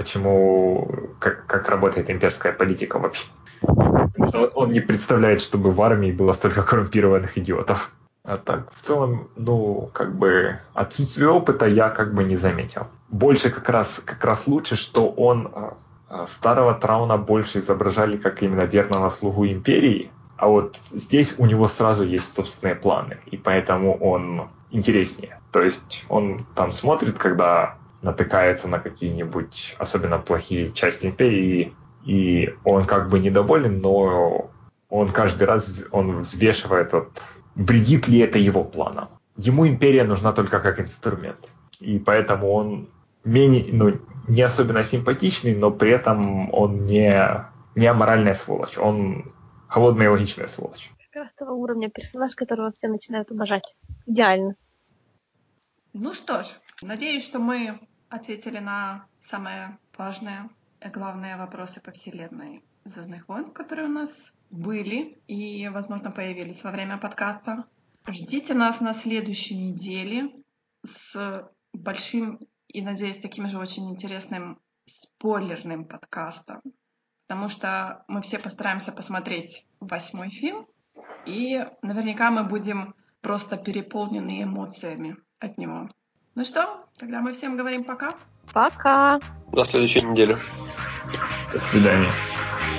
как работает имперская политика вообще. Потому что он не представляет, чтобы в армии было столько коррумпированных идиотов. А так, в целом, отсутствие опыта я не заметил. Больше как раз лучше, что старого Трауна больше изображали как именно верного слугу империи, а вот здесь у него сразу есть собственные планы, и поэтому он интереснее. То есть он там смотрит, когда натыкается на какие-нибудь особенно плохие части империи, и он недоволен, но он каждый раз он взвешивает, вредит ли это его планам. Ему империя нужна только как инструмент. И поэтому он не особенно симпатичный, но при этом он не аморальная сволочь. Он холодная и логичная сволочь. Как раз того уровня персонаж, которого все начинают обожать. Идеально. Ну что ж, надеюсь, что мы ответили на самые важные и главные вопросы по вселенной «Звездных войн», которые у нас были и, возможно, появились во время подкаста. Ждите нас на следующей неделе с большим и, надеюсь, таким же очень интересным спойлерным подкастом, потому что мы все постараемся посмотреть 8-й фильм, и наверняка мы будем просто переполнены эмоциями от него. Ну что, тогда мы всем говорим пока. Пока. До следующей недели. До свидания.